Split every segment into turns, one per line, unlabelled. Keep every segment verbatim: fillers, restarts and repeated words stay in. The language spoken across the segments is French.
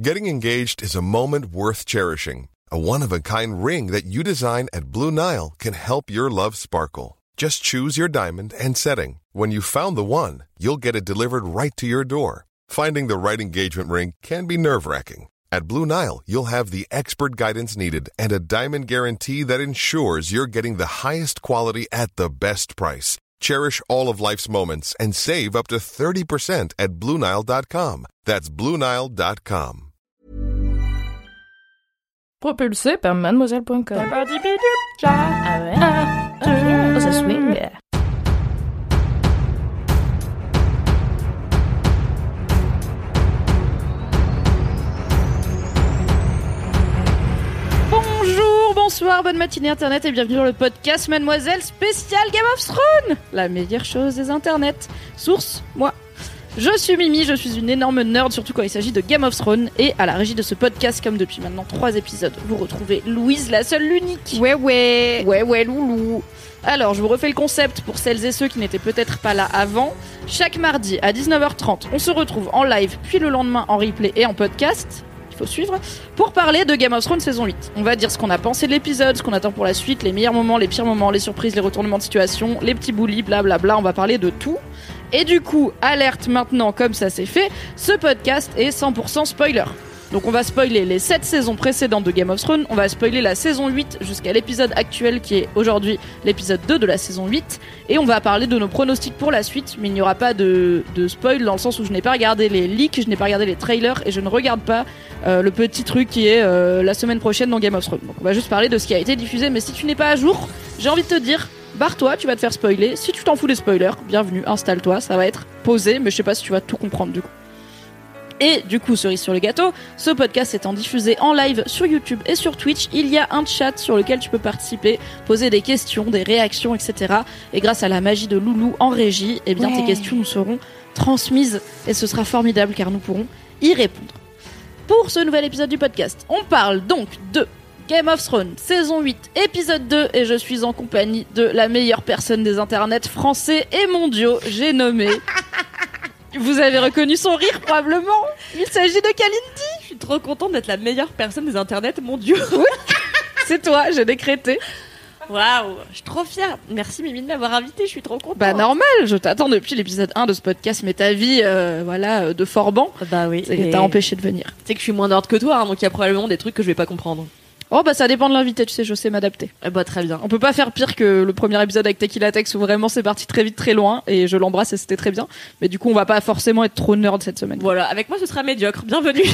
Getting engaged is a moment worth cherishing. A one-of-a-kind ring that you design at Blue Nile can help your love sparkle. Just choose your diamond and setting. When you've found the one, you'll get it delivered right to your door. Finding the right engagement ring can be nerve-wracking. At Blue Nile, you'll have the expert guidance needed and a diamond guarantee that ensures you're getting the highest quality at the best price. Cherish all of life's moments and save up to thirty percent at Blue Nile dot com. That's Blue Nile dot com.
Propulsé par mademoiselle point com. Ah ouais. Ah, oh, ça swing. Bonsoir, bonne matinée internet et bienvenue dans le podcast Mademoiselle spécial Game of Thrones, la meilleure chose des internets. Source, moi. Je suis Mimi, je suis une énorme nerd, surtout quand il s'agit de Game of Thrones. Et à la régie de ce podcast, comme depuis maintenant trois épisodes, vous retrouvez Louise, la seule, l'unique.
Ouais ouais.
Ouais ouais, loulou. Alors, je vous refais le concept pour celles et ceux qui n'étaient peut-être pas là avant. Chaque mardi à dix-neuf heures trente, on se retrouve en live, puis le lendemain en replay et en podcast. Il faut suivre, pour parler de Game of Thrones saison huit. On va dire ce qu'on a pensé de l'épisode, ce qu'on attend pour la suite, les meilleurs moments, les pires moments, les surprises, les retournements de situation, les petits bullies, blablabla, on va parler de tout. Et du coup, alerte maintenant, comme ça c'est fait, ce podcast est cent pour cent spoiler. Donc on va spoiler les sept saisons précédentes de Game of Thrones, on va spoiler la saison huit jusqu'à l'épisode actuel qui est aujourd'hui l'épisode deux de la saison huit, et on va parler de nos pronostics pour la suite, mais il n'y aura pas de, de spoil dans le sens où je n'ai pas regardé les leaks, je n'ai pas regardé les trailers, et je ne regarde pas euh, le petit truc qui est euh, la semaine prochaine dans Game of Thrones. Donc on va juste parler de ce qui a été diffusé, mais si tu n'es pas à jour, j'ai envie de te dire, barre-toi, tu vas te faire spoiler. Si tu t'en fous des spoilers, bienvenue, installe-toi, ça va être posé, mais je sais pas si tu vas tout comprendre du coup. Et du coup, cerise sur le gâteau, ce podcast étant diffusé en live sur YouTube et sur Twitch, il y a un chat sur lequel tu peux participer, poser des questions, des réactions, et cetera. Et grâce à la magie de Loulou en régie, eh bien ouais. Tes questions nous seront transmises et ce sera formidable car nous pourrons y répondre. Pour ce nouvel épisode du podcast, on parle donc de Game of Thrones, saison huit, épisode deux, et je suis en compagnie de la meilleure personne des internets français et mondiaux, j'ai nommé... Vous avez reconnu son rire, probablement. Il s'agit de Kalindi.
Je suis trop contente d'être la meilleure personne des internets, mon Dieu.
Oui, c'est toi, j'ai décrété.
Waouh, je suis trop fière. Merci Mimi de m'avoir invitée, je suis trop contente.
Bah normal, je t'attends depuis l'épisode un de ce podcast, mais ta vie, euh, voilà, de Forban,
bah oui,
c'est et... t'a empêché de venir.
Tu sais que je suis moins nerd que toi, hein, donc il y a probablement des trucs que je vais pas comprendre.
Oh bah ça dépend de l'invité, tu sais, je sais m'adapter.
Eh bah très bien.
On peut pas faire pire que le premier épisode avec Tequila Tex où vraiment c'est parti très vite, très loin, et je l'embrasse et c'était très bien. Mais du coup on va pas forcément être trop nerd cette semaine.
Voilà, avec moi ce sera médiocre, bienvenue.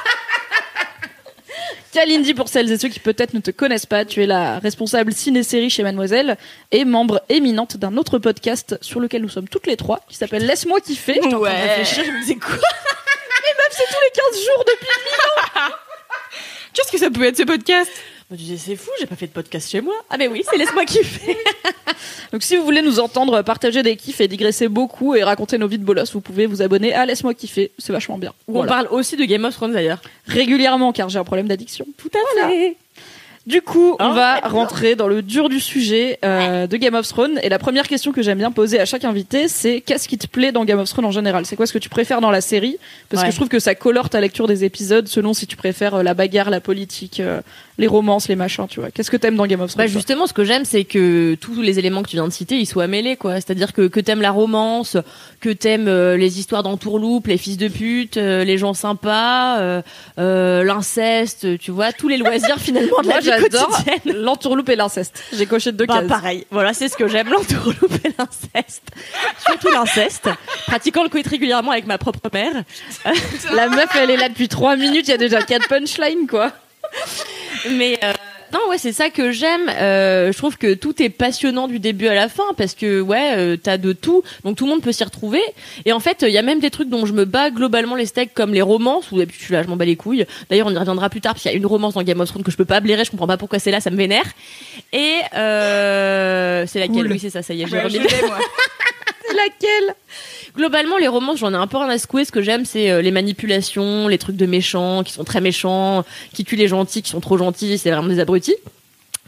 Kalindi, pour celles et ceux qui peut-être ne te connaissent pas, tu es la responsable ciné-série chez Mademoiselle et membre éminente d'un autre podcast sur lequel nous sommes toutes les trois, qui s'appelle Laisse-moi kiffer.
J'étais en train de réfléchir, je me disais quoi.
Et meuf, c'est tous les quinze jours depuis mille ans.
Qu'est-ce que ça pouvait être ce podcast ? Je disais c'est fou, j'ai pas fait de podcast chez moi. Ah mais oui, c'est Laisse-moi kiffer.
Donc si vous voulez nous entendre partager des kiffs et digresser beaucoup et raconter nos vies de bolos, vous pouvez vous abonner à Laisse-moi kiffer, c'est vachement bien.
Où voilà. On parle aussi de Game of Thrones d'ailleurs.
Régulièrement car j'ai un problème d'addiction.
Tout à voilà. fait.
Du coup, on
oh,
va rentrer dans le dur du sujet euh, de Game of Thrones. Et la première question que j'aime bien poser à chaque invité, c'est qu'est-ce qui te plaît dans Game of Thrones en général ? C'est quoi ce que tu préfères dans la série ? Parce ouais. que je trouve que ça colore ta lecture des épisodes selon si tu préfères euh, la bagarre, la politique, euh, les romances, les machins, tu vois. Qu'est-ce que t'aimes dans Game of Thrones ?
Bah justement, ce que j'aime, c'est que tous les éléments que tu viens de citer, ils soient mêlés, quoi. C'est-à-dire que, que t'aimes la romance, que t'aimes euh, les histoires d'entourloupe, les fils de pute, euh, les gens sympas, euh, euh, l'inceste, tu vois, tous les loisirs finalement de la vie quotidienne.
L'entourloupe et l'inceste. J'ai coché deux
bah,
cases.
Pareil. Voilà, c'est ce que j'aime, l'entourloupe et l'inceste. Surtout l'inceste. Pratiquant le coït régulièrement avec ma propre mère.
La meuf, elle est là depuis trois minutes, il y a déjà quatre punchlines, quoi.
Mais, euh, non, ouais, c'est ça que j'aime. Euh, je trouve que tout est passionnant du début à la fin parce que, ouais, euh, t'as de tout. Donc tout le monde peut s'y retrouver. Et en fait, il y a même des trucs dont je me bats globalement les steaks comme les romances où d'habitude je suis là, je m'en bats les couilles. D'ailleurs, on y reviendra plus tard parce qu'il y a une romance dans Game of Thrones que je peux pas blairer. Je comprends pas pourquoi c'est là, ça me vénère. Et, euh, c'est laquelle? Cool. Oui, c'est ça, ça y est, j'ai remis.
C'est laquelle?
Globalement, les romances, j'en ai un peu rien à secouer. Ce que j'aime, c'est euh, les manipulations, les trucs de méchants, qui sont très méchants, qui tuent les gentils, qui sont trop gentils, c'est vraiment des abrutis.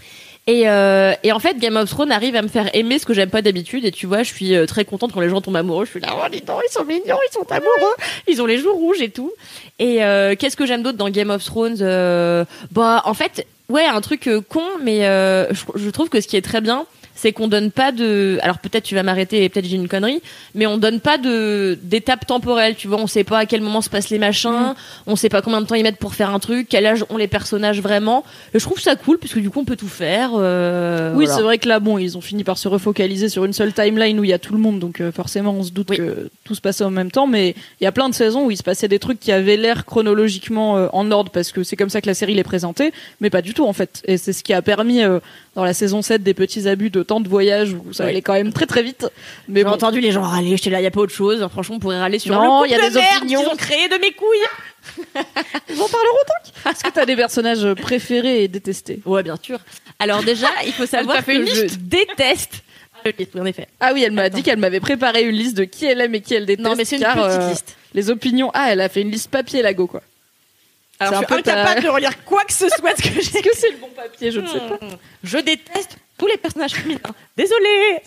Et, euh, et en fait, Game of Thrones arrive à me faire aimer ce que j'aime pas d'habitude. Et tu vois, je suis très contente quand les gens tombent amoureux. Je suis là, oh, dis donc, ils sont mignons, ils sont amoureux, ils ont les joues rouges et tout. Et euh, qu'est-ce que j'aime d'autre dans Game of Thrones euh, Bah, en fait, ouais, un truc euh, con, mais euh, je, je trouve que ce qui est très bien, c'est qu'on donne pas de, alors peut-être tu vas m'arrêter et peut-être j'ai une connerie, mais on donne pas de d'étapes temporelles, tu vois, on sait pas à quel moment se passent les machins, mmh. on sait pas combien de temps ils mettent pour faire un truc, quel âge ont les personnages vraiment. Et je trouve ça cool parce que du coup on peut tout faire. Euh,
oui,
voilà.
C'est vrai que là, bon, ils ont fini par se refocaliser sur une seule timeline où il y a tout le monde, donc euh, forcément on se doute oui. que tout se passait en même temps, mais il y a plein de saisons où il se passait des trucs qui avaient l'air chronologiquement euh, en ordre parce que c'est comme ça que la série les présentait, mais pas du tout en fait. Et c'est ce qui a permis euh, dans la saison sept des petits abus de temps de voyage où ça oui. allait quand même très très vite. Mais
j'ai
bon.
entendu les gens râler, j'étais là, il y a pas autre chose. Franchement, on pourrait râler sur
non,
le
il y a
de
des opinions
qu'ils ont créé de mes couilles.
Ils en parleront donc. Est-ce que t'as des personnages préférés et détestés?
Ouais, bien sûr. Alors déjà, il faut savoir que je déteste. En effet.
Ah oui, elle m'a
Attends.
dit qu'elle m'avait préparé une liste de qui elle aime et qui elle déteste.
Non, mais c'est une
car,
petite
euh,
liste.
Les opinions. Ah, elle a fait une liste papier Lago quoi.
Alors, je suis incapable ta... de relire quoi que ce soit de ce que j'ai.
Est-ce que c'est le bon papier? Je ne sais pas.
Je déteste tous les personnages féminins. Désolée.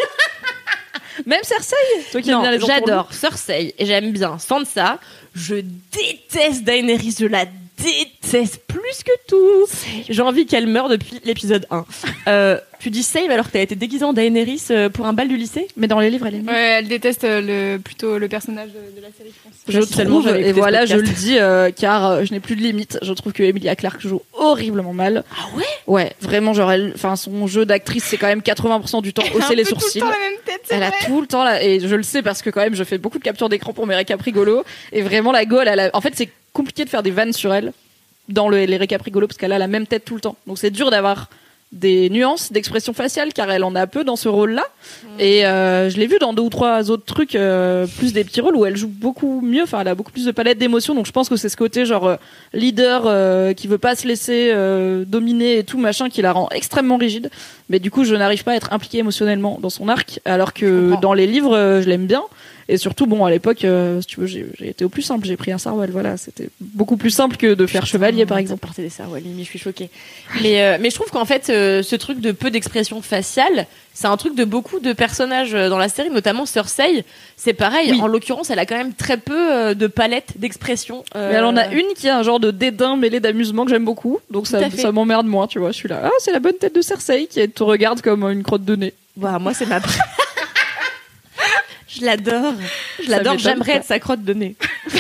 Même Cersei. Toi qui
non,
aimes bien les
j'adore Cersei et j'aime bien Sansa. Je déteste Daenerys. Je la déteste plus que tout. J'ai envie qu'elle meure depuis l'épisode un. euh, tu dis same alors que t'as été déguisée en Daenerys pour un bal du lycée?
Mais dans les livres, elle est.
Ouais, elle déteste le, plutôt le personnage de, de la série, je pense.
Je trouve, et voilà, je le dis, euh, car euh, je n'ai plus de limite. Je trouve que Emilia Clarke joue horriblement mal.
Ah ouais?
Ouais, vraiment, genre, elle, enfin, son jeu d'actrice, c'est quand même quatre-vingts pour cent du temps hausser les sourcils.
Elle a tout le temps la même tête, c'est
Elle
vrai.
a tout le temps là, et je le sais parce que quand même, je fais beaucoup de captures d'écran pour mes récaps rigolos, et vraiment, la go, elle a, en fait, c'est compliqué de faire des vannes sur elle dans le, les récaps rigolos parce qu'elle a la même tête tout le temps. Donc c'est dur d'avoir des nuances d'expression faciale car elle en a peu dans ce rôle-là. Mmh. Et euh, je l'ai vu dans deux ou trois autres trucs, euh, plus des petits rôles où elle joue beaucoup mieux. Enfin, elle a beaucoup plus de palette d'émotions. Donc je pense que c'est ce côté genre euh, leader euh, qui veut pas se laisser euh, dominer et tout machin qui la rend extrêmement rigide. Mais du coup, je n'arrive pas à être impliquée émotionnellement dans son arc, alors que dans les livres, euh, je l'aime bien. Et surtout, bon, à l'époque, euh, si tu veux, j'ai, j'ai été au plus simple. J'ai pris un Sarwell, voilà. C'était beaucoup plus simple que de faire Putain, chevalier, par exemple.
Porter des Sarwell, je suis choquée. Mais, euh, mais je trouve qu'en fait, euh, ce truc de peu d'expression faciale, c'est un truc de beaucoup de personnages dans la série, notamment Cersei. C'est pareil. Oui. En l'occurrence, elle a quand même très peu euh, de palette d'expression. Euh...
Mais elle en a une qui a un genre de dédain mêlé d'amusement que j'aime beaucoup. Donc ça, ça m'emmerde moins, tu vois. Je suis là. Ah, c'est la bonne tête de Cersei qui te regarde comme une crotte de nez.
Bah, moi, c'est ma. Je l'adore. Je l'adore. J'aimerais être sa crotte de nez.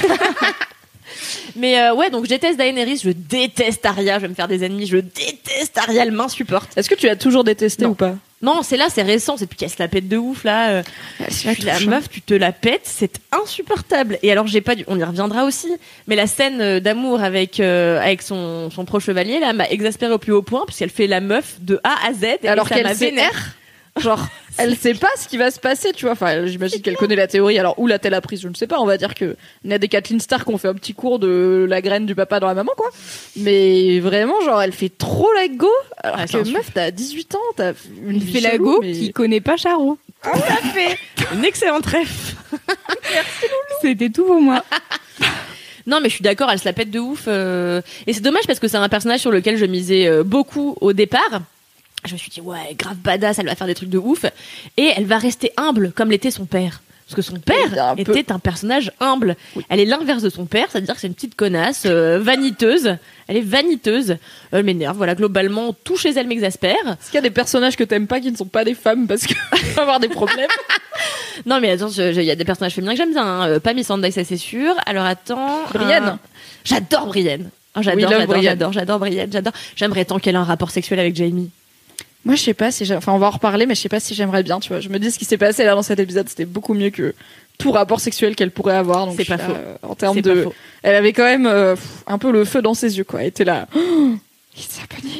Mais euh, ouais, donc je déteste Daenerys, je déteste Arya, je vais me faire des ennemis, je déteste Arya, elle m'insupporte.
Est-ce que tu as toujours détesté
non.
ou pas?
Non, c'est là, c'est récent, c'est depuis qu'elle se la pète de ouf là. Euh, la meuf, tu te la pètes, c'est insupportable. Et alors j'ai pas, du... on y reviendra aussi, mais la scène d'amour avec euh, avec son son pro chevalier là m'a exaspérée au plus haut point parce qu'elle fait la meuf de A à Z. Et
alors
ça
qu'elle
m'a
vénère. Genre, elle sait pas ce qui va se passer, tu vois. Enfin, j'imagine qu'elle connaît la théorie. Alors, où l'a-t-elle apprise? Je ne sais pas. On va dire que Ned et Catelyn Stark ont fait un petit cours de la graine du papa dans la maman, quoi. Mais vraiment, genre, elle fait trop la go. Alors ah, que meuf, t'as dix-huit ans, t'as une vie
fait la go mais... qui connaît pas Charo.
Tout à fait. Une excellente ref.
Merci, Loulou. C'était tout pour moi.
Non, mais je suis d'accord, elle se la pète de ouf. Euh... Et c'est dommage parce que c'est un personnage sur lequel je misais euh, beaucoup au départ. Je me suis dit, ouais, grave badass, elle va faire des trucs de ouf. Et elle va rester humble, comme l'était son père. Parce que son père un était peu... un personnage humble. Oui. Elle est l'inverse de son père, c'est-à-dire que c'est une petite connasse, euh, vaniteuse. Elle est vaniteuse. Elle m'énerve, voilà, globalement, tout chez elle m'exaspère.
Est-ce qu'il y a des personnages que t'aimes pas qui ne sont pas des femmes parce qu'il va avoir des problèmes?
Non, mais attends, il y a des personnages féminins que j'aime bien. Hein. Pas Missandei, ça c'est sûr. Alors attends...
Brienne.
Un... J'adore Brienne. Oh, j'adore, oui, j'adore, Brienne. j'adore, j'adore Brienne, j'adore. J'aimerais tant qu'elle ait un rapport sexuel avec Jaime.
Moi, je sais pas si enfin, on va en reparler, mais je sais pas si j'aimerais bien, tu vois. Je me dis ce qui s'est passé là dans cet épisode, c'était beaucoup mieux que tout rapport sexuel qu'elle pourrait avoir. Donc
c'est pas
là,
faux.
Euh, en termes
c'est
de,
pas faux.
Elle avait quand même euh, un peu le feu dans ses yeux, quoi. Elle était là. Oh, it's happening.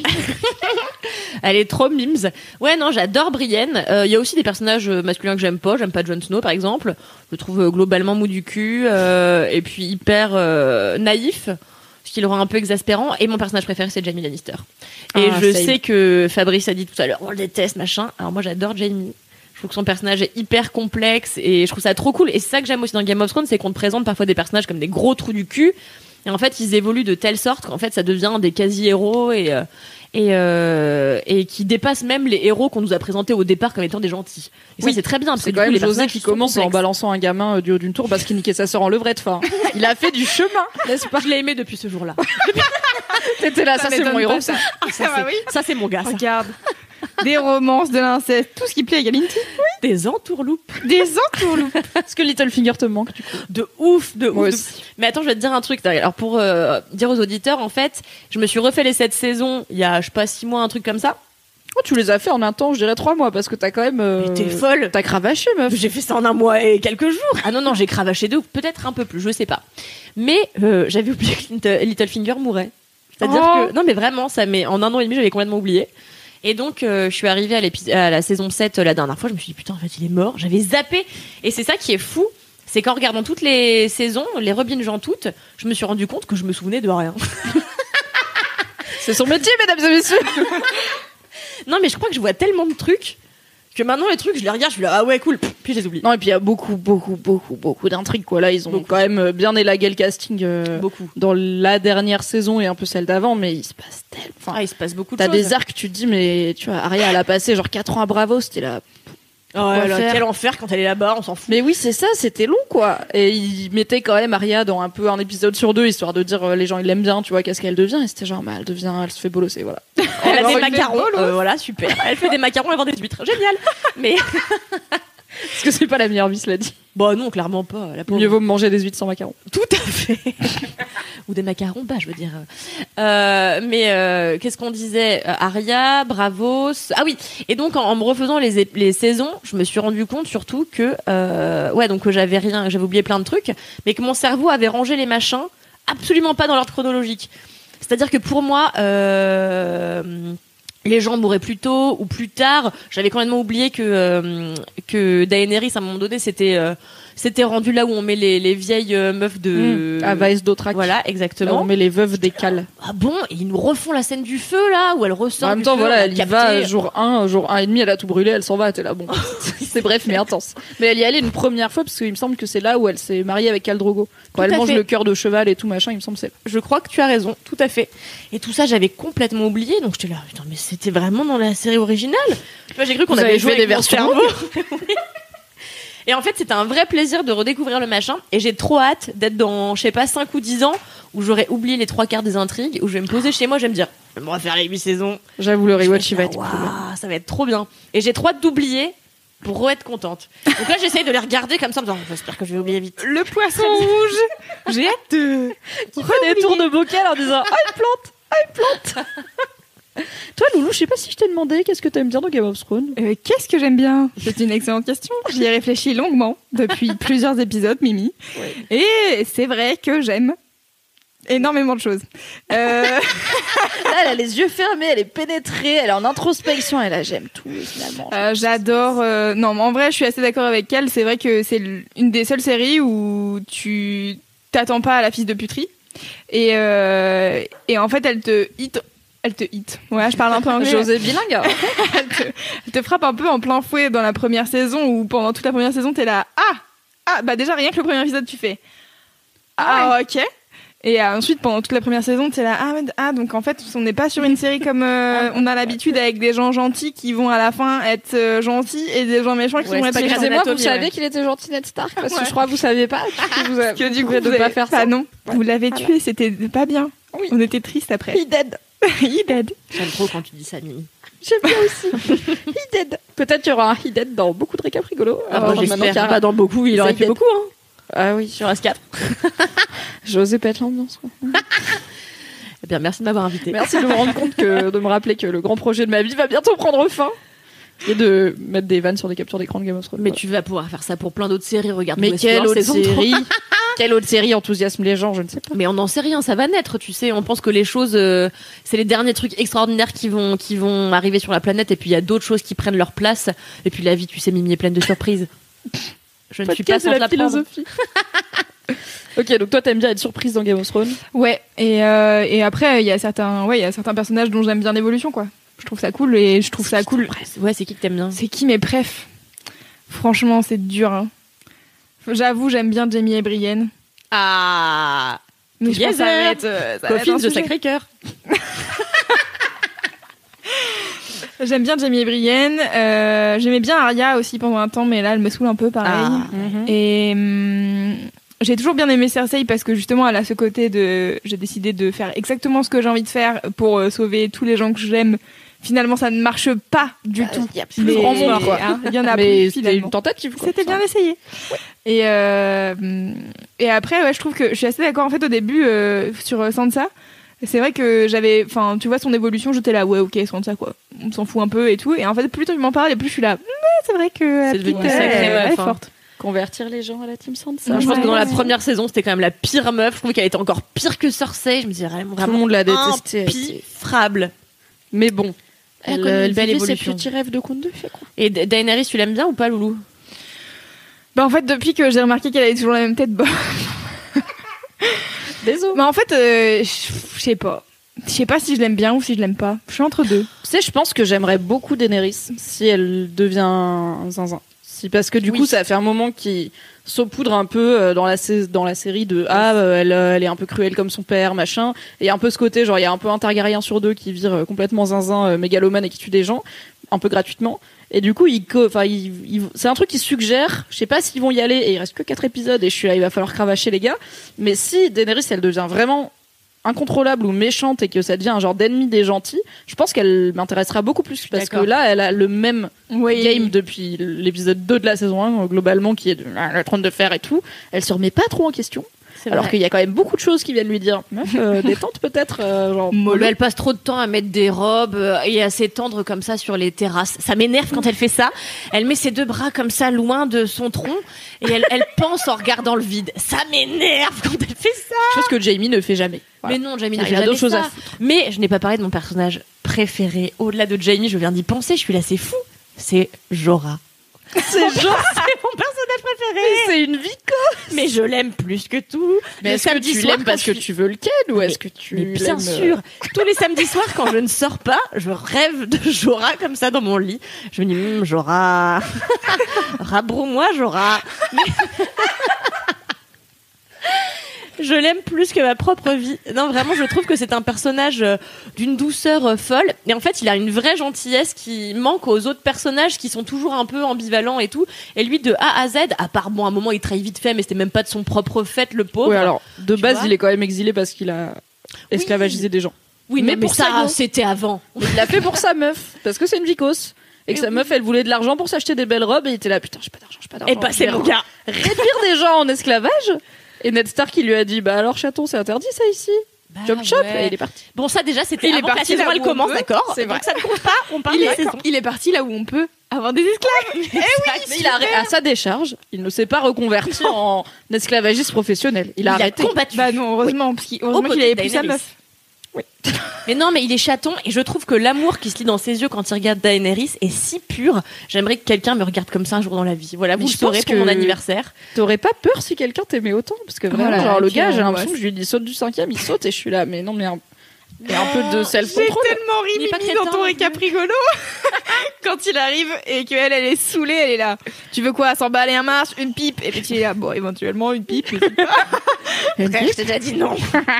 Elle est trop mimes. Ouais, non, j'adore Brienne. Il euh, y a aussi des personnages masculins que j'aime pas. J'aime pas Jon Snow, par exemple. Je le trouve globalement mou du cul euh, et puis hyper euh, naïf. Ce qui le rend un peu exaspérant. Et mon personnage préféré, c'est Jaime Lannister. Et ah, je sais que Fabrice a dit tout à l'heure, on le déteste, machin. Alors moi, j'adore Jaime. Je trouve que son personnage est hyper complexe et je trouve ça trop cool. Et c'est ça que j'aime aussi dans Game of Thrones, c'est qu'on te présente parfois des personnages comme des gros trous du cul. Et en fait, ils évoluent de telle sorte qu'en fait, ça devient des quasi-héros. Et, euh, et euh, et qui dépasse même les héros qu'on nous a présentés au départ comme étant des gentils. Et ça
Oui.
c'est très bien parce
C'est
que
quand
du coup,
même
les
José
personnages
qui
sont
commence en
complexes.
balançant un gamin euh, du haut d'une tour parce qu'il niquait sa sœur en levrette. Enfin, il a fait du chemin, n'est-ce pas?
Je l'ai aimé depuis ce jour-là.
T'étais là, ça,
Ça
c'est
m'étonne
mon héros.
pas, ça.
Ça,
Ah bah
c'est,
oui.
ça, c'est mon gars. ça.
Regarde. Des romances, de l'inceste, tout ce qui plaît à Galinti.
Des entourloupes.
Des entourloupes.
Est-ce que Littlefinger te manque du coup?
De ouf, de
Moi
ouf. de-
aussi.
Mais attends, je vais te dire un truc. Alors pour euh, dire aux auditeurs, en fait, je me suis refait les sept saisons il y a, je sais pas, six mois, un truc comme ça.
Oh, tu les as fait en un temps, je dirais trois mois, parce que t'as quand même. euh,
Mais t'es folle.
T'as cravaché, meuf.
J'ai fait ça en un mois et quelques jours. Ah non, non, j'ai cravaché deux, peut-être un peu plus, je sais pas. Mais euh, j'avais oublié que Litt- Littlefinger mourait. C'est-à-dire
Oh.
que... Non mais vraiment, ça met... en un an et demi, j'avais complètement oublié. Et donc, euh, je suis arrivée à, l'épis- à la saison sept euh, la dernière fois, je me suis dit, putain, en fait, il est mort. J'avais zappé. Et c'est ça qui est fou, c'est qu'en regardant toutes les saisons, les rebingeant toutes, je me suis rendu compte que je me souvenais de rien.
C'est son métier, mesdames et messieurs.
Non mais je crois que je vois tellement de trucs que maintenant les trucs je les regarde, je suis là ah ouais cool, puis je les oublie.
Non, et puis il y a beaucoup, beaucoup, beaucoup, beaucoup d'intrigues, quoi. Là, ils ont
Beaucoup.
quand même bien élagué le casting euh,
Beaucoup.
dans la dernière saison et un peu celle d'avant, mais il se passe tellement. Enfin,
Ah il se passe beaucoup de
t'as
choses.
des arcs, tu te dis, mais tu vois, Arya, elle a passé genre quatre ans à Bravo, c'était là.
Oh
Quoi
là,
faire
quel enfer quand elle est là-bas, on s'en fout.
Mais oui, c'est ça, c'était long, quoi. Et ils mettaient quand même Arya dans un peu un épisode sur deux, histoire de dire euh, les gens ils l'aiment bien, tu vois, qu'est-ce qu'elle devient. Et c'était genre, bah, elle devient, elle se fait bolosser, voilà.
Elle a
Alors,
des
il
macarons,
fait
euh, voilà super. Elle fait des macarons et vend des huîtres, génial. Mais
Parce que c'est pas la meilleure vie, cela dit.
bon non clairement pas. La pauvre.
Mieux vaut manger des huîtres sans macarons.
Tout à fait. Ou des macarons, bah je veux dire. Euh, mais euh, qu'est-ce qu'on disait Euh, Aria, Bravos. Ah oui. Et donc en, en me refaisant les, ép- les saisons, je me suis rendu compte surtout que euh, ouais donc que j'avais rien, j'avais oublié plein de trucs, mais que mon cerveau avait rangé les machins absolument pas dans l'ordre chronologique. C'est-à-dire que pour moi. Euh, les gens mouraient plus tôt ou plus tard. J'avais complètement oublié que euh, que Daenerys à un moment donné c'était euh, c'était rendu là où on met les, les vieilles euh, meufs de
Mmh. À Vaes d'Otrak.
voilà
Là, on
exactement.
met les veuves des cales.
Ah bon, et ils nous refont la scène du feu là où elle ressort
En même
du
temps,
feu, on
voilà,
l'a
elle y
capté.
va jour un, jour un et demi, elle a tout brûlé, elle s'en va, t'es là, bon. C'est bref, mais intense. Mais elle y allait une première fois, parce qu'il me semble que c'est là où elle s'est mariée avec Khal Drogo. Quand
Tout
elle
à
mange
fait.
le cœur de cheval et tout machin, il me semble que c'est là.
Je crois que tu as raison, tout à fait. Et tout ça, j'avais complètement oublié, donc j'étais là, putain, mais c'était vraiment dans la série originale. Tu vois, j'ai cru qu'on
Vous
avait
avez
joué
fait
avec
des
mon
versions
cerveau. Oui. Et en fait, c'était un vrai plaisir de redécouvrir le machin. Et j'ai trop hâte d'être dans, je sais pas, cinq ou dix ans, où j'aurais oublié les trois quarts des intrigues, où je vais me poser chez moi, je vais me dire, je vais me refaire les huit saisons.
J'avoue, le
Je vais
rewatch, il va
faire,
être
waouh,
cool.
ça va être trop bien. Et j'ai trop hâte d'oublier pour re-être contente. Donc là, j'essaye de les regarder comme ça, en me disant, j'espère que je vais oublier vite.
Le poisson rouge. J'ai hâte de.
Qui fait des tours de bocal en disant « Ah, une plante Ah, une plante !» Toi, Loulou, je sais pas si je t'ai demandé qu'est-ce que t'aimes bien dans Game of Thrones.
Euh, Qu'est-ce que j'aime bien? C'est une excellente question. J'y ai réfléchi longuement depuis plusieurs épisodes, Mimi.
Ouais.
Et c'est vrai que j'aime énormément de choses. Euh...
Là, elle a les yeux fermés, elle est pénétrée, elle est en introspection, et là, j'aime tout, finalement.
Euh, J'adore. euh, Non, mais en vrai, je suis assez d'accord avec elle. C'est vrai que c'est l- une des seules séries où tu t'attends pas à la fille de puterie. Et, euh... et en fait, elle te hit. Elle te hit. Ouais, je parle un peu anglais.
José bilingue.
elle, te... elle te frappe un peu en plein fouet dans la première saison où pendant toute la première saison, t'es là. Ah Ah, bah déjà, rien que le premier épisode, tu fais. Ah, ok. Et euh, ensuite, pendant toute la première saison, t'es là. Ah, ouais, ah, donc en fait, on n'est pas sur une série comme euh, on a l'habitude avec des gens gentils qui vont à la fin être euh, gentils et des gens méchants qui
Ouais,
vont être
c'est
méchants.
Excusez-moi, vous
Anatomy,
saviez
ouais.
qu'il était gentil, Ned Stark? Parce que
Ouais.
je crois que vous saviez pas. Que vous,
Que du coup,
de
vous avez...
pas faire ça.
Bah non, vous l'avez
Voilà.
tué, c'était pas bien.
Oui.
On était triste après.
He dead.
Il dead.
J'aime trop quand tu dis ça, Mimi.
J'aime bien aussi. He dead. Peut-être qu'il y aura un He dead dans beaucoup de récaps rigolos.
Ah,
Alors,
bah,
maintenant qu'il y
j'espère
a-
pas dans beaucoup, il
Ça
aurait
y
pu
est.
beaucoup, hein.
Ah oui.
Sur S quatre.
J'osais pas être l'ambiance. quoi.
Eh bien, merci de m'avoir invité.
Merci de me rendre compte que, de me rappeler que le grand projet de ma vie va bientôt prendre fin. Et de mettre des vannes sur des captures d'écran de Game of Thrones.
Mais
Voilà.
tu vas pouvoir faire ça pour plein d'autres séries. Regarde,
Mais quelle
Westworld,
autre
saison trois.
série Quelle autre série enthousiasme les gens? Je ne sais pas.
Mais on n'en sait rien, ça va naître, tu sais. On pense que les choses, euh, c'est les derniers trucs extraordinaires qui vont, qui vont arriver sur la planète, et puis il y a d'autres choses qui prennent leur place. Et puis la vie, tu sais, Mimi est pleine de surprises. Je ne suis pas
Podcast de
sans te
la
l'apprendre.
philosophie. Ok, donc toi t'aimes bien être surprise dans Game of Thrones.
Ouais, et, euh, et après, il y a certains, ouais, il y a certains personnages dont j'aime bien l'évolution, quoi. Je trouve ça cool et je trouve ça cool.
Ouais, c'est qui que t'aimes bien?
C'est qui mes prefs? Franchement, c'est dur. Hein. J'avoue, j'aime bien Jamie et Brienne.
Ah,
Mais je pense que ça va
Together.
être, euh, ça va être
Coffin
un
de
sujet.
Sacré-Cœur.
J'aime bien Jamie et Brienne. Euh, j'aimais bien Arya aussi pendant un temps, mais là, elle me saoule un peu, pareil.
Ah.
Mhm.
Et hum, j'ai toujours bien aimé Cersei parce que justement, elle a ce côté de... J'ai décidé de faire exactement ce que j'ai envie de faire pour euh, sauver tous les gens que j'aime. Finalement, ça ne marche pas du
Bah,
tout.
y a plus
Mais,
grand monde, quoi.
hein, il y en a
Mais
plus,
c'était
finalement.
une tentative, quoi.
C'était bien essayé. Et, euh, et après, ouais, je trouve que je suis assez d'accord en fait au début euh, sur euh, Sansa. C'est vrai que j'avais, enfin, tu vois son évolution, j'étais là, ouais, ok, Sansa quoi, on s'en fout un peu et tout. Et en fait, plus tu m'en parles, et plus je suis là, ouais, c'est vrai que la
C'est devenu
petite,
une sacrée
euh,
meuf,
elle est
hein.
forte.
Convertir les gens à la team Sansa.
Enfin, je pense
Ouais.
que dans la première saison, c'était quand même la pire meuf. Je trouvais qu'elle était encore pire que Cersei. Je me disais vraiment,
Tout le monde l'a détestée. elle était-
impifrable.
Mais bon,
Elle a
elle,
connu une
elle
belle
vivait ses
évolution.
petits rêves de conte de fées, quoi.
Et Da- Daenerys, tu l'aimes bien ou pas, Loulou?
Bah en fait, depuis que j'ai remarqué qu'elle avait toujours la même tête, bah,
Désolé.
bah en fait, euh, je je sais pas. Je sais pas si je l'aime bien ou si je l'aime pas. Je suis entre deux.
Tu sais, je pense que j'aimerais beaucoup Daenerys si elle devient zinzin. Si, parce que du
Oui.
coup, ça fait un moment qu'il saupoudre un peu euh, dans la, sais- dans la série de ah, euh, elle, euh, elle est un peu cruelle comme son père, machin. Et un peu ce côté, genre, il y a un peu un Targaryen sur deux qui vire euh, complètement zinzin, euh, mégalomane et qui tue des gens, un peu gratuitement. Et du coup, il, co- enfin, il, il- c'est un truc qui suggère, je sais pas s'ils vont y aller, et il reste que quatre épisodes, et je suis là, il va falloir cravacher les gars. Mais si Daenerys, elle devient vraiment incontrôlable ou méchante et que ça devient un genre d'ennemi des gentils, je pense qu'elle m'intéressera beaucoup plus parce que
D'accord.
là, elle a le même
Oui.
game depuis l'épisode deux de la saison un, globalement, qui est de, ah, le trône de fer et tout. Elle se remet pas trop en question.
C'est
Alors
vrai.
qu'il y a quand même beaucoup de choses qui viennent lui dire, meuf, euh, détente peut-être, euh, genre.
Mais elle passe trop de temps à mettre des robes euh, et à s'étendre comme ça sur les terrasses. Ça m'énerve quand elle fait ça. Elle met ses deux bras comme ça loin de son tronc et elle, elle pense en regardant le vide. Ça m'énerve quand elle fait ça.
Chose que Jamie ne fait jamais. Voilà.
Mais non, Jamie ne
Il
fait
a
jamais
d'autres choses
ça.
à foutre.
Mais je n'ai pas parlé de mon personnage préféré. Au-delà de Jamie, je viens d'y penser. Je suis là, c'est fou. C'est Jorah.
C'est genre,
C'est mon personnage préféré.
c'est une vie.
Mais je l'aime plus que tout.
Mais
Le
est-ce que
samedi
tu
soir,
l'aimes
quand
parce
je
que
suis-
tu veux le ken ou est-ce que tu
Mais bien
l'aimes, euh,
sûr. Tous les samedis soirs, quand je ne sors pas, je rêve de Jorah comme ça dans mon lit. Je me dis, hum, Jorah. Rabrou-moi, Jorah. Mais... Je l'aime plus que ma propre vie. Non, vraiment, je trouve que c'est un personnage euh, d'une douceur euh, folle. Et en fait, il a une vraie gentillesse qui manque aux autres personnages qui sont toujours un peu ambivalents et tout. Et lui, de A à Z, à part, bon, à un moment, il trahit vite fait, mais c'était même pas de son propre fait, le pauvre.
Oui, alors, de
Tu
base,
vois
il est quand même exilé parce qu'il a esclavagisé des gens.
oui,
mais
mais, mais
pour sa
ça,
go.
c'était avant.
Mais il l'a fait pour sa meuf, parce que c'est une vicose. Et que
Et
sa
oui.
meuf, elle voulait de l'argent pour s'acheter des belles robes, et il était là, putain, j'ai pas d'argent, j'ai pas d'argent.
Et bah,
Je
c'est
vais
mon gars.
Réduire des gens en esclavage. Et Ned Stark, il lui a dit, bah alors, chaton, c'est interdit ça ici.
Bah,
Chop chop,
ouais.
et il est parti.
Bon, ça déjà, c'était
Il est
avant que la
parti
saison
là
elle
où on
commence,
peut.
d'accord.
C'est
Donc
vrai.
ça ne compte pas. On parle
Il
de
est,
la saison.
il est parti là où on peut avoir des esclaves.
Mais il a, arrêté- à sa décharge, il ne s'est pas reconverti en esclavagiste professionnel. Il a arrêté.
combattu.
Bah non, heureusement, parce qu'il heureusement
Au
qu'il
côté
avait
de
plus sa
Daenerys.
meuf.
Mais non, mais il est chaton et je trouve que l'amour qui se lit dans ses yeux quand il regarde Daenerys est si pur. J'aimerais que quelqu'un me regarde comme ça un jour dans la vie. Voilà,
Mais
vous
je
le saurez
pense
pour
que-
mon anniversaire.
T'aurais pas peur si quelqu'un t'aimait autant? Parce que vraiment,
Voilà,
genre, le
qui
gars, j'ai
angoisse.
l'impression que je lui dis saute du cinquième, il saute et je suis là, mais non, mais un, il y a un peu de
J'ai
self-control.
tellement ri
Il est pas
Mimi,
crétin,
dans ton
non
récap
plus.
rigolo quand il arrive et qu'elle elle est saoulée, elle est là. Tu veux quoi? s'emballer un marche, une pipe? Et puis il est là, bon, éventuellement une pipe. Mais c'est pas-
Frère, je t'ai déjà dit non.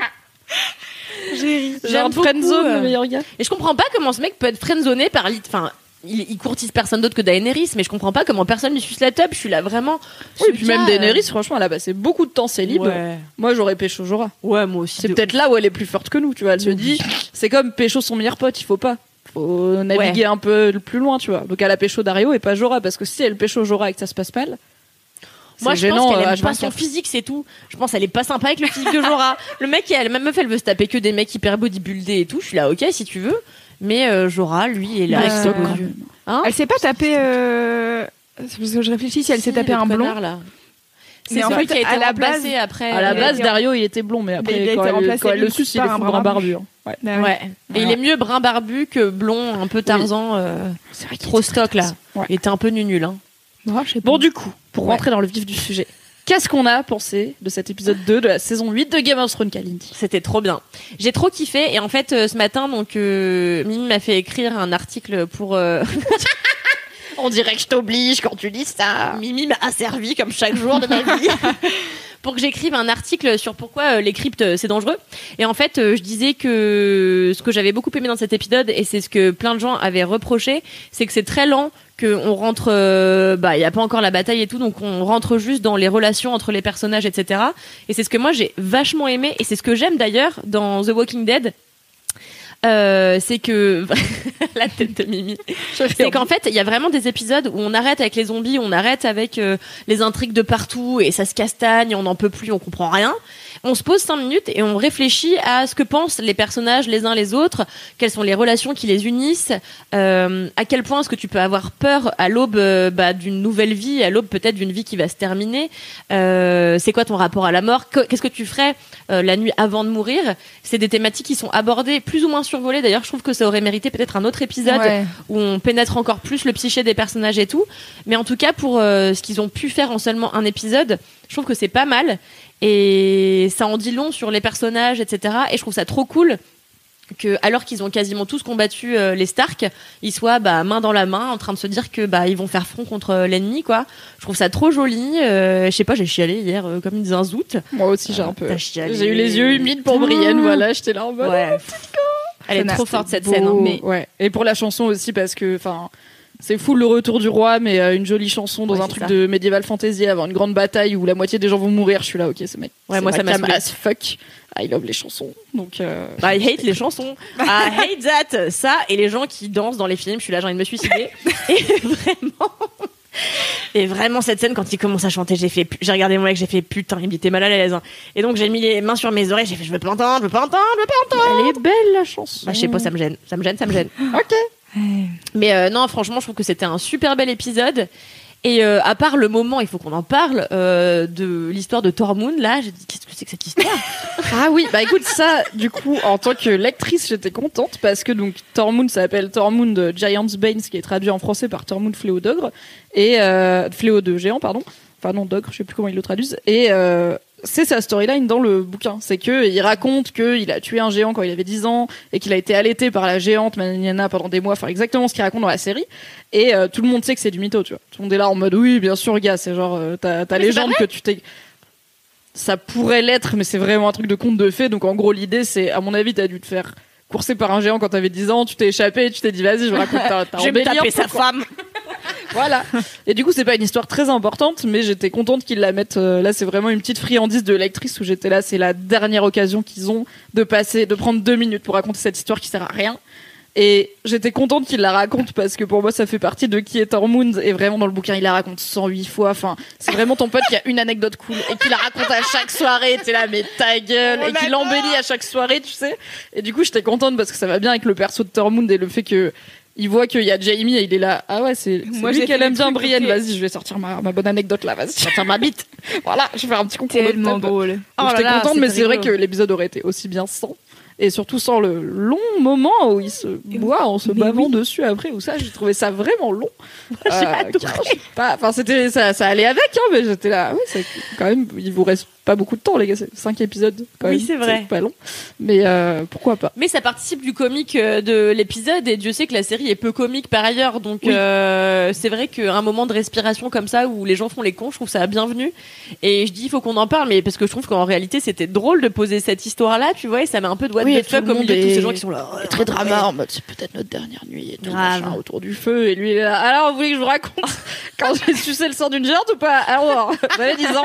J'ai ri.
Genre
J'aime
friendzone,
beaucoup, euh,
le meilleur gars.
Et je comprends pas comment ce mec peut être friendzoné par lit. Enfin, il, il courtise personne d'autre que Daenerys, mais je comprends pas comment personne lui suce la teub. Je suis là vraiment.
Oui,
ce
puis
gars,
même
euh,
Daenerys, franchement, elle a passé beaucoup de temps célib.
Ouais.
Moi, j'aurais pécho Jorah.
Ouais, moi aussi.
C'est
de
peut-être là où elle est plus forte que nous, tu vois. Elle se dit, c'est comme pécho son meilleur pote, il faut pas. Faut naviguer
Ouais.
un peu plus loin, tu vois. Donc elle a pécho Dario et pas Jorah, parce que si elle pécho Jorah et que ça se passe mal,
Moi,
c'est
je pense
gênant,
qu'elle
euh,
aime pas
H vingt-quatre.
son physique, c'est tout. Je pense qu'elle est pas sympa avec le physique de Jorah. Le mec, elle, même meuf, elle veut se taper que des mecs hyper bodybuildés et tout. Je suis là, ok, si tu veux. Mais euh, Jorah, lui, il est là
Bah,
avec ses
euh,
beaux yeux. Hein
Elle s'est pas tapée. Euh... C'est parce que je réfléchis si elle s'est
Si,
tapé
le
un blond.
connard, là.
Mais
C'est
en
celui
fait,
qui a été
à la
remplacé
base-
après.
à la
euh,
base,
été-
Dario, il était blond, mais
Mais il a
après,
été
quand elle,
remplacé
quand elle le
d'une
suce, il
par
est
un
fou
brun
brun
barbu.
barbu. hein. Ouais.
Bah ouais.
Ouais. Et il est mieux brun barbu que blond, un peu Tarzan, euh,
C'est vrai qu'il
trop
était très
stock là.
classe. Ouais.
Il était un peu nul, hein.
Bon, je sais pas.
Bon, du coup, pour
Ouais.
rentrer dans le vif du sujet, qu'est-ce qu'on a pensé de cet épisode deux de la saison huit de Game of Thrones, Kalindi?
C'était trop bien. J'ai trop kiffé et en fait euh, ce matin donc euh, Mimi m'a fait écrire un article pour euh,
On dirait que je t'oblige quand tu dis ça.
Mimi m'a asservi comme chaque jour de ma vie pour que j'écrive un article sur pourquoi euh, les cryptes euh, c'est dangereux. Et en fait, euh, je disais que ce que j'avais beaucoup aimé dans cet épisode, et c'est ce que plein de gens avaient reproché, c'est que c'est très lent, qu'on rentre, euh, bah il y a pas encore la bataille et tout, donc on rentre juste dans les relations entre les personnages, et cetera. Et c'est ce que moi j'ai vachement aimé, et c'est ce que j'aime d'ailleurs dans The Walking Dead. Euh, c'est que la tête de Mimi, c'est qu'en fait il y a vraiment des épisodes où on arrête avec les zombies, on arrête avec euh, les intrigues de partout et ça se castagne, on n'en peut plus, on comprend rien. On se pose cinq minutes et on réfléchit à ce que pensent les personnages les uns les autres, quelles sont les relations qui les unissent, euh, à quel point est-ce que tu peux avoir peur à l'aube euh, bah, d'une nouvelle vie, à l'aube peut-être d'une vie qui va se terminer, euh, c'est quoi ton rapport à la mort, qu'est-ce que tu ferais euh, la nuit avant de mourir. C'est des thématiques qui sont abordées plus ou moins survolées, d'ailleurs je trouve que ça aurait mérité peut-être un autre épisode ouais. où on pénètre encore plus le psyché des personnages et tout, mais en tout cas pour euh, ce qu'ils ont pu faire en seulement un épisode, je trouve que c'est pas mal. Et ça en dit long sur les personnages, et cetera. Et je trouve ça trop cool que, alors qu'ils ont quasiment tous combattu euh, les Stark, ils soient bah, main dans la main en train de se dire que bah ils vont faire front contre euh, l'ennemi, quoi. Je trouve ça trop joli. Euh, je sais pas, j'ai chialé hier euh, comme une zinzoute.
Moi aussi, j'ai
euh,
un peu.
J'ai
eu les yeux humides pour Brienne, voilà, j'étais là en mode.
Ouais. Elle est trop forte cette beau. scène. Hein.
Mais... Ouais. Et pour la chanson aussi, parce que, enfin. C'est fou le retour du roi, mais euh, une jolie chanson dans ouais, un truc ça. de médiéval fantasy avant une grande bataille où la moitié des gens vont mourir. Je suis là, ok, c'est mec.
Ouais, moi ça m'a
as fuck. I love les chansons. Donc, euh...
bah, I hate les chansons. I hate that. Ça et les gens qui dansent dans les films. Je suis là, j'ai envie de me suicider. Et vraiment. Et vraiment cette scène quand il commence à chanter, j'ai fait, j'ai regardé mon mec, j'ai fait putain, il était mal à l'aise. Hein. Et donc j'ai mis les mains sur mes oreilles, j'ai fait je veux pas entendre, je veux pas entendre, je veux pas entendre.
Elle est belle la chanson.
Bah je sais pas, ça me gêne, ça me gêne, ça me gêne.
Ok.
Mais euh, non, franchement, je trouve que c'était un super bel épisode. Et euh, à part le moment, il faut qu'on en parle, euh, de l'histoire de Tormund, là, j'ai dit, qu'est-ce que c'est que cette histoire?
Ah oui, bah écoute, ça, du coup, en tant que lectrice, j'étais contente, parce que donc Tormund, ça s'appelle Tormund Giant's Bane, ce qui est traduit en français par Tormund Fléau d'ogre, et euh, Fléau de géant, pardon. Enfin non, d'ogre, je sais plus comment ils le traduisent. Et euh, c'est sa storyline dans le bouquin. C'est que il raconte qu'il a tué un géant quand il avait dix ans et qu'il a été allaité par la géante Maniana pendant des mois. Enfin, exactement ce qu'il raconte dans la série. Et euh, tout le monde sait que c'est du mytho, tu vois. Tout le monde est là en mode oui, bien sûr, gars, c'est genre euh, ta, ta légende que tu t'es. Ça pourrait l'être, mais c'est vraiment un truc de conte de fées. Donc en gros, l'idée, c'est, à mon avis, t'as dû te faire courser par un géant quand t'avais dix ans. Tu t'es échappé, tu t'es dit vas-y, je raconte ta, ta
je vais me taper sa femme.
Voilà. Et du coup, c'est pas une histoire très importante, mais j'étais contente qu'ils la mettent. Euh, là, c'est vraiment une petite friandise de lectrice où j'étais là. C'est la dernière occasion qu'ils ont de passer, de prendre deux minutes pour raconter cette histoire qui sert à rien. Et j'étais contente qu'ils la racontent parce que pour moi, ça fait partie de qui est Tormund. Et vraiment, dans le bouquin, il la raconte cent huit fois. Enfin, c'est vraiment ton pote qui a une anecdote cool et qui la raconte à chaque soirée. T'es là, mais ta gueule. Et qui l'embellit à chaque soirée, tu sais. Et du coup, j'étais contente parce que ça va bien avec le perso de Tormund et le fait que il voit qu'il y a Jaime et il est là. Ah ouais, c'est, c'est moi lui qu'elle aime bien Brienne. Okay. Vas-y, je vais sortir ma, ma bonne anecdote là. Vas-y, sortir ma bite. Voilà, je vais faire un petit concours.
Tellement drôle.
Oh j'étais là, contente, mais c'est vrai que l'épisode aurait été aussi bien sans. Et surtout sans le long moment où il se boit en se bavant oui. dessus après, ou ça, j'ai trouvé ça vraiment long.
Moi, j'ai euh, adoré.
Pas, enfin, c'était, ça, ça allait avec, hein, mais j'étais là, oui, c'est quand même, il vous reste pas beaucoup de temps, les gars, c'est cinq épisodes, quand
oui,
même.
Oui, c'est vrai.
C'est pas long. Mais, euh, pourquoi pas.
Mais ça participe du comique de l'épisode, et Dieu sait que la série est peu comique par ailleurs, donc, oui. euh, c'est vrai qu'un moment de respiration comme ça, où les gens font les cons, je trouve ça bienvenu. Et je dis, il faut qu'on en parle, mais parce que je trouve qu'en réalité, c'était drôle de poser cette histoire-là, tu vois, et ça met un peu de what
oui,
the fuck au milieu de tous ces gens qui sont là.
Oh, très drama, en mode, c'est peut-être notre dernière nuit et tout, machin, autour du feu, et lui, il est là. Alors, vous voulez que je vous raconte quand j'ai sucé le sang d'une géante ou pas? Alors, vous avez dix ans.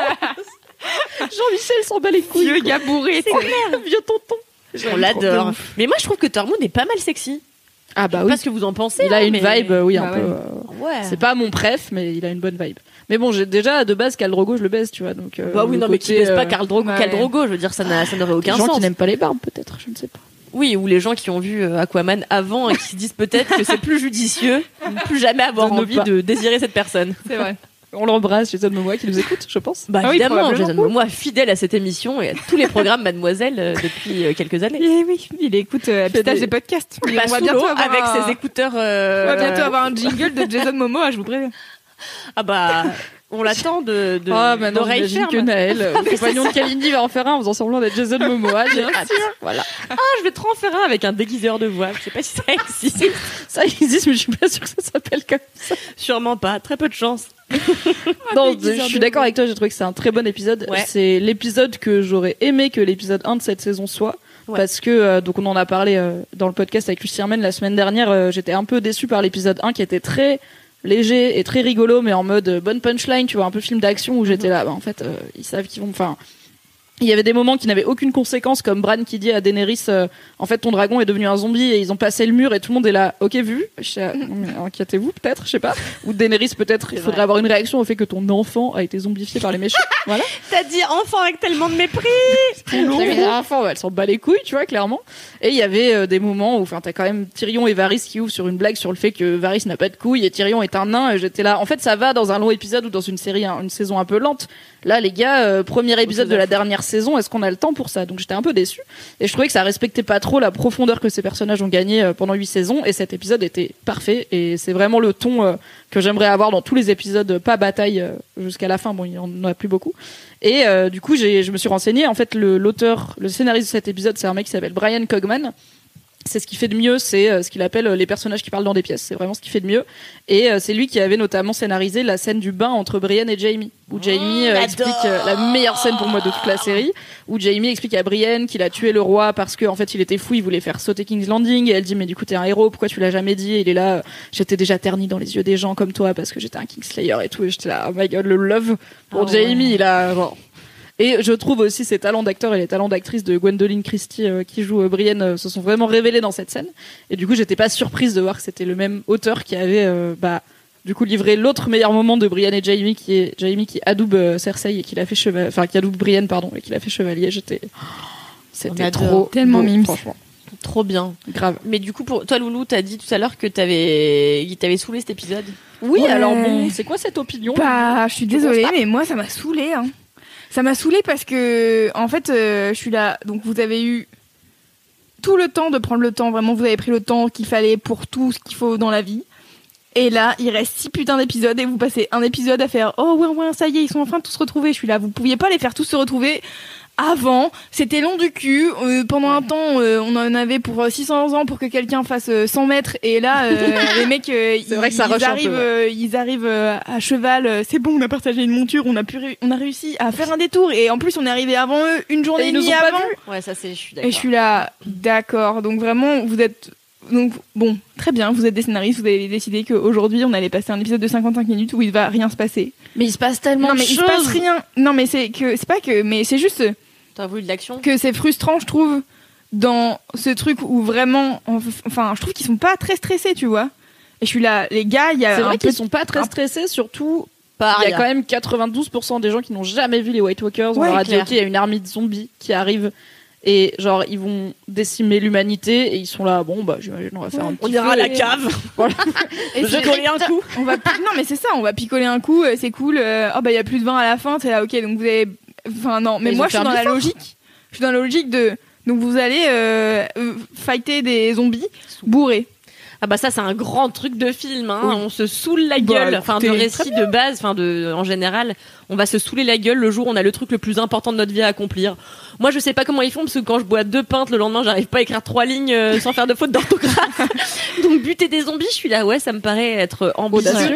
Jean-Michel s'en bat les couilles.
Vieux gars bourré,
c'est clair. Vieux tonton.
On l'adore. Mais moi, je trouve que Tormund est pas mal sexy.
Ah bah
oui.
Pas
ce que vous en pensez.
Il a
hein,
une
mais...
vibe, oui,
bah
un
ouais.
peu. Euh...
Ouais.
C'est pas mon préf, mais il a une bonne vibe. Mais bon, j'ai déjà de base Khal Drogo, je le baise, tu vois. Donc. Euh,
bah oui, non,
côté,
mais qui baise
euh...
pas Khal Drogo, ouais. Khal Drogo, je veux dire, ça, n'a, ça n'aurait aucun
sens. Les gens
sens.
qui n'aiment pas les barbes, peut-être, je ne sais pas.
Oui, ou les gens qui ont vu Aquaman avant et qui se disent peut-être que c'est plus judicieux, de ne plus jamais avoir de envie de désirer cette personne.
C'est vrai.
On l'embrasse, Jason Momoa qui nous écoute, je pense.
Bah ah évidemment, oui, Jason Momoa fidèle à cette émission et à tous les programmes Mademoiselle euh, depuis euh, quelques années.
Et oui, il écoute euh, Pistache des podcasts.
Bah, on va bientôt avoir avec un... ses écouteurs. Euh...
On va bientôt avoir un jingle de Jason Momoa, je vous préviens.
Ah bah. On l'attend de, de
ah, maintenant,
d'oreilles
j'imagine
fermes.
que Naël, le compagnon de Kalindi, va en faire un en faisant semblant d'être Jason Momoa. J'ai hâte. Voilà.
Ah, je vais trop en faire un avec un déguiseur de voix. Je sais pas si ça existe.
Ça existe, mais je suis pas sûre que ça s'appelle comme ça.
Sûrement pas. Très peu de chance.
Non, je suis d'accord avec toi, j'ai trouvé que c'est un très bon épisode.
Ouais.
C'est l'épisode que j'aurais aimé que l'épisode un de cette saison soit. Ouais. Parce que, euh, donc on en a parlé euh, dans le podcast avec Lucie Hermène la semaine dernière, euh, j'étais un peu déçue par l'épisode un qui était très léger et très rigolo, mais en mode euh, bonne punchline, tu vois, un peu film d'action où j'étais là, bah en fait, euh, ils savent qu'ils vont... Enfin, il y avait des moments qui n'avaient aucune conséquence, comme Bran qui dit à Daenerys euh, en fait ton dragon est devenu un zombie et ils ont passé le mur et tout le monde est là, ok vu, je non, mais inquiétez-vous peut-être, je sais pas, ou Daenerys peut-être il faudrait vrai. avoir une réaction au fait que ton enfant a été zombifié par les méchants. Voilà.
T'as dit enfant avec tellement de mépris.
Les enfants, elle s'en bat les couilles, tu vois, clairement. Et il y avait euh, des moments où, enfin, t'as quand même Tyrion et Varys qui ouvrent sur une blague sur le fait que Varys n'a pas de couilles et Tyrion est un nain. Et j'étais là. En fait, ça va dans un long épisode ou dans une série, hein, une saison un peu lente. Là, les gars, euh, premier épisode de la dernière saison, est-ce qu'on a le temps pour ça? Donc j'étais un peu déçue. Et je trouvais que ça respectait pas trop la profondeur que ces personnages ont gagné euh, pendant huit saisons. Et cet épisode était parfait. Et c'est vraiment le ton euh, que j'aimerais avoir dans tous les épisodes, pas bataille euh, jusqu'à la fin. Bon, il y en a plus beaucoup. Et euh, du coup, j'ai, je me suis renseignée. En fait, le, l'auteur, le scénariste de cet épisode, c'est un mec qui s'appelle Brian Cogman. C'est ce qu'il fait de mieux, c'est euh, ce qu'il appelle euh, les personnages qui parlent dans des pièces. C'est vraiment ce qu'il fait de mieux. Et euh, c'est lui qui avait notamment scénarisé la scène du bain entre Brienne et Jaime, où Jaime euh,
mmh,
explique euh, la meilleure scène pour moi de toute la série, où Jaime explique à Brienne qu'il a tué le roi parce que en fait il était fou, il voulait faire sauter King's Landing. Et elle dit mais du coup t'es un héros, pourquoi tu l'as jamais dit? Et il est là, euh, j'étais déjà terni dans les yeux des gens comme toi parce que j'étais un Kingslayer et tout. Et j'étais là, oh my god, le love pour oh, Jaime, ouais. il a genre. Et je trouve aussi ses talents d'acteur et les talents d'actrice de Gwendoline Christie euh, qui joue euh, Brienne euh, se sont vraiment révélés dans cette scène. Et du coup, j'étais pas surprise de voir que c'était le même auteur qui avait euh, bah du coup livré l'autre meilleur moment de Brienne et Jaime, qui est Jaime qui adoube euh, Cersei et qui l'a fait chevalier, enfin qui adoube Brienne pardon et qui l'a fait chevalier. J'étais, c'était trop
tellement mime,
franchement.
Trop bien.
Grave.
Mais du coup, pour toi, Loulou, t'as dit tout à l'heure que t'avais, qu'il t'avait saoulé cet épisode.
Oui,
ouais.
alors bon, c'est quoi cette opinion?
Bah, je suis désolée, mais moi, ça m'a saoulée, hein. Ça m'a saoulée parce que, en fait, euh, je suis là. Donc, vous avez eu tout le temps de prendre le temps. Vraiment, vous avez pris le temps qu'il fallait pour tout ce qu'il faut dans la vie. Et là, il reste six putains d'épisodes et vous passez un épisode à faire « Oh, ouais, ouais, ça y est, ils sont enfin tous retrouvés. » Je suis là. Vous pouviez pas les faire tous se retrouver avant. C'était long du cul. Euh, pendant un temps, euh, on en avait pour six cents ans pour que quelqu'un fasse euh, cent mètres. Et là, euh, les mecs, euh, ils,
vrai que ça
ils, arrivent, peu, ouais. euh, ils arrivent euh, à cheval. Euh, c'est bon, on a partagé une monture. On a, pu, on a réussi à faire un détour. Et en plus, on est arrivé avant eux une journée et demie avant.
Ouais, ça, c'est, je suis d'accord.
Et je suis là, d'accord. Donc vraiment, vous êtes... Donc bon, très bien, vous êtes des scénaristes, vous avez décidé qu'aujourd'hui on allait passer un épisode de cinquante-cinq minutes où il va rien se passer.
Mais il se passe tellement
non, mais
de choses.
Il se passe rien. Non mais c'est que c'est pas que mais c'est juste
t'as voulu de l'action
que c'est frustrant, je trouve, dans ce truc où vraiment enfin, je trouve qu'ils sont pas très stressés, tu vois. Et je suis là, les gars, il y a
C'est vrai
un
qu'ils
peu...
sont pas très
un...
stressés, surtout il y a quand même quatre-vingt-douze pour cent des gens qui n'ont jamais vu les White Walkers. On
ouais,
leur a dit ok, il y a une armée de zombies qui arrive. Et genre ils vont décimer l'humanité et ils sont là bon bah j'imagine on va faire
ouais.
un petit
on ira à la cave
voilà.
et je vais coller un coup
on va non mais c'est ça on va picoler un coup c'est cool euh, oh bah il y a plus de vin à la fin c'est là ok donc vous avez enfin non mais, mais moi je suis dans la fort. logique je suis dans la logique de donc vous allez euh, fighter des zombies bourrés.
Ah bah ça c'est un grand truc de film hein. Oui. On se saoule la gueule bah, enfin de récit de base enfin de en général on va se saouler la gueule le jour où on a le truc le plus important de notre vie à accomplir. Moi je sais pas comment ils font parce que quand je bois deux pintes le lendemain j'arrive pas à écrire trois lignes euh, sans faire de faute d'orthographe. Donc buter des zombies je suis là ouais ça me paraît être ambitieux. Audacieux.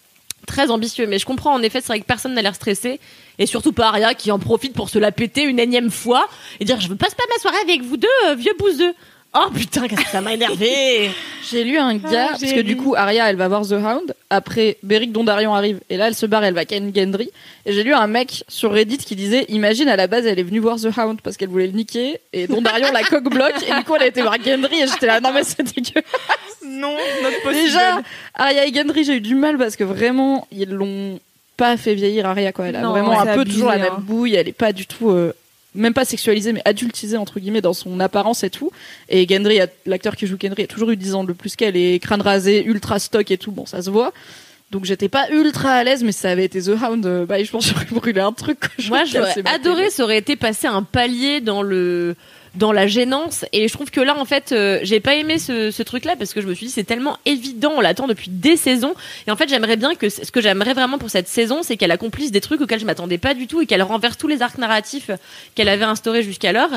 Très ambitieux mais je comprends en effet c'est vrai que personne n'a l'air stressé et surtout pas Arya qui en profite pour se la péter une énième fois et dire je veux passe pas ma soirée avec vous deux euh, vieux bouseux. Oh putain, qu'est-ce que ça m'a énervé.
J'ai lu un gars, ah, parce que lu. du coup, Arya, elle va voir The Hound. Après, Beric Dondarrion arrive. Et là, elle se barre, elle va ken Gendry. Et j'ai lu un mec sur Reddit qui disait, imagine, à la base, elle est venue voir The Hound parce qu'elle voulait le niquer. Et Dondarrion la coque-bloque. Et du coup, elle a été voir Gendry. Et j'étais là, non mais c'est dégueulasse.
Non, notre possible.
Déjà, Arya et Gendry, j'ai eu du mal parce que vraiment, ils l'ont pas fait vieillir Arya, quoi. Elle a non, vraiment un peu abusé, toujours la même hein. bouille. Elle est pas du tout... Euh, même pas sexualisé mais adultisé entre guillemets dans son apparence et tout et Gendry l'acteur qui joue Gendry a toujours eu dix ans de plus qu'elle et crâne rasé ultra stock et tout bon ça se voit donc j'étais pas ultra à l'aise mais ça avait été The Hound bah je pense que j'aurais brûlé un truc
moi j'aurais adoré ça aurait été passer un palier dans le dans la gênance et je trouve que là en fait euh, j'ai pas aimé ce, ce truc là parce que je me suis dit c'est tellement évident on l'attend depuis des saisons et en fait j'aimerais bien que ce que j'aimerais vraiment pour cette saison c'est qu'elle accomplisse des trucs auxquels je m'attendais pas du tout et qu'elle renverse tous les arcs narratifs qu'elle avait instaurés jusqu'alors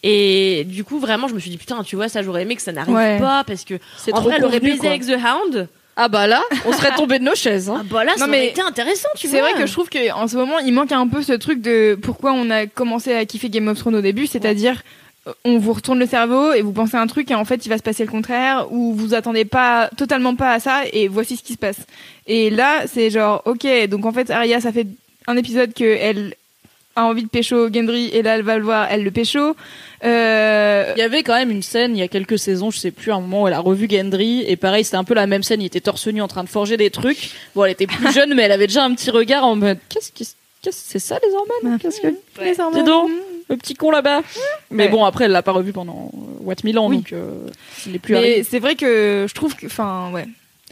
et du coup vraiment je me suis dit putain tu vois ça j'aurais aimé que ça n'arrive ouais. pas parce que
c'est
en
trop
vrai elle aurait baisé
quoi.
avec The Hound
Ah bah là, on serait tombé de nos chaises. Hein.
Ah bah là,
Non,
ça
mais
aurait été intéressant, tu
C'est
vois.
vrai que je trouve qu'en ce moment, il manque un peu ce truc de pourquoi on a commencé à kiffer Game of Thrones au début, c'est-à-dire on vous retourne le cerveau et vous pensez à un truc et en fait il va se passer le contraire ou vous attendez pas totalement pas à ça et voici ce qui se passe. Et là, c'est genre ok, donc en fait Arya, ça fait un épisode que elle a envie de pécho Gendry et là elle va le voir, elle le pécho. Euh...
Il y avait quand même une scène il y a quelques saisons, je sais plus, un moment où elle a revu Gendry et pareil, c'était un peu la même scène, il était torse nu en train de forger des trucs. Bon, elle était plus jeune mais elle avait déjà un petit regard en mode qu'est-ce que qu'est-ce c'est ça les hormones? Qu'est-ce que
Les hormones.
Dis donc, le petit con là-bas. Mais
Ouais.
bon, après elle l'a pas revu pendant euh, what mille ans
Oui.
donc euh, il est plus
Mais
arrivé.
c'est vrai que je trouve que, enfin, ouais.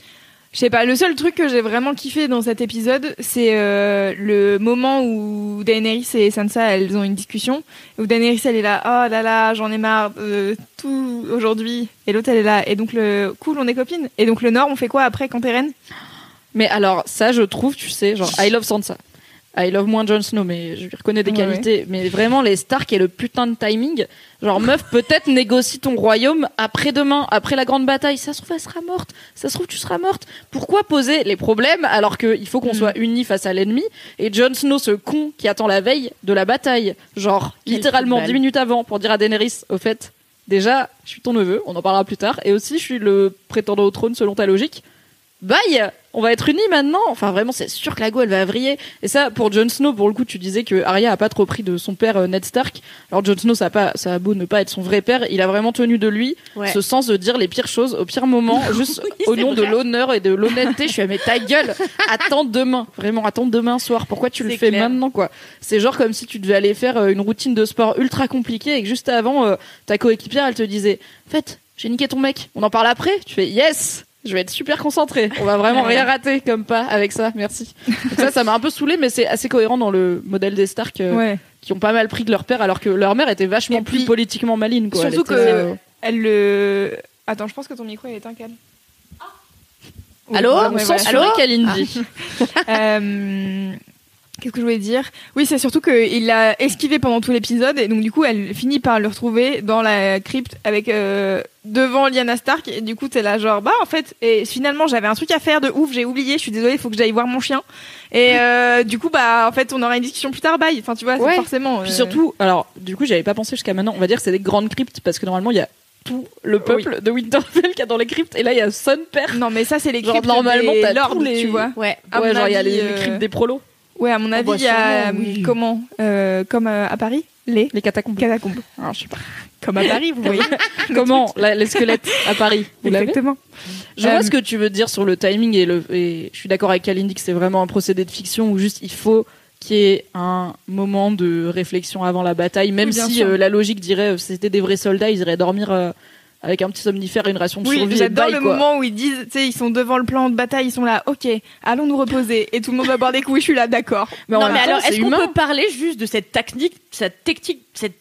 Je sais pas, le seul truc que j'ai vraiment kiffé dans cet épisode, c'est euh, le moment où Daenerys et Sansa, elles ont une discussion, où Daenerys, elle est là, oh là là, j'en ai marre, euh, tout aujourd'hui, et l'autre, elle est là, et donc le cool, on est copines, et donc le Nord, on fait quoi après quand t'es reine?
Mais alors ça je trouve, tu sais, genre I love Sansa. I love moins Jon Snow, mais je lui reconnais des
Ouais,
qualités. Mais vraiment, les Stark et le putain de timing. Genre, meuf, peut-être négocie ton royaume après-demain, après la grande bataille. Ça se trouve, elle sera morte. Ça se trouve, tu seras morte. Pourquoi poser les problèmes alors qu'il faut qu'on
Mm.
soit unis face à l'ennemi? Et Jon Snow, ce con qui attend la veille de la bataille, genre,
Quel
littéralement
football.
dix minutes avant, pour dire à Daenerys, au fait, déjà, je suis ton neveu, on en parlera plus tard. Et aussi, je suis le prétendant au trône selon ta logique. Bye, on va être unis maintenant. Enfin, vraiment, c'est sûr que la go, elle va vriller. Et ça, pour Jon Snow, pour le coup, tu disais que Arya a pas trop pris de son père euh, Ned Stark. Alors Jon Snow, ça a pas, ça a beau ne pas être son vrai père, il a vraiment tenu de lui
Ouais.
ce sens de dire les pires choses au pire moment, juste
Oui,
au
c'est
nom de
vrai.
l'honneur et de l'honnêteté. Je suis à mais ta gueule, attends demain, vraiment attends demain soir. Pourquoi tu le
C'est
fais
clair.
maintenant quoi? C'est genre comme si tu devais aller faire euh, une routine de sport ultra compliquée et que juste avant, euh, ta coéquipière, elle te disait, en fait, j'ai niqué ton mec. On en parle après. Tu fais yes. Je vais être super concentrée. On va vraiment rien rater comme pas avec ça. Merci. Donc ça, ça m'a un peu saoulé, mais c'est assez cohérent dans le modèle des Stark euh,
Ouais.
qui ont pas mal pris de leur père, alors que leur mère était vachement
Et
plus
puis,
politiquement maligne. Quoi.
surtout
Elle était,
que-
euh,
Elle le. Attends, je pense que ton micro est éteint, calme.
Allô
on
Ouais,
sent
voilà.
sur Kalindi.
Euh, Qu'est-ce que je voulais dire? Oui, c'est surtout qu'il l'a esquivé pendant tout l'épisode et donc du coup, elle finit par le retrouver dans la crypte avec euh, devant Lyanna Stark et du coup, t'es là genre bah en fait et finalement j'avais un truc à faire de ouf, j'ai oublié, je suis désolée, il faut que j'aille voir mon chien et euh, du coup bah en fait on aura une discussion plus tard, bye. Enfin tu vois, c'est
Ouais.
forcément.
Puis
euh,
surtout, alors du coup, j'avais pas pensé jusqu'à maintenant. On va dire que c'est des grandes cryptes parce que normalement, il y a tout le peuple de Winterfell qui a dans les cryptes et là, il y a Son Père.
Non mais ça c'est les
Genre,
cryptes
normalement,
des
t'as
lords,
tous les-
tu vois.
Ouais.
À
ouais,
mon
genre il y a
avis,
les, les
euh,
cryptes des prolos,
Ouais, à mon avis,
bah,
il y a
sûrement, oui.
comment euh, comme euh, à Paris les
les catacombes.
catacombes.
Alors, je sais pas.
Comme à Paris, vous voyez.
Comment la- les squelettes à Paris. Vous l'avez?
Exactement.
Je vois
Euh,
ce que tu veux dire sur le timing et, le, et je suis d'accord avec Kalindi que c'est vraiment un procédé de fiction où juste il faut qu'il y ait un moment de réflexion avant la bataille, même
Oui, bien
si
sûr.
euh, la logique dirait euh, si c'était des vrais soldats, ils iraient dormir euh, avec un petit somnifère et une ration de
Oui,
survie. et
j'adore
bye,
le
quoi.
moment où ils disent, tu sais, ils sont devant le plan de bataille, ils sont là, ok, allons nous reposer, et tout le monde va boire des coups, je suis là, d'accord.
Mais en
non,
même
mais
temps,
alors,
c'est
est-ce qu'on
humain.
peut parler juste de cette technique, cette technique, cette,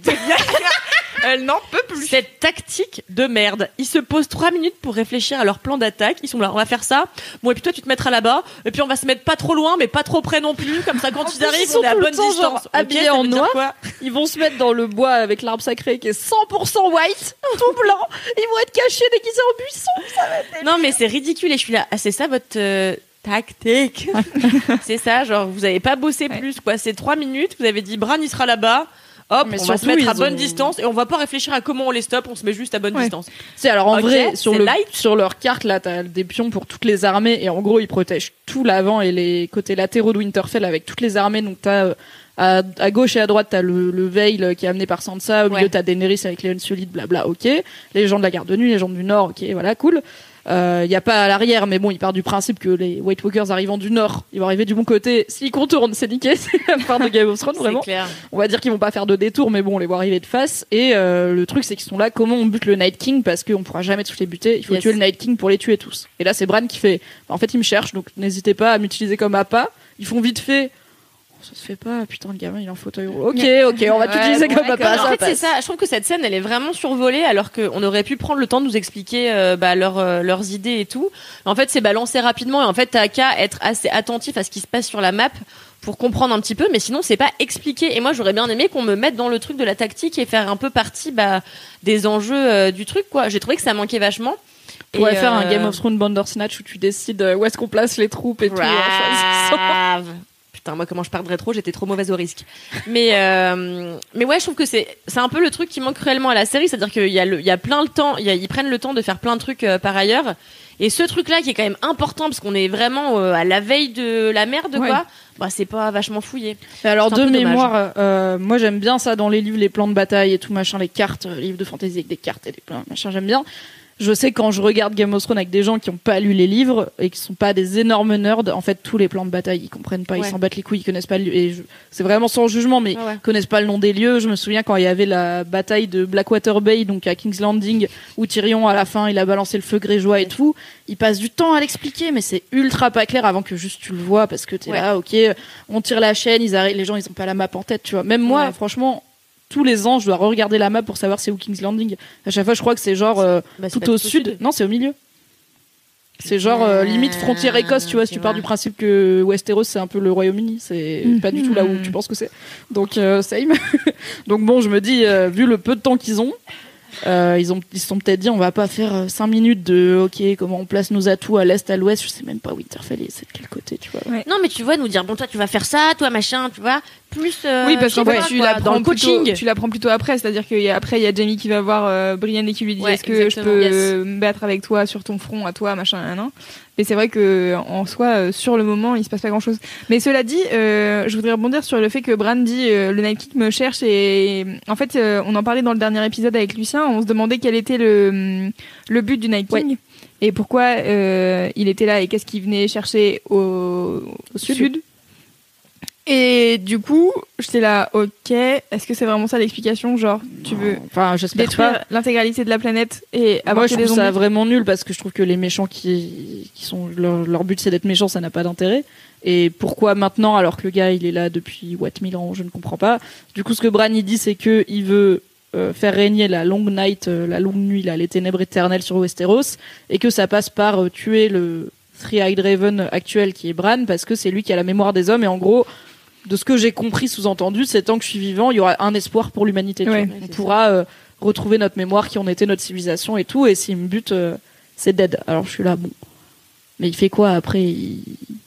Elle n'en peut plus.
cette tactique de merde? Ils se posent trois minutes pour réfléchir à leur plan d'attaque. Ils sont là, on va faire ça. Bon, et puis toi, tu te mettras là-bas. Et puis on va se mettre pas trop loin, mais pas trop près non plus. Comme ça, quand ils
plus,
arrivent,
ils sont
on est à
tout le
bonne
temps,
distance.
genre,
Ok,
habillés
ça
en
veut dire
noir.
quoi?
Ils vont se mettre dans le bois avec l'arbre sacré qui est cent pour cent white, tout blanc. Ils vont être cachés déguisés en buisson.
Non, mais c'est ridicule. Et je suis là, ah, c'est ça votre euh, tactique? C'est ça, genre, vous avez pas bossé
Ouais.
plus, quoi. C'est trois minutes, vous avez dit, Bran, il sera là-bas. Hop,
Mais
on va se
surtout,
mettre à
ils
bonne
ont-
distance et on va pas réfléchir à comment on les stoppe, on se met juste à bonne
Ouais.
distance.
C'est alors en
Ok,
vrai sur
c'est
le
light.
sur leur carte là t'as des pions pour toutes les armées et en gros ils protègent tout l'avant et les côtés latéraux de Winterfell avec toutes les armées donc t'as euh, à, à gauche et à droite t'as le, le Veil euh, qui est amené par Sansa, au milieu
Ouais.
t'as Daenerys avec les Unsullied, blabla, ok, les gens de la garde de nuit, les gens du Nord, ok, voilà, cool. Il euh, y a pas à l'arrière, mais bon, il part du principe que les White Walkers arrivant du Nord, ils vont arriver du bon côté. S'ils contournent, c'est niqué, c'est la part de Game of Thrones, vraiment.
C'est clair.
On va dire qu'ils vont pas faire de détour, mais bon, on les voit arriver de face. Et euh, le truc, c'est qu'ils sont là. Comment on bute le Night King? Parce qu'on pourra jamais tous les buter. Il faut
Yes.
tuer le Night King pour les tuer tous. Et là, c'est Bran qui fait. En fait, il me cherche, donc n'hésitez pas à m'utiliser comme appât. Ils font vite fait. Oh, ça se fait pas. Putain, le gamin, il est en fauteuil roulant. Ok, ok, on va
Ouais,
t'utiliser
bon,
comme
d'accord.
appât.
en
ça
fait, c'est
passe.
ça. Je trouve que cette scène, elle est vraiment survolée, alors qu'on aurait pu prendre le temps de nous expliquer euh, bah, leur, euh, leurs idées et tout. En fait, c'est balancé rapidement, et en fait, t'as qu'à être assez attentif à ce qui se passe sur la map pour comprendre un petit peu, mais sinon, c'est pas expliqué. Et moi, j'aurais bien aimé qu'on me mette dans le truc de la tactique et faire un peu partie bah, des enjeux euh, du truc, quoi. J'ai trouvé que ça manquait vachement.
On pourrait
Et,
faire un
euh,
Game of Thrones Bandersnatch où tu décides où est-ce qu'on place les troupes et tout.
Grave. Putain, moi, comment je perdrais trop, j'étais trop mauvaise au risque. Mais, euh, mais ouais, je trouve que c'est, c'est un peu le truc qui manque réellement à la série, c'est-à-dire qu'il y a le, il y a plein de temps, il y a, ils prennent le temps de faire plein de trucs euh, par ailleurs. Et ce truc-là qui est quand même important parce qu'on est vraiment euh, à la veille de la merde,
ouais.
quoi. Bah, c'est pas vachement fouillé.
Et alors,
c'est
de mémoire, euh, moi j'aime bien ça dans les livres, les plans de bataille et tout machin, les cartes, euh, livres de fantasy avec des cartes et des plans machin, j'aime bien. Je sais quand je regarde Game of Thrones avec des gens qui n'ont pas lu les livres et qui sont pas des énormes nerds, en fait tous les plans de bataille ils comprennent pas, ouais. Ils s'en battent les couilles, ils connaissent pas le... et je... c'est vraiment sans jugement, mais ah ouais. Ils connaissent pas le nom des lieux. Je me souviens quand il y avait la bataille de Blackwater Bay, donc à King's Landing, où Tyrion à la fin il a balancé le feu Greyjoy et tout. Il passe du temps à l'expliquer, mais c'est ultra pas clair avant que juste tu le vois parce que t'es ouais. Là, ok, on tire la chaîne, ils arrivent, les gens ils ont pas la map en tête, tu vois. Même moi, ouais. Franchement. Tous les ans, je dois regarder la map pour savoir c'est où King's Landing. À chaque fois, je crois que c'est genre euh, bah, c'est tout au, au sud. sud. Non, c'est au milieu. C'est genre euh, limite frontière Écosse, tu vois, si tu, tu pars du principe que Westeros c'est un peu le Royaume-Uni, c'est mmh. Pas du tout là où tu penses que c'est. Donc euh, same. Donc bon, je me dis euh, vu le peu de temps qu'ils ont, euh, ils ont ils se sont peut-être dit on va pas faire cinq minutes de OK, comment on place nos atouts à l'est, à l'ouest, je sais même pas Winterfell et c'est de quel côté, tu vois.
Ouais. Non, mais tu vois nous dire bon toi tu vas faire ça, toi machin, tu vois. Plus euh,
oui parce qu'en fait tu l'apprends
dans le coaching
plutôt, tu l'apprends plutôt après, c'est-à-dire qu'après il y a Jaime qui va voir euh, Brienne et qui lui dit ouais, est-ce que je peux yes. me battre avec toi sur ton front à toi machin nan. Mais c'est vrai que en soi euh, sur le moment il se passe pas grand-chose. Mais cela dit euh, je voudrais rebondir sur le fait que Bran dit euh, le Night King me cherche et en fait euh, on en parlait dans le dernier épisode avec Lucien, on se demandait quel était le le but du Night King ouais. Et pourquoi euh, il était là et qu'est-ce qu'il venait chercher au, au sud. sud. Et du coup, j'étais là, ok, est-ce que c'est vraiment ça l'explication? Genre, tu veux
enfin,
détruire
pas.
l'intégralité de la planète et avoir
Moi, je
des
trouve
zombies.
Ça vraiment nul parce que je trouve que les méchants qui, qui sont leur, leur but c'est d'être méchants, ça n'a pas d'intérêt. Et pourquoi maintenant alors que le gars il est là depuis what mille ans, je ne comprends pas. Du coup, ce que Bran il dit c'est que il veut euh, faire régner la long night, euh, la longue nuit, là, les ténèbres éternelles sur Westeros, et que ça passe par euh, tuer le Three-Eyed Raven actuel qui est Bran parce que c'est lui qui a la mémoire des hommes et en gros. De ce que j'ai compris sous-entendu, c'est tant que je suis vivant, il y aura un espoir pour l'humanité.
Ouais,
on pourra euh, retrouver notre mémoire, qui en était notre civilisation et tout. Et s'il me bute, euh, c'est dead. Alors je suis là, bon. Mais il fait quoi après? Il,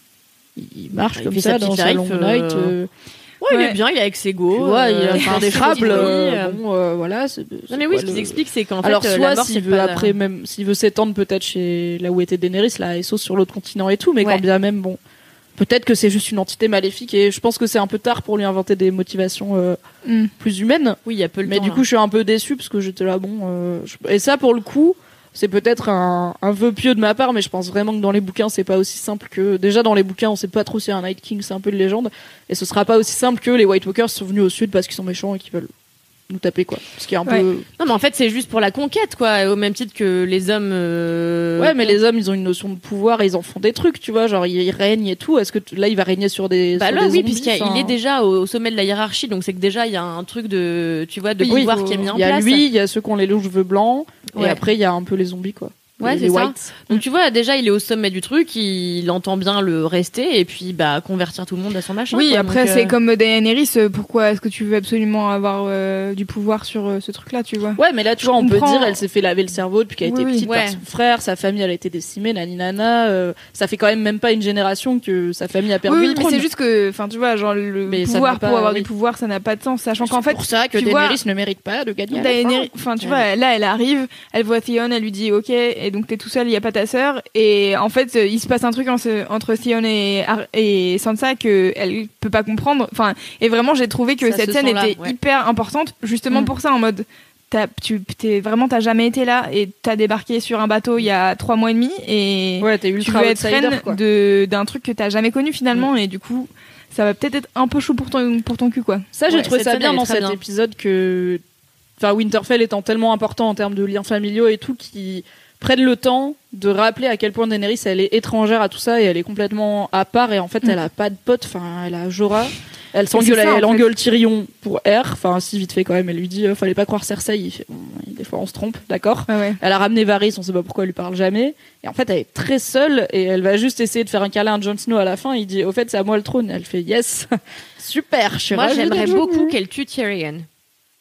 il marche il comme ça dans sa long night. Euh...
Ouais, ouais, il est bien, il est avec ses go.
Tu vois, il a
enfin,
des frables. Euh, bon, euh, voilà. C'est, c'est
non mais oui, ce qu'ils le... expliquent, c'est qu'en fait,
alors soit
la mort,
s'il veut après même, s'il veut s'étendre peut-être chez là où était Daenerys, là, et sauce sur l'autre continent et tout, mais ouais. Quand bien même, bon. Peut-être que c'est juste une entité maléfique et je pense que c'est un peu tard pour lui inventer des motivations euh, mm. plus humaines.
Oui, il y a peu le
mais
temps.
Mais du coup,
là.
Je suis un peu déçue parce que j'étais là, bon. Euh, je... Et ça, pour le coup, c'est peut-être un, un vœu pieux de ma part, mais je pense vraiment que dans les bouquins, c'est pas aussi simple que. Déjà, dans les bouquins, on sait pas trop si y a un Night King, c'est un peu une légende. Et ce sera pas aussi simple que les White Walkers sont venus au sud parce qu'ils sont méchants et qu'ils veulent nous taper, quoi. Ce qui est un
ouais.
peu.
Non, mais en fait, c'est juste pour la conquête, quoi. Au même titre que les hommes. Euh...
Ouais, mais les hommes, ils ont une notion de pouvoir et ils en font des trucs, tu vois. Genre, ils règnent et tout. Est-ce que t- là, il va régner sur des.
Bah
sur
là,
des
oui,
zombies,
puisqu'il
enfin...
est déjà au, au sommet de la hiérarchie. Donc, c'est que déjà, il y a un truc de. Tu vois, de oui, pouvoir faut... qui est mis en place.
Il y a lui, il y a ceux qui ont les longs cheveux blancs.
Ouais.
Et après, il y a un peu les zombies, quoi.
Ouais,
les,
c'est
les
ça.
whites.
Donc tu vois, déjà il est au sommet du truc, il entend bien le rester et puis bah convertir tout le monde à son machin.
Oui,
quoi.
après
donc,
c'est
euh...
comme Daenerys, pourquoi est-ce que tu veux absolument avoir euh, du pouvoir sur euh, ce truc-là, tu vois?
Ouais, mais là tu vois,
Je
on
comprends...
peut dire elle s'est fait laver le cerveau depuis qu'elle
oui,
était
oui.
petite
ouais.
par son frère, sa famille elle a été décimée, naninana, euh, ça fait quand même même pas une génération que sa famille a perdu
oui,
le trône.
Oui, mais c'est juste que enfin tu vois, genre le
mais
pouvoir
pas,
pour avoir
oui.
du pouvoir, ça n'a pas de sens, sachant
c'est
qu'en fait
c'est pour ça que Daenerys ne mérite pas de gagner.
Daenerys, enfin tu vois, là elle arrive, elle voit Theon, elle lui dit OK, et donc t'es tout seul, il y a pas ta sœur. Et en fait, il se passe un truc entre Theon et, et Sansa que elle peut pas comprendre. Enfin, et vraiment, j'ai trouvé que ça cette scène était ouais. hyper importante, justement mmh. pour ça, en mode, t'as, tu, t'es vraiment, t'as jamais été là et t'as débarqué sur un bateau il y a trois mois et demi et
ouais, t'es ultra
tu veux être reine de d'un truc que t'as jamais connu finalement mmh. et du coup, ça va peut-être être un peu chaud pour ton pour ton cul, quoi.
Ça, j'ai
ouais,
trouvé ça bien dans cet
bien.
épisode que, enfin, Winterfell étant tellement important en termes de liens familiaux et tout, qui prennent le temps de rappeler à quel point Daenerys elle est étrangère à tout ça et elle est complètement à part et en fait mmh. elle a pas de pote, enfin elle a Jorah, elle s'engueule, ça, elle, elle engueule Tyrion pour R, enfin si vite fait quand même, elle lui dit euh, fallait pas croire Cersei, il fait bon, des fois on se trompe, d'accord.
Ah ouais.
Elle a ramené Varys, on sait pas pourquoi elle lui parle jamais et en fait elle est très seule et elle va juste essayer de faire un câlin à Jon Snow à la fin, il dit au fait c'est à moi le trône, elle fait yes, super, je suis
moi j'aimerais
de
beaucoup qu'elle tue Tyrion.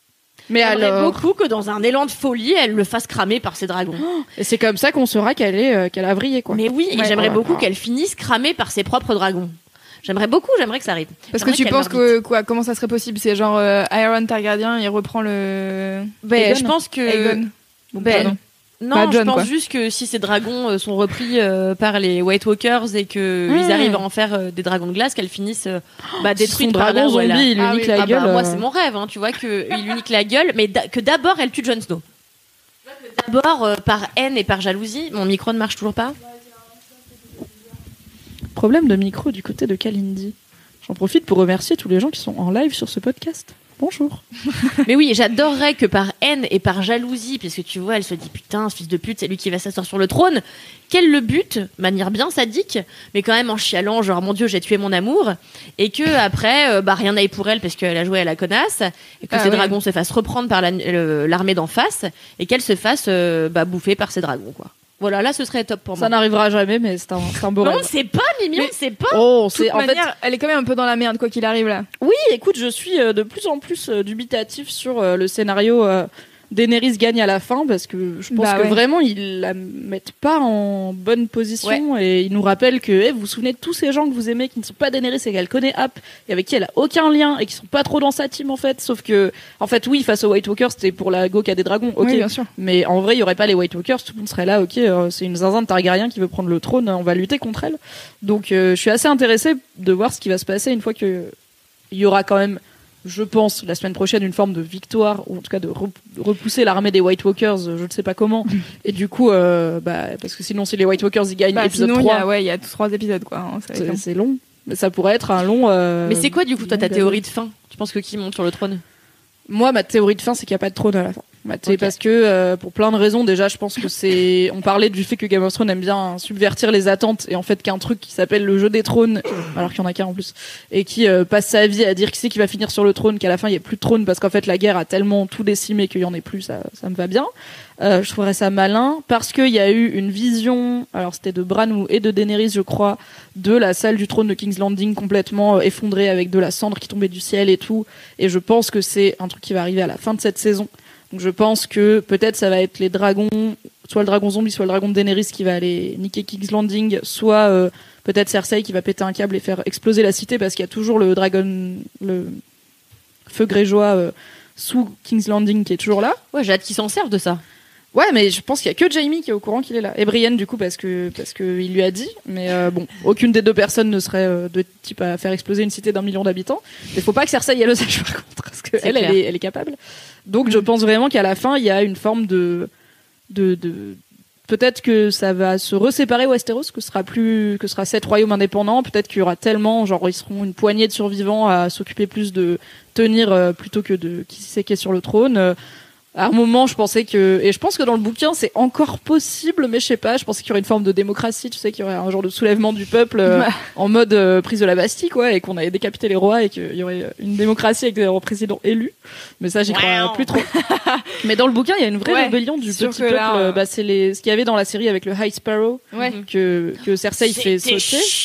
Mais
J'aimerais
alors,
beaucoup que dans un élan de folie, elle le fasse cramer par ses dragons.
et c'est comme ça qu'on saura qu'elle est, euh, qu'elle a vrillé, quoi.
Mais oui, et
Ouais.
j'aimerais
Ouais.
beaucoup qu'elle finisse cramée par ses propres dragons. J'aimerais beaucoup, j'aimerais que ça arrive.
Parce que
J'aimerais
tu
qu'elle
penses
meure vite.
que quoi comment ça serait possible? C'est genre euh, Aeron Targaryen, il reprend le.
Ben,
Aegon.
je pense que
Aegon. Donc,
Ben,
pardon.
non,
Bah,
je
John,
pense
quoi.
juste que si ces dragons euh, sont repris euh, par les White Walkers et que
Mmh.
ils arrivent à en faire euh, des dragons de glace, qu'elles finissent euh, bah, détruites
Son
par
dragon
là où elle a-
zombie, il lui
Ah
nique
oui.
la
Ah
gueule.
bah, moi
euh.
c'est mon rêve, hein, tu vois que il lui nique la gueule, mais d'a- que d'abord elle tue Jon Snow. Tu vois que D'abord euh, par haine et par jalousie. Mon micro ne marche toujours pas.
Problème de micro du côté de Kalindi. J'en profite pour remercier tous les gens qui sont en live sur ce podcast. Bonjour.
Mais oui, j'adorerais que par haine et par jalousie, puisque tu vois, elle se dit putain, ce fils de pute, c'est lui qui va s'asseoir sur le trône, qu'elle le bute, de manière bien sadique, mais quand même en chialant, genre mon Dieu, j'ai tué mon amour, et que après, euh, bah rien n'aille pour elle parce qu'elle a joué à la connasse, et que
Ah
ses
ouais.
dragons se fassent reprendre par la- le- l'armée d'en face, et qu'elle se fasse euh, bah, bouffer par ses dragons, quoi. Voilà, là, ce serait top pour
Ça
moi.
n'arrivera jamais, mais c'est un, c'est un beau
Non, on
rêve.
ne sait pas, Mimi, on
Mais-
ne sait pas.
Oh,
De
c'est
toute
en fait.
manière, elle est quand même un peu dans la merde quoi qu'il arrive là.
Oui, écoute, je suis euh, de plus en plus euh, dubitatif sur euh, le scénario euh, Daenerys gagne à la fin parce que je pense
Bah
que
ouais.
vraiment ils la mettent pas en bonne position et ils nous rappellent que eh, vous vous souvenez de tous ces gens que vous aimez qui ne sont pas Daenerys et qu'elle connaît App et avec qui elle a aucun lien et qui sont pas trop dans sa team en fait, sauf que en fait oui face aux White Walkers c'était pour la go qui a des dragons, ok,
Oui, bien sûr.
mais en vrai il y aurait pas les White Walkers, tout le monde serait là, ok, euh, c'est une zinzin de Targaryen qui veut prendre le trône, on va lutter contre elle. Donc euh, je suis assez intéressée de voir ce qui va se passer une fois que il y aura quand même, je pense, la semaine prochaine, une forme de victoire, ou en tout cas de re- repousser l'armée des White Walkers, je ne sais pas comment. Et du coup, euh, bah, parce que sinon, si les White Walkers ils gagnent
Bah,
épisode
sinon il y
trois,
a ouais il y a trois épisodes quoi. hein, ça va être
c'est
long.
c'est long. Mais ça pourrait être un long. euh,
Mais c'est quoi, du coup, toi, ta
long
théorie de fin? Tu penses que qui monte sur le trône?
Moi, ma théorie de fin, c'est qu'il n'y a pas de trône à la fin. Ma thé-
Ok.
Parce que, euh, pour plein de raisons, déjà, je pense que c'est. On parlait du fait que Game of Thrones aime bien subvertir les attentes, et en fait, qu'un truc qui s'appelle le jeu des trônes, alors qu'il y en a qu'un en plus, et qui euh, passe sa vie à dire qui c'est qui va finir sur le trône, qu'à la fin, il n'y a plus de trône, parce qu'en fait, la guerre a tellement tout décimé qu'il n'y en ait plus, ça, ça me va bien. Euh, je trouverais ça malin, parce qu'il y a eu une vision, alors c'était de Bran ou- et de Daenerys, je crois, de la salle du trône de King's Landing complètement euh, effondrée avec de la cendre qui tombait du ciel et tout. Et je pense que c'est un truc qui va arriver à la fin de cette saison. Donc je pense que peut-être ça va être les dragons, soit le dragon zombie, soit le dragon de Daenerys qui va aller niquer King's Landing, soit euh, peut-être Cersei qui va péter un câble et faire exploser la cité parce qu'il y a toujours le dragon, le feu grégeois euh, sous King's Landing qui est toujours là.
Ouais, j'ai hâte qu'ils s'en servent de ça.
Ouais, mais je pense qu'il y a que Jaime qui est au courant qu'il est là. Et Brienne, du coup, parce que parce que il lui a dit. Mais euh, bon, aucune des deux personnes ne serait euh, de type à faire exploser une cité d'un million d'habitants. Il faut pas que Cersei elle le sache par contre, parce que
C'est
elle, elle
clair.
est, elle est capable. Donc, je pense vraiment qu'à la fin, il y a une forme de de, de peut-être que ça va se reséparer Westeros, que ce sera plus que ce sera sept royaumes indépendants. Peut-être qu'il y aura tellement, genre ils seront une poignée de survivants à s'occuper plus de tenir euh, plutôt que de qui c'est qui est sur le trône. Euh, À un moment, je pensais que, et je pense que dans le bouquin, c'est encore possible, mais je sais pas, je pensais qu'il y aurait une forme de démocratie, tu sais, qu'il y aurait un genre de soulèvement du peuple euh,
Ouais.
en mode euh, prise de la Bastille, quoi, et qu'on avait décapité les rois et qu'il y aurait une démocratie avec des présidents élus. Mais ça, j'y crois
Wow.
plus trop. Mais dans le bouquin, il y a une vraie
Ouais,
rébellion du
sûr
petit
que
peuple.
là, euh,
Bah, c'est les, ce qu'il y avait dans la série avec le High Sparrow,
Ouais.
que, que Cersei fait sauter.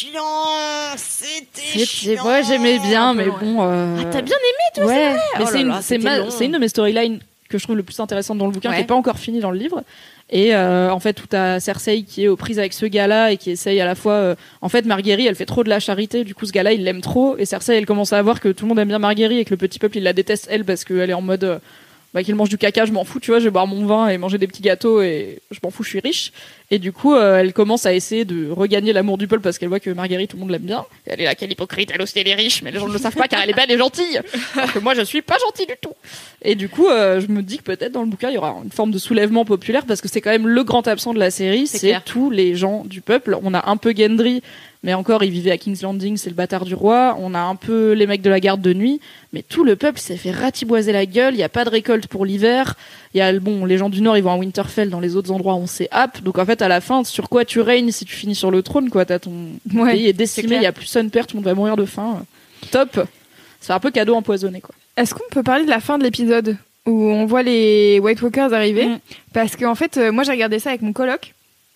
chiant, c'était
C'était, ouais, j'aimais bien,
un peu
mais
loin.
bon. euh,
Ah, t'as bien aimé, toi,
ouais, mais
Oh
c'est
là
une,
là,
c'est
c'était
ma-
long.
c'est une de mes storylines que je trouve le plus intéressante dans le bouquin,
Ouais.
qui est pas encore finie dans le livre. Et euh, en fait, tout à Cersei qui est aux prises avec ce gars-là et qui essaye à la fois. euh, en fait, Marguerite, elle fait trop de la charité. Du coup, ce gars-là, il l'aime trop. Et Cersei, elle commence à voir que tout le monde aime bien Marguerite et que le petit peuple, il la déteste elle parce qu'elle est en mode. euh, bah, qu'il mange du caca, je m'en fous, tu vois, je vais boire mon vin et manger des petits gâteaux et je m'en fous, je suis riche. Et du coup, euh, elle commence à essayer de regagner l'amour du peuple parce qu'elle voit que Marguerite, tout le monde l'aime bien. Et elle est là, quelle hypocrite, elle aussi, elle est riche, mais les gens ne le savent pas car elle est belle et gentille. Alors que moi, je suis pas gentille du tout. Et du coup, euh, je me dis que peut-être dans le bouquin, il y aura une forme de soulèvement populaire parce que c'est quand même le grand absent de la série,
C'est
c'est
clair.
tous les gens du peuple. On a un peu Gendry, mais encore, il vivait à King's Landing, c'est le bâtard du roi. On a un peu les mecs de la garde de nuit, mais tout le peuple s'est fait ratiboiser la gueule. Il y a pas de récolte pour l'hiver. Il y a bon, les gens du Nord, ils vont à Winterfell. Dans les autres endroits, on s'est happe. Donc en fait, à la fin, sur quoi tu règnes si tu finis sur le trône, quoi? T'as ton
Ouais,
pays est
c'est
décimé.
clair.
Il y a plus son père, tout le monde va mourir de faim. Top. C'est un peu cadeau empoisonné, quoi.
Est-ce qu'on peut parler de la fin de l'épisode où on voit les White Walkers arriver?
Mm.
Parce qu'en fait, euh, moi j'ai regardé ça avec mon coloc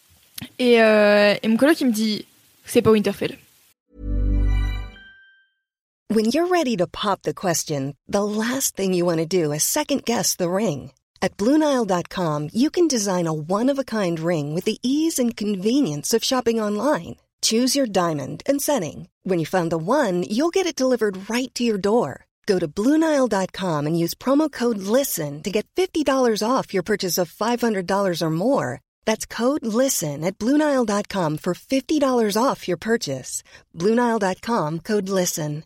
et, euh, et mon coloc il me dit c'est pas Winterfell.
When you're ready to pop the question, the last thing you want to do is second-guess the ring. At Blue Nile dot com, you can design a one-of-a-kind ring with the ease and convenience of shopping online. Choose your diamond and setting. When you find the one, you'll get it delivered right to your door. Go to Blue Nile dot com and use promo code LISTEN to get fifty dollars off your purchase of five hundred dollars or more. That's code LISTEN at Blue Nile dot com for fifty dollars off your purchase. Blue Nile dot com, code LISTEN.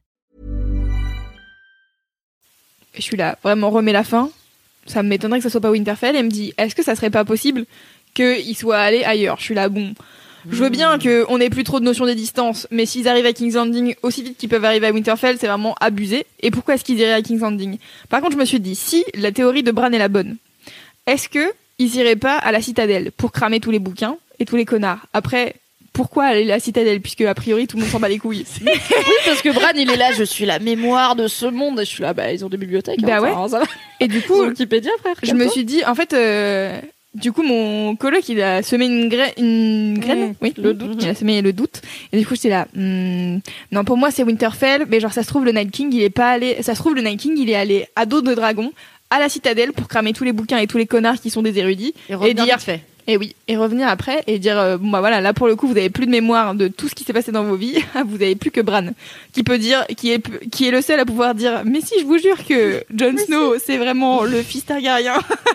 Je suis là, vraiment, remets la fin. Ça m'étonnerait que ça soit pas Winterfell. Elle me dit, est-ce que ça serait pas possible qu'il soit allé ailleurs? Je suis là, bon... Je veux bien qu'on n'ait plus trop de notion des distances, mais s'ils arrivent à King's Landing aussi vite qu'ils peuvent arriver à Winterfell, c'est vraiment abusé. Et pourquoi est-ce qu'ils iraient à King's Landing? Par contre, je me suis dit, si la théorie de Bran est la bonne, est-ce que ils iraient pas à la Citadelle pour cramer tous les bouquins et tous les connards? Après, pourquoi aller à la Citadelle, puisque a priori tout le monde s'en bat les couilles?
Oui, parce que Bran il est là, je suis la mémoire de ce monde, et je suis là, bah ils ont des bibliothèques.
Bah
hein,
ouais.
Ça, ça va.
Et du coup,
Wikipédia, frère.
je me suis dit, en fait. Euh... Du coup, mon coloc, il a semé une, gra- une graine.
Mmh,
oui,
le doute.
Il a semé le doute. Et du coup, j'étais là. Hmm, non, pour moi, c'est Winterfell. Mais genre, ça se trouve, le Night King, il est pas allé. Ça se trouve, le Night King, il est allé à dos de dragon, à la Citadelle, pour cramer tous les bouquins et tous les connards qui sont des érudits.
Et revenir
dire.
vite fait.
Et oui. Et revenir après et dire, euh, bon, bah voilà, là, pour le coup, vous avez plus de mémoire de tout ce qui s'est passé dans vos vies. Vous avez plus que Bran. Qui peut dire, qui est, qui est le seul à pouvoir dire, mais si, je vous jure que Jon Snow, c'est vraiment le fils Targaryen.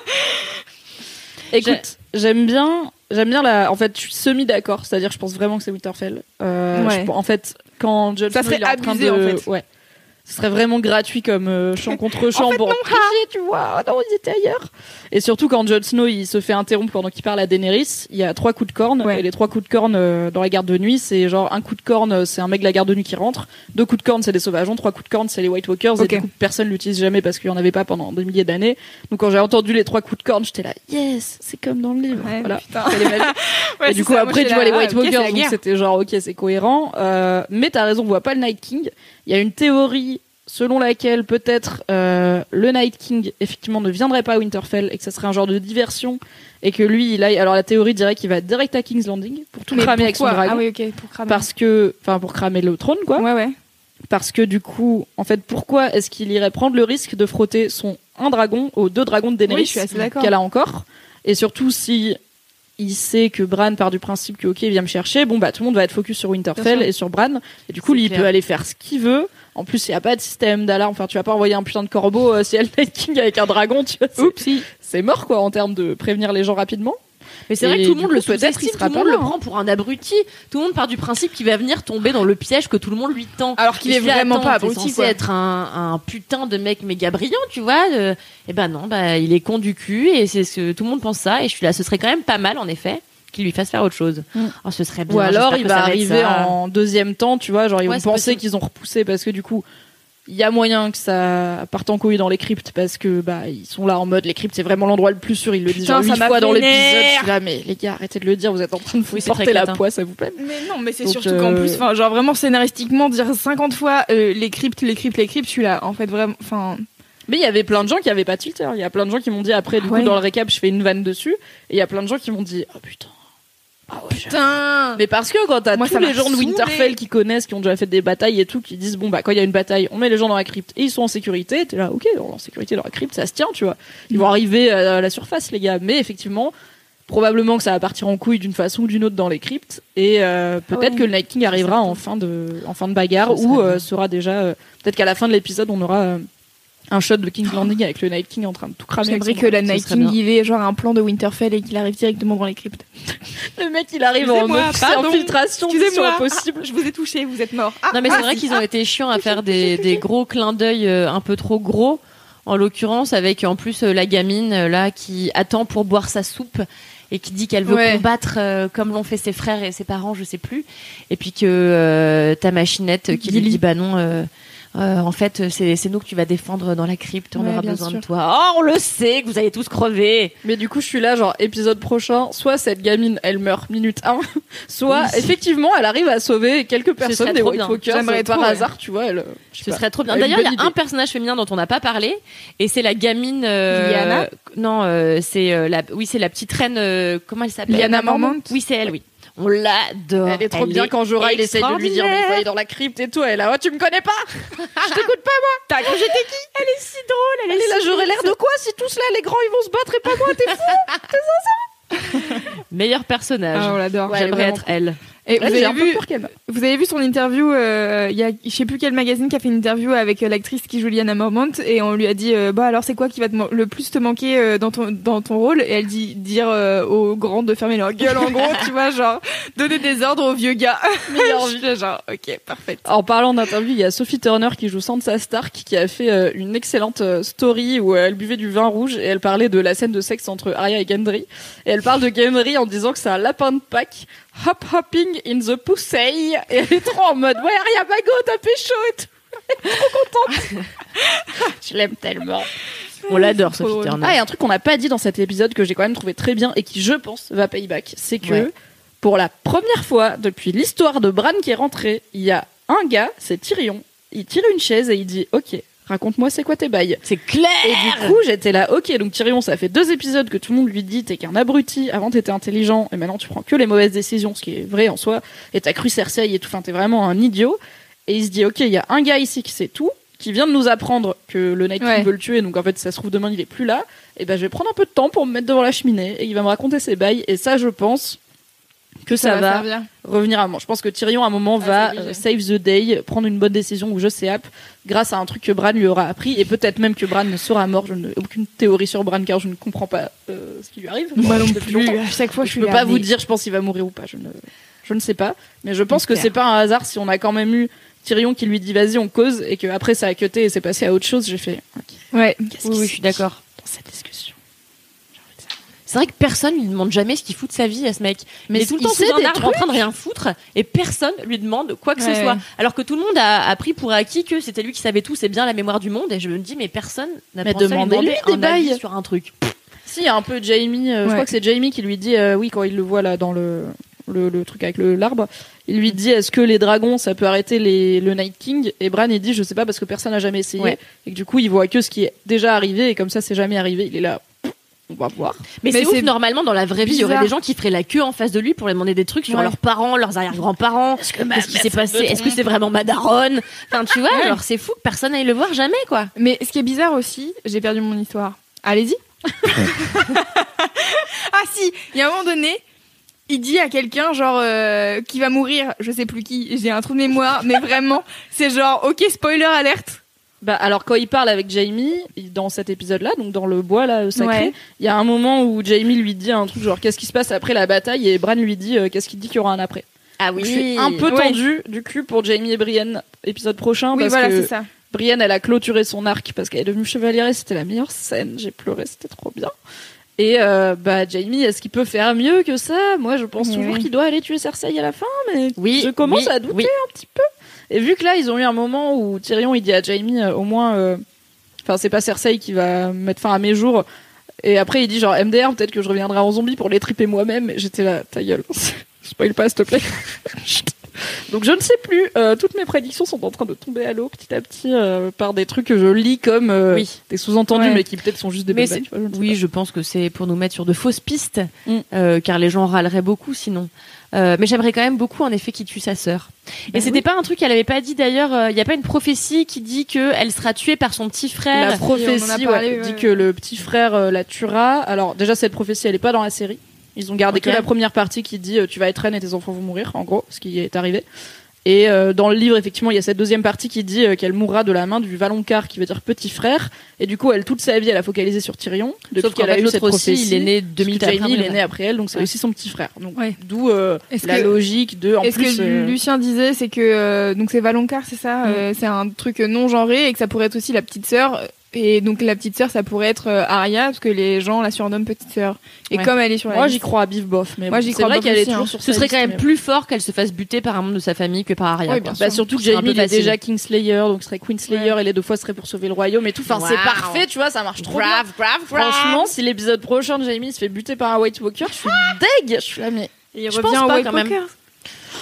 Écoute, j'aime bien, j'aime bien la. En fait, je suis semi d'accord. C'est-à-dire, je pense vraiment que c'est Winterfell. Euh,
Ouais.
je- en fait, quand Jon
Ça
Snow
serait
il est en train
abusé,
de,
en fait.
ouais, ce serait vraiment gratuit comme euh, chant contre chant
En fait,
pour
non,
tricher, tu vois. Non, ils étaient ailleurs. Et surtout quand Jon Snow il se fait interrompre pendant qu'il parle à Daenerys, il y a trois coups de corne.
Ouais.
Et les trois coups de corne euh, dans la garde de nuit, c'est genre un coup de corne, c'est un mec de la garde de nuit qui rentre. Deux coups de corne, c'est des sauvageons. Trois coups de corne, c'est les White Walkers.
Ok.
Et du coup, personne l'utilise jamais parce qu'il y en avait pas pendant des milliers d'années. Donc quand j'ai entendu les trois coups de corne, j'étais là, yes, c'est comme dans le livre.
Ouais,
voilà.
putain.
Fallait m'aller.
Ouais,
Et du
c'est
coup,
ça, moi,
après,
j'étais
tu vois
là,
les White
ah, ok, c'est
Walkers,
la
donc
guerre.
c'était genre, ok, c'est cohérent. Euh, mais t'as raison, on voit pas le Night King. Il y a une théorie selon laquelle peut-être euh, le Night King, effectivement, ne viendrait pas à Winterfell et que ça serait un genre de diversion. Et que lui, il aille. Alors la théorie dirait qu'il va direct à King's Landing pour tout
Mais
cramer avec son
pourquoi?
dragon.
Ah oui, ok, pour cramer.
Parce que, enfin, pour cramer le trône, quoi.
Ouais, ouais.
Parce que du coup, en fait, pourquoi est-ce qu'il irait prendre le risque de frotter son un dragon aux deux dragons de Daenerys
Oui, je suis assez d'accord.
qu'elle a encore? Et surtout, si il sait que Bran part du principe que ok, il vient me chercher, bon bah tout le monde va être focus sur Winterfell
Bien sûr.
et sur Bran. Et du coup,
C'est
lui, il
clair.
peut aller faire ce qu'il veut. En plus, il y a pas de système d'alarme. Enfin, tu vas pas envoyer un putain de corbeau euh, si elle Night King avec un dragon. Tu vois, c'est-
Oupsie.
c'est mort quoi en termes de prévenir les gens rapidement.
Mais c'est
Et
vrai que tout le
du
monde
coup,
le
peut-être
sous-estime,
qu'il
tout
sera
le
pas
monde
là,
le
hein.
prend pour un abruti. Tout le monde part du principe qu'il va venir tomber dans le piège que tout le monde lui tend.
Alors qu'il
Et
est
je fais,
vraiment
attends,
pas
t'es
abruti,
censé
quoi.
être un, un putain de mec méga brillant, tu vois. euh, et ben non, bah il est con du cul et c'est ce que tout le monde pense ça. Et je suis là, ce serait quand même pas mal en effet qu'il lui fasse faire autre chose.
Mm.
Oh, ce serait bien.
Ou alors,
j'espère
il
que
va
ça être
arriver
ça.
en deuxième temps, tu vois, genre ils
Ouais,
vont
c'est
penser
possible.
qu'ils ont repoussé parce que du coup, il y a moyen que ça parte en couille dans les cryptes parce que bah ils sont là en mode les cryptes c'est vraiment l'endroit le plus sûr, ils le disent
Putain,
genre
ça
huit
m'a
fois dans
fait
l'épisode.
nerf.
Je suis là, mais les gars, arrêtez de le dire, vous êtes en train de vous
Oui, c'est
porter
très
la
crétin.
poisse, ça vous plaît?
Mais non, mais c'est
Donc,
surtout
euh,
qu'en plus, enfin, genre vraiment scénaristiquement, dire cinquante fois euh, les cryptes, les cryptes, les cryptes, je suis là, en fait, vraiment, enfin.
Mais il y avait plein de gens qui avaient pas tilté. hein. Il y a plein de gens qui m'ont dit après, du
Ah
coup,
ouais.
dans le récap, je fais une vanne dessus. Et il y a plein de gens qui m'ont dit, oh putain. Ah ouais, j'ai-
Putain!
Mais parce que quand t'as
Moi,
tous
ça
les
m'a
gens de
saoulée.
Winterfell qui connaissent, qui ont déjà fait des batailles et tout, qui disent bon bah quand il y a une bataille, on met les gens dans la crypte et ils sont en sécurité, t'es là ok, en sécurité dans la crypte, ça se tient, tu vois. Ils vont arriver à la surface les gars, mais effectivement, probablement que ça va partir en couille d'une façon ou d'une autre dans les cryptes et euh, peut-être
Ah ouais.
que le Night King arrivera en fin de en fin de bagarre
Ça serait
ou euh,
bien.
sera déjà euh, peut-être qu'à la fin de l'épisode on aura euh, un shot de King's Landing avec le Night King en train de tout cramer. avec
J'aimerais
son
que la
bras.
ça
Night
serait
King,
bien.
il ait genre un plan de Winterfell et qu'il arrive directement dans les cryptes.
Le mec il arrive en
Excusez-moi,
mode
pardon.
infiltration, mission
Excusez-moi.
impossible.
Ah, je vous ai touché, vous êtes mort. Ah,
Non mais c'est
ah,
vrai
si.
qu'ils ont été chiants à faire des, des gros clins d'œil euh, un peu trop gros. En l'occurrence, avec en plus euh, la gamine euh, là qui attend pour boire sa soupe et qui dit qu'elle veut
Ouais.
combattre euh, comme l'ont fait ses frères et ses parents, je sais plus. Et puis que euh, ta machinette qui lui
Gilly.
dit bah non. Euh, euh, en fait, c'est, c'est nous que tu vas défendre dans la crypte. On
Ouais,
aura
bien
besoin
sûr.
de toi. Oh, on le sait que vous allez tous crever.
Mais du coup, je suis là, genre, épisode prochain, soit cette gamine, elle meurt minute un, soit,
Oui.
effectivement, elle arrive à sauver quelques personnes
serait
des
trop
White
bien.
Walkers
J'aimerais
par
trop, ouais.
hasard, tu vois. Elle, je sais
Ce
pas.
serait trop bien.
Elle a une
D'ailleurs, il y
bonne
a un
idée.
personnage féminin dont on n'a pas parlé, et c'est la gamine. euh,
Lyanna
Non, euh, c'est euh, la. Oui, c'est la petite reine. euh, comment elle s'appelle?
Lyanna Mormont.
Oui, c'est elle. Oui. On l'adore.
Elle est trop elle bien est quand Jorah il essaye de lui dire mais il faut aller dans la crypte et tout. Elle est là, oh tu me connais pas. Je t'écoute pas moi. T'as cru j'étais qui?
Elle est si drôle. Elle, elle est, est
là
si
j'aurais l'air de quoi si tous là les grands ils vont se battre et pas moi? T'es fou? T'es ça?
Meilleur personnage.
Ah, on l'adore.
Ouais, j'aimerais être elle.
Et vous,
avez
avez vu, vous avez vu son interview, euh, il y a je sais plus quel magazine qui a fait une interview avec euh, l'actrice qui joue Lyanna Mormont et on lui a dit euh, bah alors c'est quoi qui va te man- le plus te manquer euh, dans ton dans ton rôle et elle dit dire euh, aux grands de fermer leur gueule en gros tu vois genre donner des ordres aux vieux gars. Meilleure vie genre ok parfait.
En parlant d'interview, il y a Sophie Turner qui joue Sansa Stark qui a fait euh, une excellente euh, story où elle buvait du vin rouge et elle parlait de la scène de sexe entre Arya et Gendry et elle parle de Gendry en disant que c'est un lapin de Pâques hop hopping in the pussy et elle est trop en mode ouais Arya Mago t'as pécho et tout. Elle est trop contente. Je l'aime tellement.
On l'adore Sophie Turner.
Ah et un truc qu'on n'a pas dit dans cet épisode que j'ai quand même trouvé très bien et qui je pense va payback, c'est que ouais. pour la première fois depuis l'histoire de Bran qui est rentré, il y a un gars, c'est Tyrion, il tire une chaise et il dit ok raconte-moi c'est quoi tes bails.
C'est clair.
Et du coup j'étais là ok donc Tyrion ça fait deux épisodes que tout le monde lui dit t'es qu'un abruti, avant t'étais intelligent et maintenant tu prends que les mauvaises décisions, ce qui est vrai en soi, et t'as cru Cersei et tout, enfin t'es vraiment un idiot. Et il se dit ok il y a un gars ici qui sait tout, qui vient de nous apprendre que le Night King ouais. veut le tuer, donc en fait ça se trouve demain il est plus là, et ben je vais prendre un peu de temps pour me mettre devant la cheminée et il va me raconter ses bails et ça je pense que ça, ça va, va revenir à moi. Je pense que Tyrion à un moment ah, va euh, save the day, prendre une bonne décision ou je sais app grâce à un truc que Bran lui aura appris et peut-être même que Bran ne sera mort. Je n'ai aucune théorie sur Bran car je ne comprends pas euh, ce qui lui arrive.
Moi non plus. À chaque fois je,
je peux pas vous dire je pense qu'il va mourir ou pas. Je ne je ne sais pas. Mais je pense que c'est pas un hasard si on a quand même eu Tyrion qui lui dit vas-y on cause et que après ça a cuté et c'est passé à autre chose. J'ai fait okay.
ouais.
Qu'est-ce
oui, oui je suis d'accord
dans cette discussion.
C'est vrai que personne lui demande jamais ce qu'il fout de sa vie à ce mec. Mais il est tout le temps sous un arbre en train de rien foutre et personne lui demande quoi que ouais. ce soit. Alors que tout le monde a, a pris pour acquis que c'était lui qui savait tout, c'est bien la mémoire du monde. Et je me dis mais personne n'a pensé à lui demander un avis sur un truc.
Si, il y a un peu Jaime, euh, ouais. je crois que c'est Jaime qui lui dit euh, oui quand il le voit là dans le le, le truc avec le l'arbre, il lui dit est-ce que les dragons ça peut arrêter les le Night King et Bran il dit je sais pas parce que personne n'a jamais essayé ouais. et que du coup il voit que ce qui est déjà arrivé et comme ça c'est jamais arrivé, il est là. On va voir.
Mais, mais c'est, c'est ouf, normalement, dans la vraie vie, il y aurait des gens qui feraient la queue en face de lui pour lui demander des trucs sur ouais. leurs parents, leurs arrière-grands-parents. Est-ce que Qu'est-ce qui s'est passé? Est-ce que c'est vraiment ma daronne? Enfin, tu vois, ouais. alors c'est fou que personne n'aille le voir jamais, quoi.
Mais ce qui est bizarre aussi, j'ai perdu mon histoire. Allez-y. Ah si, il y a un moment donné, il dit à quelqu'un, genre, euh, qui va mourir, je sais plus qui, j'ai un trou de mémoire, mais vraiment, c'est genre, ok, spoiler alerte.
Bah alors quand il parle avec Jaime dans cet épisode-là, donc dans le bois là sacré, il ouais. y a un moment où Jaime lui dit un truc genre qu'est-ce qui se passe après la bataille et Bran lui dit euh, qu'est-ce qu'il dit qu'il y aura un après.
Ah oui.
Je suis un peu
ouais.
tendue du cul pour Jaime et Brienne épisode prochain
oui,
parce
voilà,
que
c'est ça.
Brienne elle a clôturé son arc parce qu'elle est devenue chevalière et c'était la meilleure scène, j'ai pleuré, c'était trop bien. Et euh, bah Jaime, est-ce qu'il peut faire mieux que ça? Moi je pense oui, toujours oui. qu'il doit aller tuer Cersei à la fin, mais
oui,
je commence
oui,
à douter
oui.
un petit peu. Et vu que là ils ont eu un moment où Tyrion il dit à Jaime euh, au moins euh, enfin, c'est pas Cersei qui va mettre fin à mes jours. Et après, il dit genre M D R, peut-être que je reviendrai en zombie pour les triper moi-même. Et j'étais là, ta gueule. Spoil pas, s'il te plaît. Donc je ne sais plus. Euh, toutes mes prédictions sont en train de tomber à l'eau petit à petit euh, par des trucs que je lis comme euh,
oui.
des sous-entendus, ouais. mais qui peut-être sont juste des
mais
belles bails,
Oui,
pas.
je pense que c'est pour nous mettre sur de fausses pistes,
mm.
euh, car les gens râleraient beaucoup sinon. Euh, mais j'aimerais quand même beaucoup en effet qu'il tue sa sœur. Ben et c'était oui. pas un truc qu'elle avait pas dit d'ailleurs. Il euh, y a pas une prophétie qui dit que elle sera tuée par son petit frère.
La prophétie parlé, ouais, ouais. dit que le petit frère euh, la tuera. Alors déjà cette prophétie elle est pas dans la série. Ils ont gardé okay. que la première partie qui dit euh, tu vas être reine et tes enfants vont mourir en gros, ce qui est arrivé. Et euh, dans le livre, effectivement, il y a cette deuxième partie qui dit euh, qu'elle mourra de la main du Valonqar, qui veut dire petit frère. Et du coup, elle toute sa vie, elle a focalisé sur Tyrion. Depuis
Sauf
qu'elle a eu cette prophétie,
aussi, il est né deux minutes après.
Jaime, il est né après elle, donc c'est ouais. aussi son petit frère. Donc
ouais.
d'où euh, la que, logique de. En
est-ce
plus,
que
euh...
Lucien disait, c'est que euh, donc c'est Valonqar, c'est ça, mm. euh, c'est un truc non genré et que ça pourrait être aussi la petite sœur. Et donc la petite sœur, ça pourrait être euh, Arya, parce que les gens la surnomment petite sœur. Et ouais. comme elle est sur la
moi
liste,
j'y crois à Bif Bof, mais
moi j'y
c'est
crois
vrai qu'elle est toujours
hein.
sur
ce serait
liste,
quand même
mais...
plus fort qu'elle se fasse buter par un membre de sa famille que par Arya.
Oui,
quoi.
Bah, surtout que Jaime est déjà Kingslayer, donc ce serait Queenslayer,
ouais.
et les deux fois serait pour sauver le royaume et tout. Enfin, wow. c'est parfait, tu vois, ça marche trop
grave,
bien.
Grave, grave,
franchement, si l'épisode prochain de Jaime se fait buter par un White Walker, je suis deg. Je suis là, mais
il
je
revient
pense
en
pas
White
quand
Walker.
même.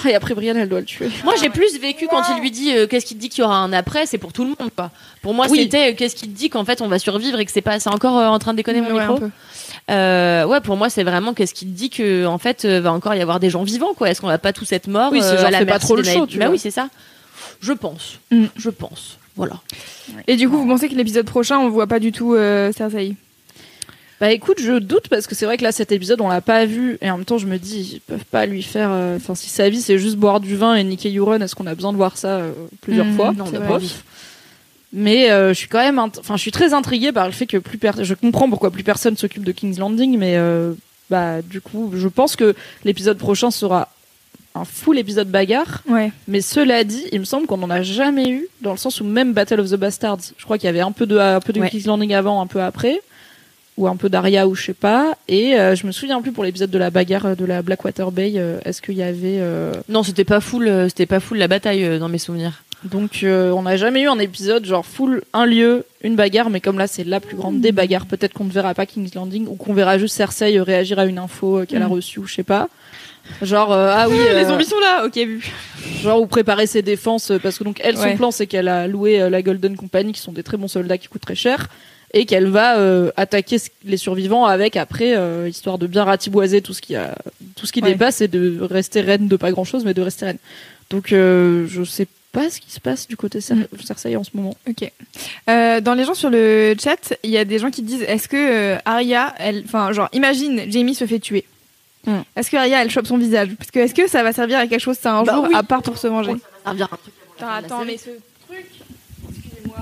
Et après Brienne, elle doit le tuer.
Moi, j'ai plus vécu quand il lui dit euh, qu'est-ce qu'il te dit qu'il y aura un après, c'est pour tout le monde, quoi. Pour moi,
Oui.
c'était euh, qu'est-ce qu'il te dit qu'en fait on va survivre et que c'est pas, c'est encore euh, en train de déconner mon
Ouais,
micro.
un peu.
Euh, ouais, pour moi, c'est vraiment qu'est-ce qu'il te dit que en fait euh, va encore y avoir des gens vivants, quoi. Est-ce qu'on va pas tous être morts
Oui, c'est
euh,
genre,
à la
fais pas
merci
trop le
des
show,
Night-
tu
Bah
vois.
oui, c'est ça. Je pense.
Mm.
Je pense. Voilà.
Et du coup, vous pensez que l'épisode prochain, on voit pas du tout euh, Cersei?
Bah écoute, je doute parce que c'est vrai que là cet épisode on l'a pas vu et en même temps je me dis ils peuvent pas lui faire. Enfin euh, si sa vie c'est juste boire du vin et niquer Euron, est-ce qu'on a besoin de voir ça euh, plusieurs
Mmh,
fois?
non,
C'est
on a
bof.
pas envie.
Mais euh, je suis quand même, int- enfin je suis très intriguée par le fait que plus per... je comprends pourquoi plus personne s'occupe de King's Landing, mais euh, bah du coup je pense que l'épisode prochain sera un full épisode bagarre.
Ouais.
Mais cela dit, il me semble qu'on en a jamais eu dans le sens où même Battle of the Bastards, je crois qu'il y avait un peu de un peu de
Ouais.
King's Landing avant, un peu après. Ou un peu d'Arya ou je sais pas, et euh, je me souviens plus pour l'épisode de la bagarre euh, de la Blackwater Bay, euh, est-ce qu'il y avait euh...
Non, c'était pas full, euh, c'était pas full la bataille euh, dans mes souvenirs.
donc euh, on n'a jamais eu un épisode genre full un lieu, une bagarre, mais comme là c'est la plus grande des bagarres, peut-être qu'on ne verra pas King's Landing ou qu'on verra juste Cersei euh, réagir à une info euh, qu'elle a
Mm.
reçue ou je sais pas. Genre euh, ah oui,
Les
euh,
zombies sont là, ok, vu.
genre ou préparer ses défenses euh, parce que donc elle son
Ouais.
plan c'est qu'elle a loué euh, la Golden Company qui sont des très bons soldats qui coûtent très cher. Et qu'elle va euh, attaquer ce- les survivants avec après euh, histoire de bien ratiboiser tout ce qui a tout ce qui
Ouais.
dépasse et de rester reine de pas grand chose mais de rester reine. Donc euh, je sais pas ce qui se passe du côté Cer- Cersei en ce moment.
Ok. Euh, dans les gens sur le chat, il y a des gens qui disent est-ce que euh, Arya, elle, enfin, genre, imagine Jaime se fait tuer.
Hmm.
Est-ce que Arya, elle chope son visage? Parce que est-ce que ça va servir à quelque chose ça un
Bah
jour,
oui.
à part pour se venger?
Ça revient un truc
Attends,
avant la fin de la
attends, mais
série.
ce truc. Excusez-moi.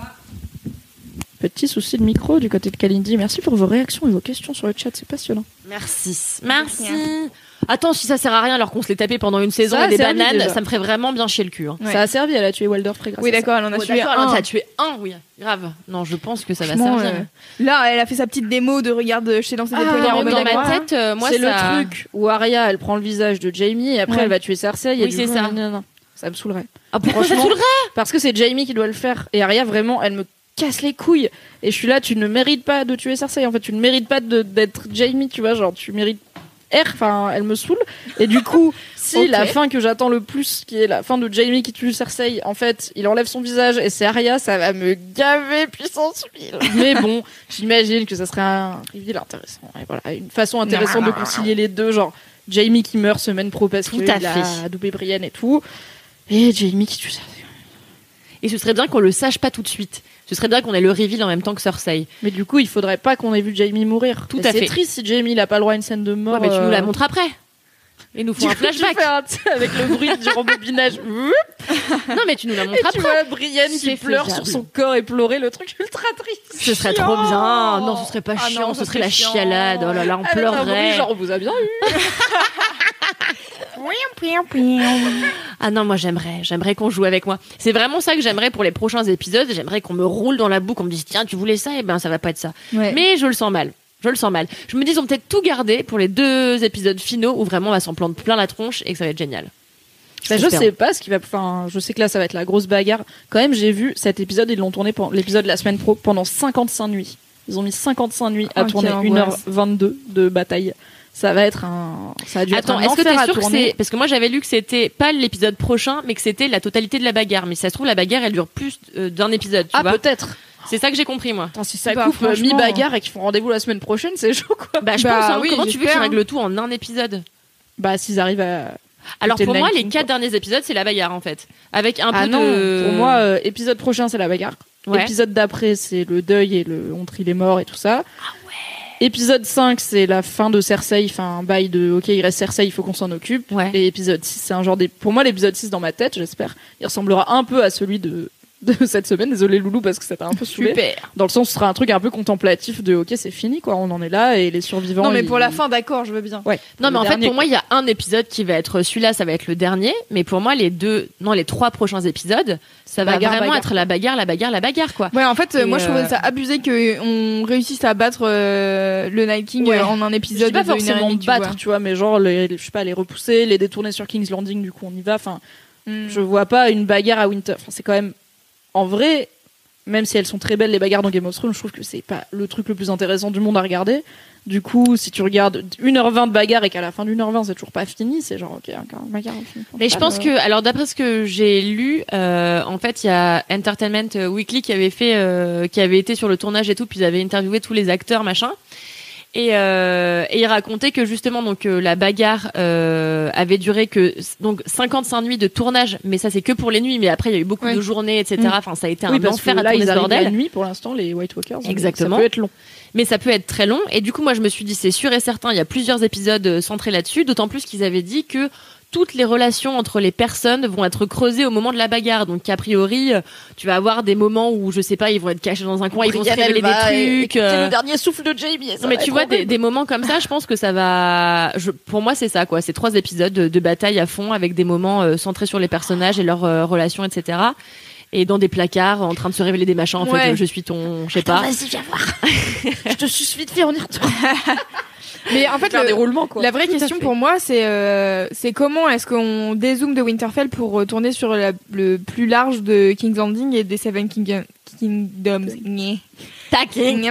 Petit souci de micro du côté de Kalindi. Merci pour vos réactions et vos questions sur le chat, c'est passionnant.
Merci. Merci. Attends, si ça sert à rien alors qu'on se l'est tapé pendant une saison
Ça a
et des
servi,
bananes,
déjà.
ça me ferait vraiment bien chier le cul. Hein.
Ouais.
Ça a servi, elle a tué Walder Frey grâce
Oui,
à ça.
d'accord, elle en a
Oh,
tué
d'accord,
un.
alors t'as tué un, oui, grave. Non, je pense que ça va
Franchement,
servir.
euh, Là, elle a fait sa petite démo de regarde, je t'ai lancé des
Ah,
poignards
mais
en
dans
mode
ma
d'accord.
tête, euh, moi,
c'est
ça...
le truc où Arya elle prend le visage de Jaime et après
Ouais.
elle va tuer Cersei. et
Oui,
du
c'est
coup,
ça.
non, non, non. Ça me saoulerait.
Ah, pourquoi ça
Franchement,
saoulerait?
Parce que c'est Jaime qui doit le faire. Et Arya, vraiment, elle me casse les couilles. Et je suis là, tu ne mérites pas de tuer Cersei. En fait, tu ne mérites pas de- d'être Jaime, tu vois. Genre, tu mérites R. Enfin, elle me saoule. Et du coup, si
Ok.
la fin que j'attends le plus, qui est la fin de Jaime qui tue Cersei, en fait, il enlève son visage et c'est Arya, ça va me gaver puissance mille. Mais bon, j'imagine que ça serait un reveal intéressant. Et voilà, une façon intéressante de concilier les deux. Genre, Jaime qui meurt semaine pro parce
Tout
qu'il
à
a
fait.
adoubé Brienne et tout. Et Jaime qui tue Cersei.
Et ce serait bien qu'on le sache pas tout de suite. Ce serait bien qu'on ait le reveal en même temps que Cersei.
Mais du coup, il faudrait pas qu'on ait vu Jaime mourir.
Tout
Et
à
c'est
fait.
triste si Jaime il a pas le droit à une scène de mort.
Ouais, mais tu nous la
euh,
montres après. Et nous
Du
font un
coup, tu
flashback.
fais un- tu sais, avec le bruit du rembobinage.
Non, mais tu nous la
Et
montres
tu
après.
vois Brienne qui
C'est
pleure
faisable.
sur son corps éploré, le truc ultra triste.
Ce serait trop bien. Non, ce serait pas
Ah
chiant,
non,
ce
ça
serait la
serait
chialade. Oh là là, on
Avec un bruit
pleurerait.
genre, on vous a bien eu.
Ah non, moi j'aimerais, j'aimerais qu'on joue avec moi. C'est vraiment ça que j'aimerais pour les prochains épisodes. J'aimerais qu'on me roule dans la boue, qu'on me dise tiens, tu voulais ça, et ben ça va pas être ça.
Ouais.
Mais je le sens mal. Je le sens mal. Je me dis, ils ont peut-être tout gardé pour les deux épisodes finaux où vraiment on va s'en prendre plein la tronche et que ça va être génial.
Bah, je
J'espère.
sais pas ce qui va. Enfin, je sais que là, ça va être la grosse bagarre. Quand même, j'ai vu cet épisode, ils l'ont tourné pendant l'épisode de la semaine pro pendant cinquante-cinq nuits. Ils ont mis cinquante-cinq nuits à
Oh,
tourner
quelle
une heure
angoisse.
vingt-deux de bataille. Ça va être un. Ça a dû
Attends,
être un
est-ce que
enfer
t'es
à
sûr que
tourner.
c'est parce que moi j'avais lu que c'était pas l'épisode prochain, mais que c'était la totalité de la bagarre. Mais si ça se trouve la bagarre elle dure plus euh, d'un épisode. Tu
Ah,
vois
peut-être.
C'est ça que j'ai compris moi.
Attends, si ça
Bah,
coupe euh,
franchement.
mi-bagarre et qu'ils font rendez-vous la semaine prochaine, c'est chaud quoi.
Bah je
Bah
pense. Hein,
oui,
comment tu veux qu'ils
j'espère.
règlent tout en un épisode?
Bah, s'ils arrivent à.
Alors
C'était
pour
le
moi
Night
les
King,
quatre
quoi.
derniers épisodes c'est la bagarre en fait, avec un
Ah
peu
non,
de.
pour moi, euh, épisode prochain, c'est la bagarre.
Ouais.
Épisode d'après, c'est le deuil et le on trie les morts et tout ça.
Ah ouais.
Épisode cinq, c'est la fin de Cersei, enfin un bail de ok, il reste Cersei, il faut qu'on s'en occupe.
Ouais.
Et épisode six, c'est un genre des. Pour moi, l'épisode six dans ma tête, j'espère, il ressemblera un peu à celui de, de cette semaine. Désolé Loulou parce que ça t'a un peu saoulé.
Super.
Dans le sens, ce sera un truc un peu contemplatif de ok, c'est fini quoi, on en est là et les survivants.
Non, mais
ils-
pour la fin, d'accord, je veux bien.
Ouais.
Non, mais
Le
en fait,
dernier,
pour moi, il y a un épisode qui va être celui-là, ça va être le dernier. Mais pour moi, les deux, non, les trois prochains épisodes, ça va
Bagarre,
vraiment
bagarre.
être la bagarre, la bagarre, la bagarre, quoi.
Ouais, en fait, euh,
Et
moi je trouvais
euh,
ça abusé qu'on réussisse à battre euh, le Night King
Ouais.
euh, en un
Je
épisode
dis pas
de une heure et
forcément
demie, tu
battre,
vois.
tu vois, mais genre, les, les- je sais pas, les repousser, les détourner sur King's Landing, du coup on y va. Enfin,
Mm.
je vois pas une bagarre à Winter. Enfin, c'est quand même en vrai. même si elles sont très belles les bagarres dans Game of Thrones, je trouve que c'est pas le truc le plus intéressant du monde à regarder. Du coup, si tu regardes une heure vingt de bagarre et qu'à la fin d'une heure vingt c'est toujours pas fini, c'est genre ok, encore une bagarre.
Mais je pense que, alors d'après ce que j'ai lu, euh, en fait, il y a Entertainment Weekly qui avait fait, euh, qui avait été sur le tournage et tout, puis ils avaient interviewé tous les acteurs, machin. Et, euh, et il racontait que justement donc euh, la bagarre euh, avait duré que donc cinquante-cinq nuits de tournage, mais ça c'est que pour les nuits, mais après il y a eu beaucoup ouais. de journées, et cetera. Enfin ça a été
oui,
un enfer à
là,
tourner
ce
bordel.
La nuit pour l'instant les White Walkers.
Exactement.
Ça peut être long.
Mais ça peut être très long. Et du coup moi je me suis dit c'est sûr et certain, il y a plusieurs épisodes centrés là-dessus, d'autant plus qu'ils avaient dit que toutes les relations entre les personnes vont être creusées au moment de la bagarre. Donc, a priori, tu vas avoir des moments où, je sais pas, ils vont être cachés dans un coin, ils vont se révéler des trucs.
C'est le dernier souffle de Jaime.
Non, mais tu vois, des, des moments comme ça, je pense que ça va, je, pour moi, c'est ça, quoi. C'est trois épisodes de, de bataille à fond avec des moments euh, centrés sur les personnages et leurs euh, relations, et cetera. Et dans des placards, en train de se révéler des machins. En ouais. fait, je suis ton, je sais pas.
Vas-y, viens voir. Je te suce vite fait, on y retourne.
Mais en fait, le, quoi. la vraie Tout question pour moi, c'est euh, c'est comment est-ce qu'on dézoome de Winterfell pour retourner sur la, le plus large de King's Landing et des Seven King, Kingdoms.
Tacking.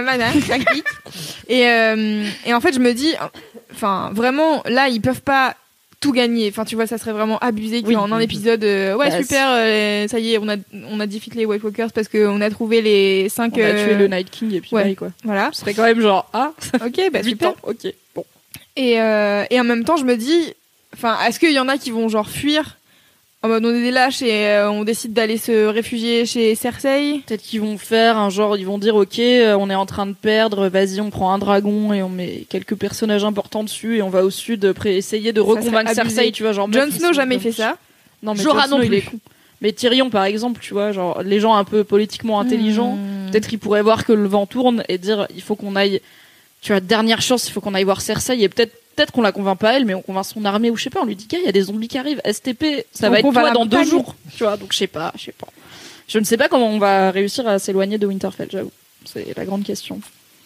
Et euh, et en fait, je me dis, enfin, vraiment, là, ils peuvent pas tout gagner. Enfin, tu vois, ça serait vraiment abusé qu'en oui. un épisode, euh, ouais, bah, super, euh, ça y est, on a on a defeat les White Walkers parce qu'on a trouvé les cinq.
On a
euh...
tué le Night King et puis
ouais.
bye, quoi.
Voilà.
Ce serait quand même genre ah.
Ok, bah super.
Ans. Ok. Bon.
Et euh, et en même temps, je me dis, enfin, est-ce qu'il y en a qui vont genre fuir en mode on est des lâches et euh, on décide d'aller se réfugier chez Cersei?
Peut-être qu'ils vont faire un genre, ils vont dire ok, euh, on est en train de perdre, vas-y, on prend un dragon et on met quelques personnages importants dessus et on va au sud pour essayer de reconvaincre Cersei, tu vois, genre.
Jon Snow jamais fait ça.
Non mais Jon Snow il est con. Mais Tyrion par exemple, tu vois, genre les gens un peu politiquement intelligents, mmh. peut-être qu'ils pourraient voir que le vent tourne et dire il faut qu'on aille, tu vois, dernière chance, il faut qu'on aille voir Cersei et peut-être Peut-être qu'on la convainc pas elle, mais on convainc son armée ou je sais pas. On lui dit qu'il y a des zombies qui arrivent. S T P, ça donc va être toi dans deux jours, tu vois. Donc je sais pas, je sais pas. Je ne sais pas comment on va réussir à s'éloigner de Winterfell. J'avoue, c'est la grande question.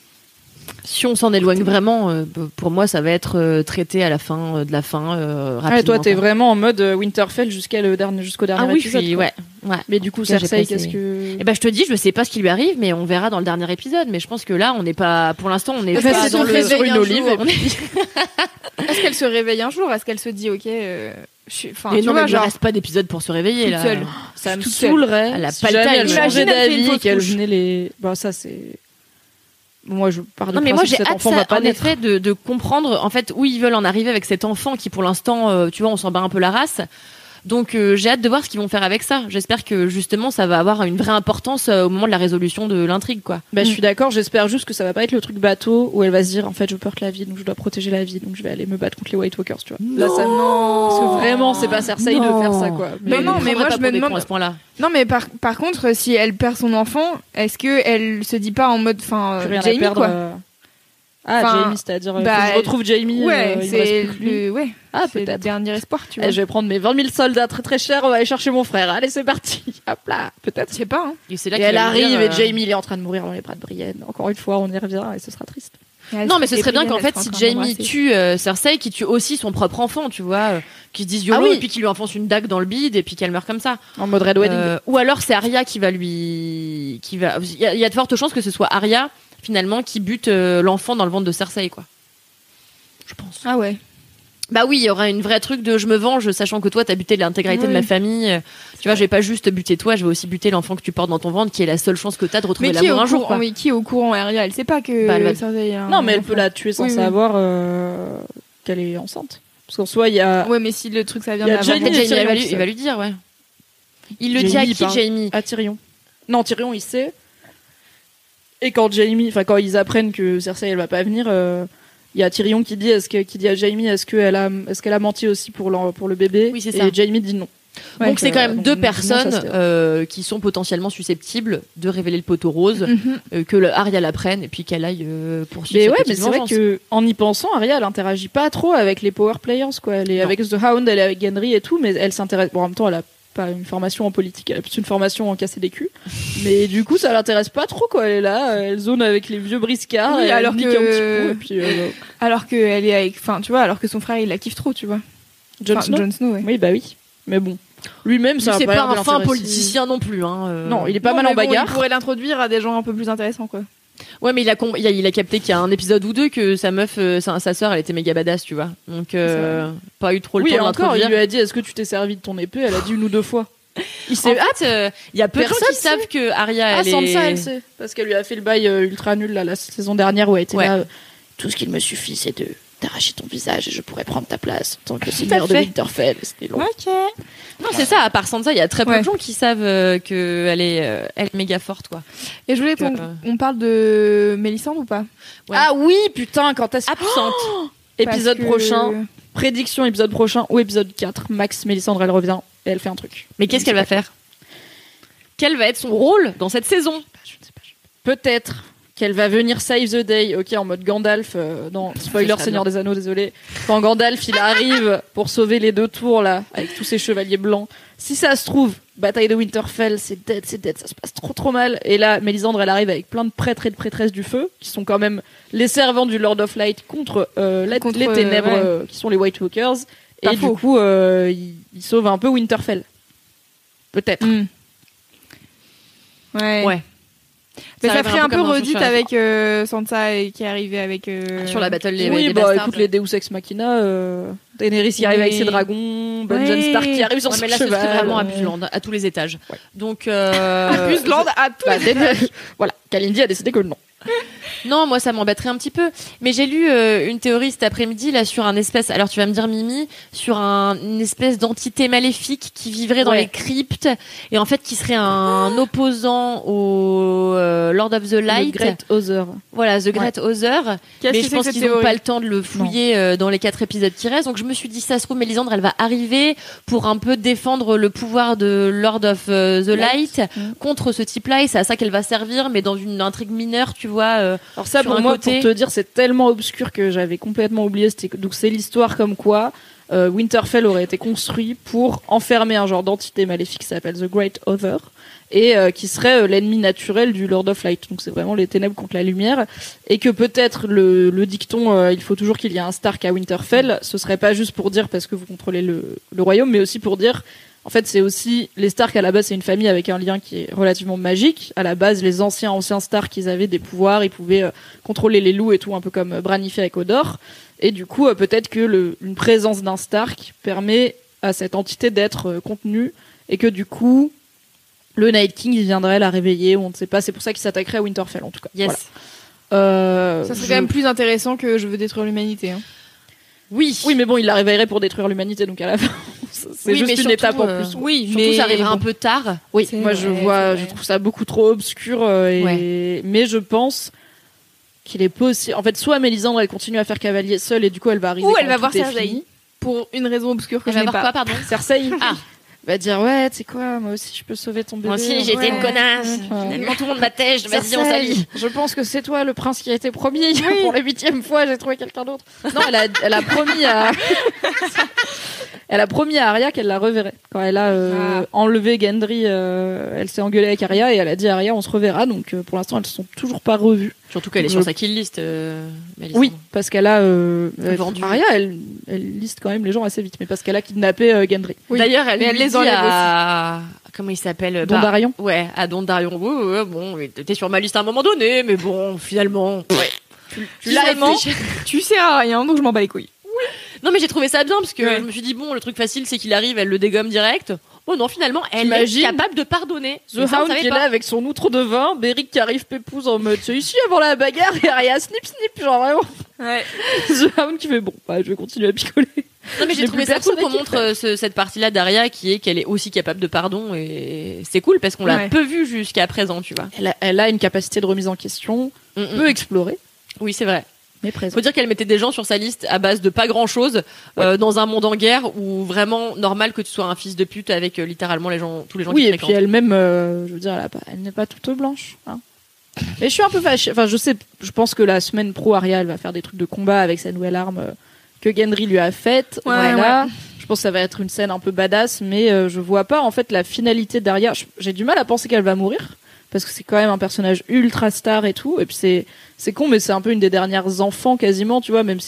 Si on s'en éloigne vraiment, euh, pour moi, ça va être euh, traité à la fin euh, de la fin euh, rapidement.
Ah, toi, t'es vraiment en mode Winterfell jusqu'à le dernier, jusqu'au dernier
ah, oui,
épisode.
Oui, ouais, ouais.
Mais du coup, Cersei, qu'est-ce que
Eh ben, je te dis, je sais pas ce qui lui arrive, mais on verra dans le dernier épisode. Mais je pense que là, on n'est pas, pour l'instant, on est
enfin,
pas dans le
sur une olive.
On est...
Est-ce qu'elle se réveille un jour? Est-ce qu'elle se dit, ok, euh, je suis, enfin,
mais
tu
non,
vois,
mais
genre,
il reste pas d'épisode pour se réveiller, là.
Seule.
Ça me saoulerait.
Elle a
si
pas le
jamais elle
time.
changeait d'avis et qu'elle venait les, bah, ça, c'est, moi, je pars du
non, mais moi, j'ai
cet
hâte
enfant
ça,
va pas
en
naître.
effet, de, de comprendre, en fait, où ils veulent en arriver avec cet enfant qui, pour l'instant, euh, tu vois, on s'en bat un peu la race. Donc, euh, j'ai hâte de voir ce qu'ils vont faire avec ça. J'espère que, justement, ça va avoir une vraie importance euh, au moment de la résolution de l'intrigue, quoi.
Bah, mm. je suis d'accord. J'espère juste que ça va pas être le truc bateau où elle va se dire, en fait, je porte la vie, donc je dois protéger la vie, donc je vais aller me battre contre les White Walkers, tu vois.
Non.
Là, ça, non. Parce que vraiment, c'est pas Cersei
non.
de faire ça, quoi.
Mais non, mais moi, je me demande
à ce point-là.
Non, mais par, par contre, si elle perd son enfant, est-ce que elle se dit pas en mode, enfin,
euh,
Jaime,
perdre,
quoi.
euh... Ah,
enfin,
Jaime, c'est-à-dire
bah,
que je retrouve Jaime.
Ouais,
euh,
c'est le, ouais.
Ah,
c'est le dernier espoir, tu vois.
Eh, je vais prendre mes vingt mille soldats très très chers, on va aller chercher mon frère. Allez, c'est parti. Hop là, peut-être.
Je sais pas, hein.
Et, c'est là
et elle arrive
dire,
et
euh...
Jaime, il est en train de mourir dans les bras de Brienne. Encore une fois, on y revient et ce sera triste.
Non, mais ce serait bien qu'en fait, si Jaime tue euh, Cersei, qu'il tue aussi son propre enfant, tu vois, euh, qu'il se dise YOLO ah oui. et puis qu'il lui enfonce une dague dans le bide et puis qu'elle meurt comme ça.
En mode Red Wedding.
Euh, ou alors c'est Arya qui va lui, qui va. Il y, y a de fortes chances que ce soit Arya finalement qui bute euh, l'enfant dans le ventre de Cersei, quoi. Je pense.
Ah ouais.
Bah oui, il y aura une vraie truc de je me venge, sachant que toi t'as buté l'intégralité oui. de ma famille. Tu vois, je vais pas juste buter toi, je vais aussi buter l'enfant que tu portes dans ton ventre, qui est la seule chance que t'as de retrouver l'amour un jour.
Quoi. Oui, qui est au courant, Arya, elle sait pas que. Bah, va... Cersei
non, mais elle peut la tuer sans oui, savoir oui. Euh, qu'elle est enceinte. Parce qu'en soi, il y a.
Ouais, mais si le truc ça vient
de
la
Jamie, il, va lui, il va lui dire, ouais. Il le dit à qui, Jamie?
À Tyrion. Non, Tyrion, il sait. Et quand Jamie, enfin quand ils apprennent que Cersei elle va pas venir. Euh... Il y a Tyrion qui dit, est-ce que, qui dit à Jaime, est-ce qu'elle a, est-ce qu'elle a menti aussi pour, pour le bébé?
Oui, c'est ça.
Et Jaime dit non.
Ouais, donc c'est quand même deux personnes non, euh, qui sont potentiellement susceptibles de révéler le poteau rose, mm-hmm. euh, que le, Arya la prenne et puis qu'elle aille euh, poursuivre.
Mais ouais, mais c'est vrai que en y pensant, Arya elle interagit pas trop avec les power players, quoi. Elle est non. avec The Hound, elle est avec Gendry et tout, mais elle s'intéresse. Bon, en même temps, elle a pas une formation en politique, elle a plus une formation en casser des culs. Mais du coup, ça l'intéresse pas trop, quoi. Elle est là, elle zone avec les vieux briscards,
oui,
et
alors
elle
que...
nique un petit coup, et puis, euh...
alors que elle est avec, enfin, tu vois, alors que son frère il la kiffe trop, tu vois.
Jon Snow.
Jon Snow, ouais.
Oui, bah oui. Mais bon, lui-même, ça
Mais
va
c'est
pas,
pas
l'air de
un fin
l'intéresser.
politicien non plus. Hein, euh.
Non, il est pas
Non,
mal
mais
en
bon,
bagarre.
il pourrait l'introduire à des gens un peu plus intéressants, quoi.
Ouais, mais il a, com- il a, il a capté qu'il y a un épisode ou deux que sa meuf, euh, sa, sa sœur, elle était méga badass, tu vois. Donc, euh, pas eu trop le
Oui,
temps
et
de
encore, il
l'introduire.
lui a dit est-ce que tu t'es servi de ton épée? Elle a dit une ou deux fois. Il
En
s'est
fait, euh, il y a peu de gens
Personne
qui savent
sait.
que Arya,
Ah,
elle
Sansa,
est...
elle sait. Parce qu'elle lui a fait le bail euh, ultra nul là, la saison dernière où elle était
Ouais.
là. euh, Tout ce qu'il me suffit, c'est de t'arracher ton visage et je pourrais prendre ta place en tant que seigneur de
fait.
Winterfell. C'était long.
Ok.
Non, c'est ça. À part Sansa, il y a très peu
Ouais.
de gens qui savent euh, qu'elle est, euh, elle est méga forte, quoi.
Et je voulais qu'on
Que, euh,
on parle de Mélissandre ou pas?
Ouais.
Ah oui, putain, quand est-ce
Absente.
épisode
Parce que-
prochain, prédiction épisode prochain ou épisode quatre, Max Mélissandre, elle revient et elle fait un truc.
Mais qu'est-ce qu'elle va faire? Quel va être son rôle dans cette saison?
Je ne sais pas. Peut-être qu'elle va venir save the day, ok, en mode Gandalf, euh, non, spoiler
Ça serait
Seigneur des Anneaux, désolé. Quand Gandalf, il arrive pour sauver les deux tours, là, avec tous ces chevaliers blancs. Si ça se trouve, bataille de Winterfell, c'est dead, c'est dead, ça se passe trop trop mal. Et là, Mélisandre, elle arrive avec plein de prêtres et de prêtresses du feu, qui sont quand même les servants du Lord of Light contre, euh, la-
Contre,
les
euh,
ténèbres,
ouais.
euh, qui sont les White Walkers.
Pas
Et
faux.
du coup, euh, il, il sauve un peu Winterfell. Peut-être.
Hmm. Ouais.
Ouais.
Mais ça
arrive
ferait un peu
comme un
redite
cheveu à la
avec euh, Sansa et qui est arrivée avec. euh,
Sur la battle des,
Oui,
des
bah
bastards.
écoute, les Deus Ex Machina, euh, Daenerys qui arrive
Oui.
avec ses dragons, Benjen
Oui.
Stark qui arrive sur
Ouais,
son
mais là, ce
cheval.
serait vraiment
euh,
Abusland, à tous les étages.
Ouais.
Donc, euh,
Abusland à tous
bah,
les
Daenerys- voilà, Kalindi a décidé que non.
non, moi, ça m'embêterait un petit peu. Mais j'ai lu euh, une théorie cet après-midi, là, sur un espèce, alors tu vas me dire, Mimi, sur un, une espèce d'entité maléfique qui vivrait dans
Ouais.
les cryptes, et en fait, qui serait un opposant au euh, Lord of the Light.
Le Great Other.
Voilà, The Great Other.
Qu'est-ce
Mais
que
je
c'est
pense
que
qu'ils
cette
n'ont
théorie
pas le temps de le fouiller euh, dans les quatre épisodes qui restent. Donc je me suis dit, ça se trouve, Mélisandre, elle va arriver pour un peu défendre le pouvoir de Lord of euh, the Light
Mm.
contre ce type-là. Et c'est à ça qu'elle va servir, mais dans une intrigue mineure, tu vois. euh,
Alors ça,
Sur
pour
un
moi,
côté-
pour te dire, c'est tellement obscur que j'avais complètement oublié. C'était que- donc c'est l'histoire comme quoi euh, Winterfell aurait été construit pour enfermer un genre d'entité maléfique qui s'appelle The Great Other et euh, qui serait euh, l'ennemi naturel du Lord of Light. Donc c'est vraiment les ténèbres contre la lumière et que peut-être le, le dicton euh, il faut toujours qu'il y ait un Stark à Winterfell, ce serait pas juste pour dire parce que vous contrôlez le, le royaume, mais aussi pour dire en fait, c'est aussi les Stark à la base, c'est une famille avec un lien qui est relativement magique. À la base, les anciens anciens Stark, ils avaient des pouvoirs, ils pouvaient euh, contrôler les loups et tout, un peu comme euh, Bran y fait avec Hodor. Et du coup, euh, peut-être que le, une présence d'un Stark permet à cette entité d'être euh, contenue et que du coup, le Night King il viendrait la réveiller ou on ne sait pas. C'est pour ça qu'il s'attaquerait à Winterfell en tout cas.
yes.
Voilà. Euh,
Ça serait
je-
quand même plus intéressant que je veux détruire l'humanité. Hein.
Oui.
Oui, mais bon, il la réveillerait pour détruire l'humanité, donc à la fin, c'est
Oui,
juste
mais
une
surtout,
étape en
euh,
plus.
Oui,
Surtout,
mais
ça arrivera
bon.
un peu tard.
Oui,
C'est
moi je
vrai,
vois,
c'est
je
vrai.
trouve ça beaucoup trop obscur. euh, et...
Ouais.
Mais je pense qu'il est possible. En fait, soit Mélisandre elle continue à faire cavalier seule et du coup elle va arriver.
Ou
quand
elle va
tout
voir
est
Cersei.
fini.
Pour une raison obscure que
Elle
je
va
n'ai
voir
pas.
quoi, pardon?
Cersei
Ah.
va dire ouais, tu sais quoi, moi aussi je peux sauver ton bébé.
Moi aussi, j'étais
Ouais.
une connasse.
Ouais.
Finalement, tout le monde m'attèche. Vas-y,
Cersei,
on s'allie.
Je pense que c'est toi le prince qui a été promis. Pour la huitième fois, j'ai trouvé quelqu'un d'autre. Non, elle a, elle a promis à. Elle a promis à Arya qu'elle la reverrait. Quand elle a euh,
Ah.
enlevé Gendry, euh, elle s'est engueulée avec Arya et elle a dit à Arya on se reverra. Donc euh, pour l'instant, elles se sont toujours pas revues.
Surtout qu'elle est
Je-
sur sa kill list. euh, Mélisandre.
Oui, parce qu'elle a euh, euh,
Vendu.
Arya, elle, elle liste quand même les gens assez vite, mais parce qu'elle a kidnappé euh, Gendry.
Oui.
D'ailleurs, elle,
Mais elle
lui
les
dit
enlève
à... Comment il s'appelle bah,
Dondarion.
Ouais, à Dondarion. Ouais, ouais, ouais, bon, il était sur ma liste à un moment donné, mais bon, finalement. Ouais.
Tu l'as
Finalement,
réfléchi.
tu sers à rien, donc je m'en bats les couilles.
Non, mais j'ai trouvé ça bien parce que
Ouais.
je me suis dit, bon, le truc facile, c'est qu'il arrive, elle le dégomme direct. Oh non, finalement, elle
T'imagines
est capable de pardonner.
The
Mais ça, on
Hound
savait
qui est
pas.
là avec son outre de vin, Beric qui arrive pépouze en mode c'est ici avant la bagarre et Arya snip snip, genre vraiment.
Ouais.
The Hound qui fait bon, bah je vais continuer à picoler.
Non, mais
J'ai
j'ai trouvé
plus
ça cool
personne à
qu'on
qui
montre euh, ce- cette partie-là d'Aria qui est qu'elle est aussi capable de pardon et c'est cool parce qu'on l'a
Ouais.
peu vu jusqu'à présent, tu vois.
Elle a, elle a une capacité de remise en question,
Mm, mm.
peu explorée,
Oui, c'est vrai.
mais présente.
Faut dire qu'elle mettait des gens sur sa liste à base de pas grand chose euh, dans un monde en guerre où vraiment normal que tu sois un fils de pute avec euh, littéralement les gens, tous les gens
Oui,
qui
et
fréquentent.
puis elle-même, euh, je veux dire, elle, a pas- elle n'est pas toute blanche. Hein. Et je suis un peu fâchée. Enfin, je sais, je pense que la semaine pro, Arya, elle va faire des trucs de combat avec sa nouvelle arme euh, que Gendry lui a faite.
Ouais,
voilà. Je pense que ça va être une scène un peu badass, mais euh, je vois pas en fait la finalité d'Arya. Je- J'ai du mal à penser qu'elle va mourir parce que c'est quand même un personnage ultra star et tout. Et puis c'est c'est con, mais c'est un peu une des dernières enfants quasiment, tu vois, même si elle est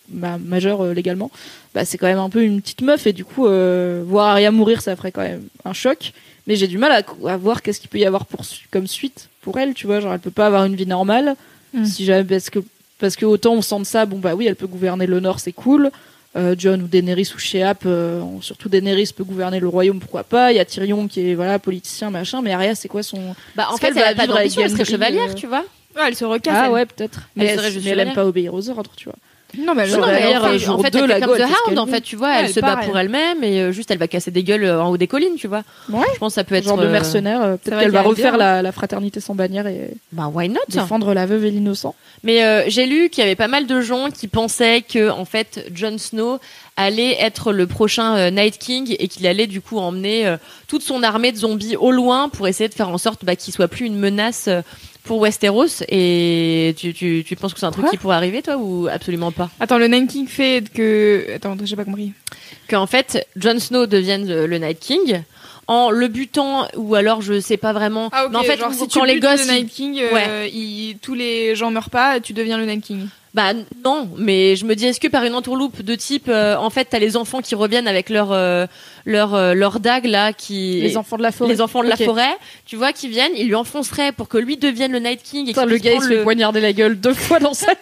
bah, majeure euh, légalement, bah c'est quand même un peu une petite meuf et du coup euh, voir Arya mourir ça ferait quand même un choc. Mais j'ai du mal à, à voir qu'est-ce qu'il peut y avoir pour comme suite pour elle, tu vois, genre elle peut pas avoir une vie normale mm. si jamais parce que parce que autant on sent de ça, bon bah oui elle peut gouverner le Nord, c'est cool. Euh, Jon ou Daenerys ou Sheap, euh, surtout Daenerys peut gouverner le royaume, pourquoi pas. Il y a Tyrion qui est voilà politicien machin, mais Arya c'est quoi son
bah en fait elle, elle a pas d'ambition, elle serait chevalière, euh... tu vois.
Ouais, elle se recasse.
Ah
elle.
ouais peut-être. Mais elle, elle, mais elle aime pas obéir aux ordres, tu vois.
Non mais,
non, mais elle, enfin, en fait elle fait comme The Hound en fait, tu vois,
ouais,
elle,
elle
se
part,
bat
elle.
pour elle-même et euh, juste elle va casser des gueules en haut des collines, tu vois.
Ouais.
Je pense que ça peut être
genre de mercenaire, euh, peut-être qu'elle va refaire la, la fraternité sans bannière et
bah why not
défendre la veuve et l'innocent.
Mais euh, j'ai lu qu'il y avait pas mal de gens qui pensaient que en fait Jon Snow allait être le prochain euh, Night King et qu'il allait du coup emmener euh, toute son armée de zombies au loin pour essayer de faire en sorte bah, qu'il soit plus une menace euh, pour Westeros. Et tu, tu, tu penses que c'est un truc
Quoi
qui pourrait arriver toi ou absolument pas?
Attends, le Night King fait que... Attends, j'ai pas compris.
Qu'en fait Jon Snow devienne le, le Night King en le butant ou alors je sais pas vraiment.
Ah ok,
mais en fait
genre, si
quand
tu
les
butes
gosses
le Night King, euh,
ouais.
il... tous les gens meurent pas, tu deviens le Night King.
Bah non, mais je me dis est-ce que par une entourloupe de type euh, en fait t'as les enfants qui reviennent avec leur euh, leur euh, leur dague là qui
les enfants de la forêt
les enfants de
okay.
la forêt, tu vois, qui viennent, ils lui enfonceraient pour que lui devienne le Night King et
Putain, le gars il se fait poignarder la gueule deux fois dans sa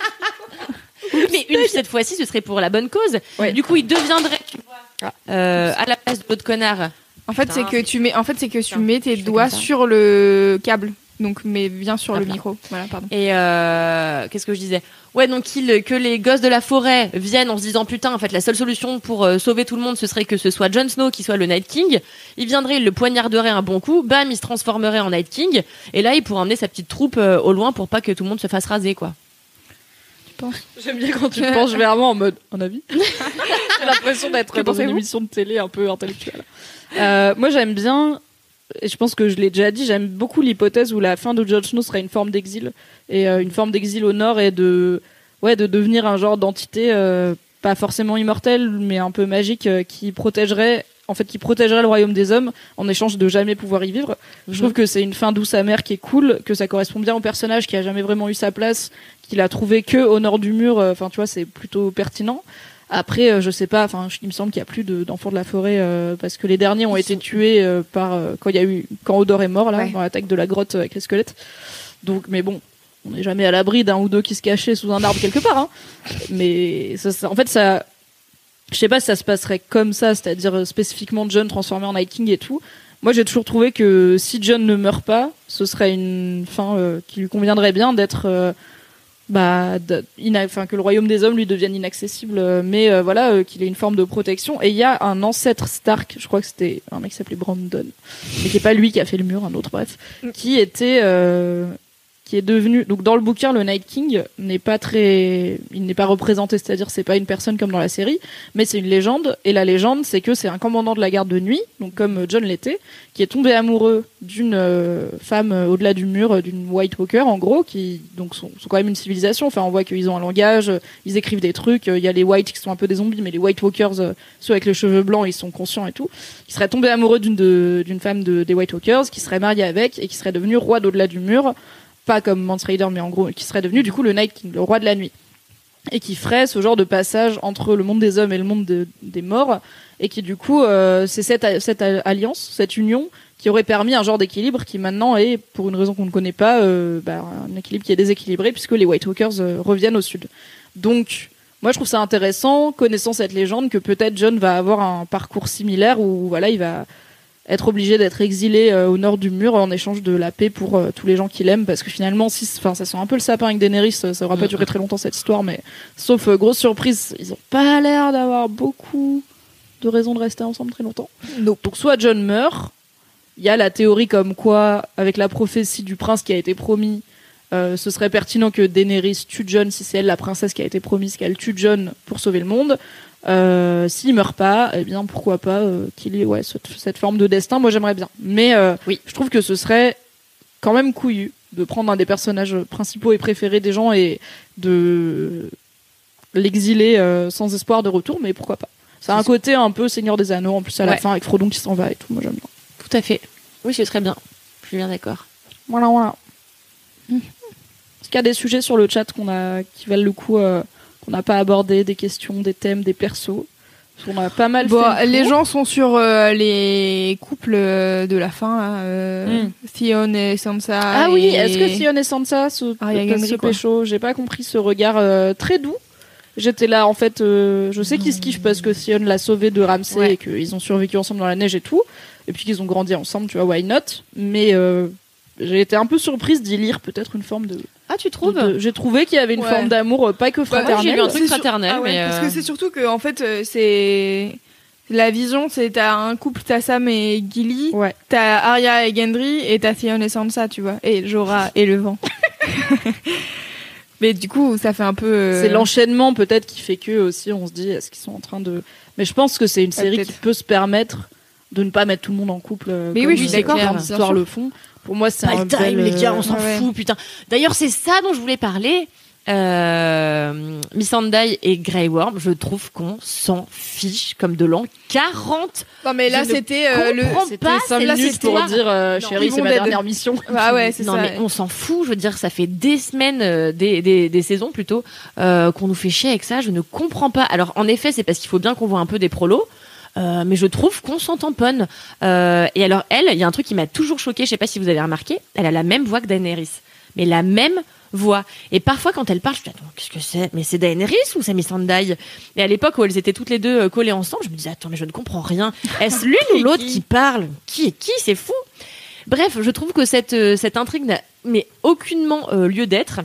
mais une cette fois-ci ce serait pour la bonne cause. Ouais. Du coup il deviendrait tu vois ah. euh, à la place de l'autre connard.
En fait c'est que tu mets en fait c'est que tu mets tes doigts sur le câble. Donc, mais bien sur ah, le micro. Voilà, pardon.
Et euh, qu'est-ce que je disais? Ouais, donc il, que les gosses de la forêt viennent en se disant putain, en fait, la seule solution pour euh, sauver tout le monde, ce serait que ce soit Jon Snow qui soit le Night King. Il viendrait, il le poignarderait un bon coup, bam, il se transformerait en Night King. Et là, il pourrait emmener sa petite troupe euh, au loin pour pas que tout le monde se fasse raser, quoi.
Tu penses? J'aime bien quand tu penses vraiment en mode, un avis. J'ai l'impression d'être dans une émission de télé un peu intellectuelle. Euh, moi, j'aime bien. Et je pense que je l'ai déjà dit, j'aime beaucoup l'hypothèse où la fin de Jon Snow serait une forme d'exil et euh, une forme d'exil au nord et de ouais de devenir un genre d'entité euh, pas forcément immortelle mais un peu magique euh, qui protégerait en fait qui protégerait le royaume des hommes en échange de jamais pouvoir y vivre. Mm-hmm. Je trouve que c'est une fin douce amère qui est cool, que ça correspond bien au personnage qui a jamais vraiment eu sa place, qu'il a trouvé que au nord du mur. Enfin euh, tu vois, c'est plutôt pertinent. Après, euh, je sais pas. Enfin, il me semble qu'il y a plus de, d'enfants de la forêt euh, parce que les derniers ont Ils été sont... tués euh, par euh, quand il y a eu quand Hodor est mort là ouais. dans l'attaque de la grotte avec les squelettes. Donc, mais bon, on n'est jamais à l'abri d'un ou deux qui se cachaient sous un arbre quelque part. Hein. Mais ça, ça, en fait, ça, je sais pas si ça se passerait comme ça, c'est-à-dire euh, spécifiquement Jon transformé en Night King et tout. Moi, j'ai toujours trouvé que si Jon ne meurt pas, ce serait une fin euh, qui lui conviendrait bien d'être euh, bah ina- enfin que le royaume des hommes lui devienne inaccessible euh, mais euh, voilà euh, qu'il ait une forme de protection. Et il y a un ancêtre Stark, je crois que c'était un mec qui s'appelait Brandon mais qui est pas lui qui a fait le mur, un autre, bref, qui était euh, qui est devenu, donc dans le bouquin le Night King n'est pas très, il n'est pas représenté, c'est-à-dire c'est pas une personne comme dans la série, mais c'est une légende. Et la légende c'est que c'est un commandant de la garde de nuit, donc comme Jon l'était, qui est tombé amoureux d'une euh, femme euh, au-delà du mur, euh, d'une White Walker en gros, qui donc sont, sont quand même une civilisation. Enfin on voit qu'ils ont un langage, euh, ils écrivent des trucs. Il euh, y a les White qui sont un peu des zombies, mais les White Walkers, euh, ceux avec les cheveux blancs, ils sont conscients et tout. Qui serait tombé amoureux d'une de, d'une femme de, des White Walkers, qui serait marié avec et qui serait devenu roi d'au-delà du mur. Pas comme Mance Rayder, mais en gros, qui serait devenu du coup le Night King, le roi de la nuit. Et qui ferait ce genre de passage entre le monde des hommes et le monde de, des morts. Et qui du coup, euh, c'est cette, cette alliance, cette union, qui aurait permis un genre d'équilibre qui maintenant est, pour une raison qu'on ne connaît pas, euh, bah, un équilibre qui est déséquilibré, puisque les White Walkers euh, reviennent au sud. Donc, moi je trouve ça intéressant, connaissant cette légende, que peut-être Jon va avoir un parcours similaire où voilà, il va être obligé d'être exilé euh, au nord du mur en échange de la paix pour euh, tous les gens qu'il aime, parce que finalement si, enfin ça sent un peu le sapin avec Daenerys, ça, ça aura pas duré très longtemps cette histoire, mais sauf euh, grosse surprise, ils ont pas l'air d'avoir beaucoup de raisons de rester ensemble très longtemps. Donc, donc soit Jon meurt, il y a la théorie comme quoi avec la prophétie du prince qui a été promis, euh, ce serait pertinent que Daenerys tue Jon si c'est elle la princesse qui a été promise, qu'elle tue Jon pour sauver le monde. Euh, s'il meurt pas, eh bien pourquoi pas euh, qu'il ait ouais cette, cette forme de destin. Moi j'aimerais bien, mais euh, oui, je trouve que ce serait quand même couillu de prendre un des personnages principaux et préférés des gens et de l'exiler euh, sans espoir de retour. Mais pourquoi pas? Ça a un côté un peu Seigneur des Anneaux en plus à la ouais. fin avec Frodon qui s'en va et tout. Moi j'aime bien.
Tout à fait. Oui, c'est très bien. Je suis bien d'accord.
Voilà, voilà. Mmh. Est-ce qu'il y a des sujets sur le chat qu'on a qui valent le coup euh, qu'on n'a pas abordé, des questions, des thèmes, des persos. On a pas mal
bon,
fait.
Les gens sont sur euh, les couples euh, de la fin, là, euh, mm. Theon et Sansa.
Ah
et...
oui, est-ce que Theon et Sansa se,
Gendry,
se pécho? J'ai pas compris ce regard euh, très doux. J'étais là, en fait, euh, je sais qu'ils se kiffent parce que Theon l'a sauvé de Ramsay ouais. et qu'ils ont survécu ensemble dans la neige et tout. Et puis qu'ils ont grandi ensemble, tu vois, why not? Mais euh, j'ai été un peu surprise d'y lire peut-être une forme de...
Ah, tu trouves
de, J'ai trouvé qu'il y avait une ouais. forme d'amour, euh, pas que fraternel.
Bah, j'ai lu un truc fraternel,
sur... ah, ouais,
mais...
Parce que c'est surtout que, en fait, euh, c'est... La vision, c'est t'as un couple, t'as Sam et Gilly, ouais. t'as Arya et Gendry, et t'as Theon et Sansa, tu vois, et Jorah et le vent. Mais du coup, ça fait un peu... Euh...
C'est l'enchaînement peut-être qui fait que aussi, on se dit, est-ce qu'ils sont en train de... Mais je pense que c'est une série ouais, qui peut se permettre de ne pas mettre tout le monde en couple.
Mais oui, je suis d'accord.
Les histoires le font. Pour moi, c'est un
time,
bel...
les gars, on s'en
ouais.
fout, putain. D'ailleurs, c'est ça dont je voulais parler. Euh, Missandei et Grey Worm, je trouve qu'on s'en fiche comme de l'an quarante.
Non mais là
je
c'était euh, le
c'était cinq minutes pour dire euh, chérie, c'est ma
dead.
dernière mission.
Ah ouais, c'est
non,
ça.
Non mais on s'en fout, je veux dire ça fait des semaines euh, des, des des saisons plutôt euh, qu'on nous fait chier avec ça, je ne comprends pas. Alors en effet, c'est parce qu'il faut bien qu'on voit un peu des prolos. Euh, mais je trouve qu'on s'en tamponne. Euh, et alors elle, il y a un truc qui m'a toujours choquée, je sais pas si vous avez remarqué, elle a la même voix que Daenerys. Mais la même voix. Et parfois, quand elle parle, je me dis, attends, qu'est-ce que c'est? Mais c'est Daenerys ou c'est Missandei? Et à l'époque où elles étaient toutes les deux collées ensemble, je me disais, attends, mais je ne comprends rien. Est-ce l'une ou l'autre qui parle? Qui est qui? C'est fou. Bref, je trouve que cette, cette intrigue n'a mais aucunement euh, lieu d'être.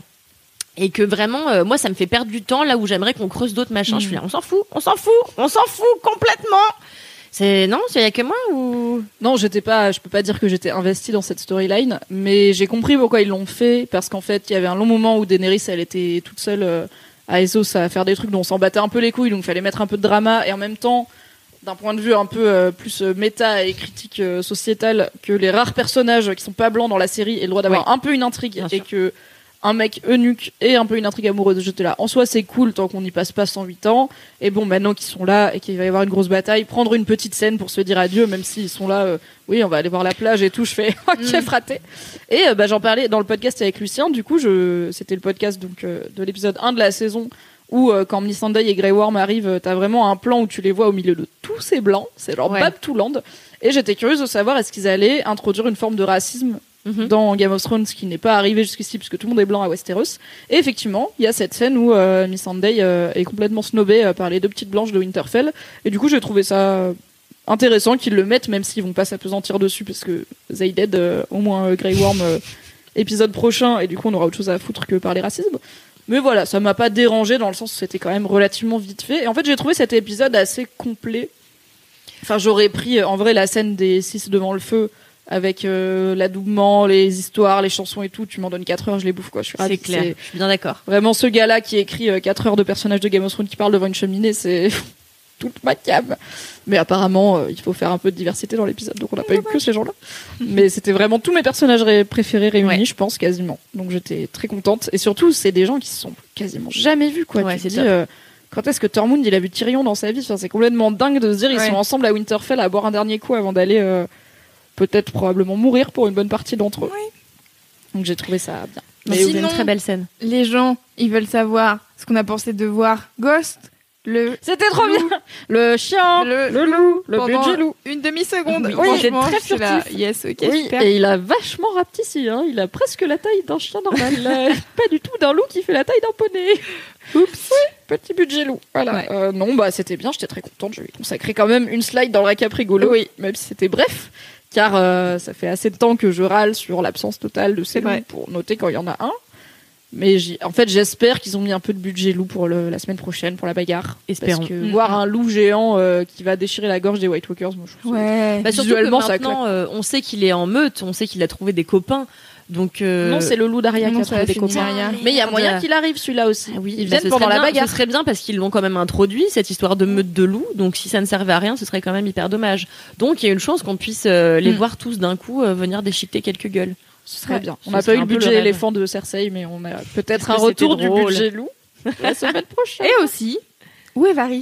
Et que vraiment, euh, moi, ça me fait perdre du temps là où j'aimerais qu'on creuse d'autres machins. Mmh. Je suis là, on s'en fout, on s'en fout, on s'en fout complètement. C'est non, il y a que moi ou
non, j'étais pas, je peux pas dire que j'étais investie dans cette storyline, mais j'ai compris pourquoi ils l'ont fait parce qu'en fait, il y avait un long moment où Daenerys, elle était toute seule euh, à Essos à faire des trucs dont on s'en battait un peu les couilles, donc il fallait mettre un peu de drama et en même temps, d'un point de vue un peu euh, plus euh, méta et critique euh, sociétale, que les rares personnages qui sont pas blancs dans la série aient le droit d'avoir ouais. un peu une intrigue Bien et sûr. que un mec eunuque et un peu une intrigue amoureuse. J'étais là. En soi, c'est cool tant qu'on n'y passe pas cent huit ans. Et bon, maintenant qu'ils sont là et qu'il va y avoir une grosse bataille, prendre une petite scène pour se dire adieu, même s'ils sont là, euh, oui, on va aller voir la plage et tout. Je fais, ok, mm. fraté. Et euh, bah, j'en parlais dans le podcast avec Lucien. Du coup, je... c'était le podcast donc, euh, de l'épisode un de la saison où euh, quand Missandei et Grey Worm arrivent, t'as vraiment un plan où tu les vois au milieu de tous ces blancs. C'est genre
ouais.
Babtooland. Et j'étais curieuse de savoir est-ce qu'ils allaient introduire une forme de racisme Mm-hmm. dans Game of Thrones, ce qui n'est pas arrivé jusqu'ici puisque tout le monde est blanc à Westeros. Et effectivement, il y a cette scène où euh, Missandei euh, est complètement snobée euh, par les deux petites blanches de Winterfell. Et du coup, j'ai trouvé ça intéressant qu'ils le mettent, même s'ils vont pas s'apesantir dessus, parce que they dead, euh, au moins euh, Grey Worm euh, épisode prochain, et du coup, on aura autre chose à foutre que parler racisme. Mais voilà, ça m'a pas dérangé dans le sens où c'était quand même relativement vite fait. Et en fait, j'ai trouvé cet épisode assez complet. Enfin, j'aurais pris en vrai la scène des six devant le feu. Avec euh, l'adoubement, les histoires, les chansons et tout, tu m'en donnes quatre heures, je les bouffe quoi. Je suis ravie.
C'est clair, c'est... je suis bien d'accord.
Vraiment, ce gars-là qui écrit euh, quatre heures de personnages de Game of Thrones qui parlent devant une cheminée, c'est toute ma cam. Mais apparemment, euh, il faut faire un peu de diversité dans l'épisode, donc on n'a pas eu que ces gens-là. Mais c'était vraiment tous mes personnages ré- préférés réunis, ouais. je pense, quasiment. Donc j'étais très contente. Et surtout, c'est des gens qui se sont quasiment jamais vus quoi.
Ouais,
tu
c'est
te dis, euh, quand est-ce que Tormund il a vu Tyrion dans sa vie? Enfin, c'est complètement dingue de se dire, ouais. ils sont ensemble à Winterfell à boire un dernier coup avant d'aller... Euh, peut-être probablement mourir pour une bonne partie d'entre eux. Oui. Donc j'ai trouvé ça bien.
Mais
sinon,
c'est une très belle scène.
Les gens, ils veulent savoir ce qu'on a pensé de voir Ghost, le
C'était trop loup, bien. Le chien, le, le loup, le budget loup.
Une demi-seconde.
Oui, oui, il est très furtif.
Là, yes, ok,
oui,
super.
Et il a vachement rapetissi, hein. Il a presque la taille d'un chien normal. Pas du tout d'un loup qui fait la taille d'un poney. Oups. Oui, petit budget loup. Voilà. Ouais. Euh, non, bah c'était bien, j'étais très contente. Je lui ai consacré quand même une slide dans le récap rigolo. Oui, même si c'était bref. Car euh, ça fait assez de temps que je râle sur l'absence totale de ces loups pour noter quand il y en a un. Mais j'ai... en fait, j'espère qu'ils ont mis un peu de budget loup pour le... la semaine prochaine, pour la bagarre.
Espérons.
Parce que
mmh.
voir un loup géant euh, qui va déchirer la gorge des White Walkers, moi je trouve
ouais.
bah, visuellement, ça maintenant, euh, on sait qu'il est en meute, on sait qu'il a trouvé des copains. Donc euh...
non, c'est le loup d'Arya qui a trouvé des copains.
Arya.
Mais il y a moyen qu'il arrive celui-là aussi.
Ah oui,
il
bah,
vient pendant la bagarre.
Ce serait bien parce qu'ils l'ont quand même introduit cette histoire de meute de loups. Donc si ça ne servait à rien, ce serait quand même hyper dommage. Donc il y a une chance qu'on puisse euh, les mm. voir tous d'un coup euh, venir déchiqueter quelques gueules.
Ce serait ouais, bien. On n'a pas eu le budget éléphant de Cersei, mais on a peut-être un retour du budget loup la semaine prochaine.
Et aussi, où est Varys?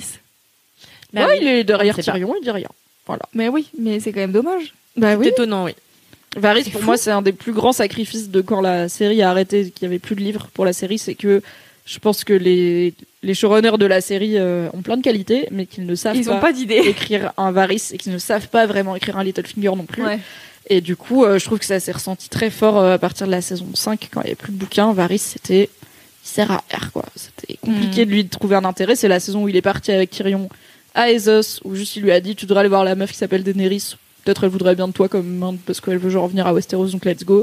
Bah ouais, oui. Il est derrière Tyrion, il dit rien. Voilà.
Mais oui, mais c'est quand même dommage.
Bah oui. C'est étonnant, oui.
Varys, pour fou. moi, c'est un des plus grands sacrifices de quand la série a arrêté, qu'il n'y avait plus de livres pour la série, c'est que Je pense que les, les showrunners de la série euh, ont plein de qualités, mais qu'ils ne savent
Ils
pas,
ont pas d'idée.
écrire un Varys et qu'ils ne savent pas vraiment écrire un Littlefinger non plus.
Ouais.
Et du coup, euh, je trouve que ça s'est ressenti très fort euh, à partir de la saison cinq, quand il n'y avait plus de bouquins. Varys, c'était... Il sert à R, quoi. C'était compliqué
Mm.
de lui de trouver un intérêt. C'est la saison où il est parti avec Tyrion à Essos, où juste il lui a dit « Tu devrais aller voir la meuf qui s'appelle Daenerys. Peut-être elle voudrait bien de toi comme main, parce qu'elle veut genre revenir à Westeros, donc let's go. »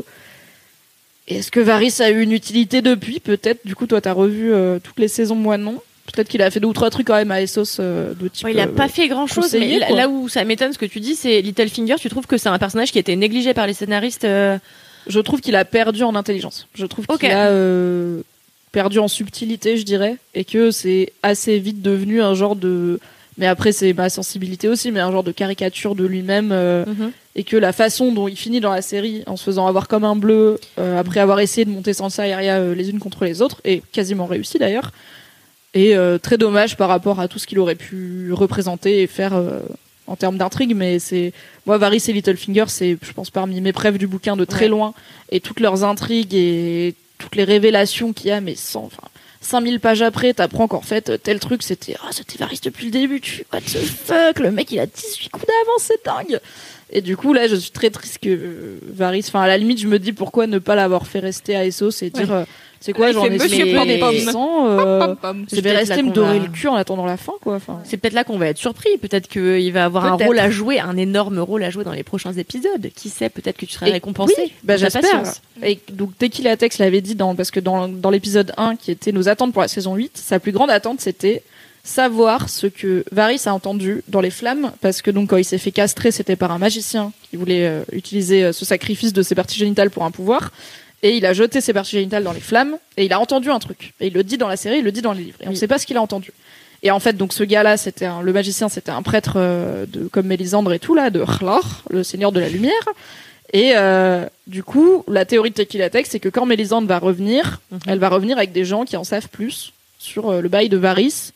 Et est-ce que Varys a eu une utilité depuis ? Peut-être. Du coup, toi, t'as revu euh, toutes les saisons, moi non. Peut-être qu'il a fait deux ou trois trucs quand même à Essos euh, de type.
Ouais, il a
euh,
pas fait grand chose,
conseiller,
mais là,
quoi.
là où ça m'étonne ce que tu dis, c'est Littlefinger. Tu trouves que c'est un personnage qui a été négligé par les scénaristes euh...
Je trouve qu'il a perdu en intelligence. Je trouve qu'il
Ok.
a euh, perdu en subtilité, je dirais, et que c'est assez vite devenu un genre de. Mais après, c'est ma sensibilité aussi, mais un genre de caricature de lui-même. euh,
mm-hmm.
Et que la façon dont il finit dans la série, en se faisant avoir comme un bleu, euh, après avoir essayé de monter Sansa et Arya euh, les unes contre les autres, et quasiment réussi d'ailleurs, est euh, très dommage par rapport à tout ce qu'il aurait pu représenter et faire euh, en termes d'intrigue. Mais c'est moi, Varys et Littlefinger, c'est, je pense, parmi mes préfs du bouquin de très
Ouais.
loin, et toutes leurs intrigues et toutes les révélations qu'il y a, mais sans, enfin, cinq mille pages après, t'apprends qu'en fait, tel truc, c'était, ah, oh, c'était Varys depuis le début, tu, what the fuck, le mec, il a dix-huit coups d'avance, c'est dingue. Et du coup, là, je suis très triste que euh, Varys, enfin, à la limite, je me dis pourquoi ne pas l'avoir fait rester à Essos et dire,
Ouais.
euh, c'est quoi,
Il
j'en
fait
ai
Monsieur
mais-
Pom-Pom.
sans, euh,
Pom, pom.
je vais
peut-être
rester
là
me
qu'on
dorer
va-
le cul en attendant la fin, quoi. Enfin,
C'est peut-être là qu'on va être surpris. Peut-être qu'il va avoir un
Peut-être.
rôle à jouer, un énorme rôle à jouer dans les prochains épisodes. Qui sait, peut-être que tu seras
Et-
récompensé.
oui, bah,
pour ta
j'espère.
patience.
Et donc, Tequila Tex l'avait dit dans, parce que dans, dans l'épisode un, qui était nos attentes pour la saison huit, sa plus grande attente, c'était savoir ce que Varys a entendu dans les flammes, parce que donc, quand il s'est fait castrer, c'était par un magicien qui voulait euh, utiliser euh, ce sacrifice de ses parties génitales pour un pouvoir. Et il a jeté ses parties génitales dans les flammes, et il a entendu un truc. Et il le dit dans la série, il le dit dans les livres. Et on ne
Oui.
sait pas ce qu'il a entendu. Et en fait, donc ce gars-là, c'était un, le magicien, c'était un prêtre euh, de, comme Mélisandre et tout, là, de Hrlar, le seigneur de la lumière. Et euh, du coup, la théorie de Tequila Tex, c'est que quand Mélisandre va revenir,
Mhm.
elle va revenir avec des gens qui en savent plus sur euh, le bail de Varys.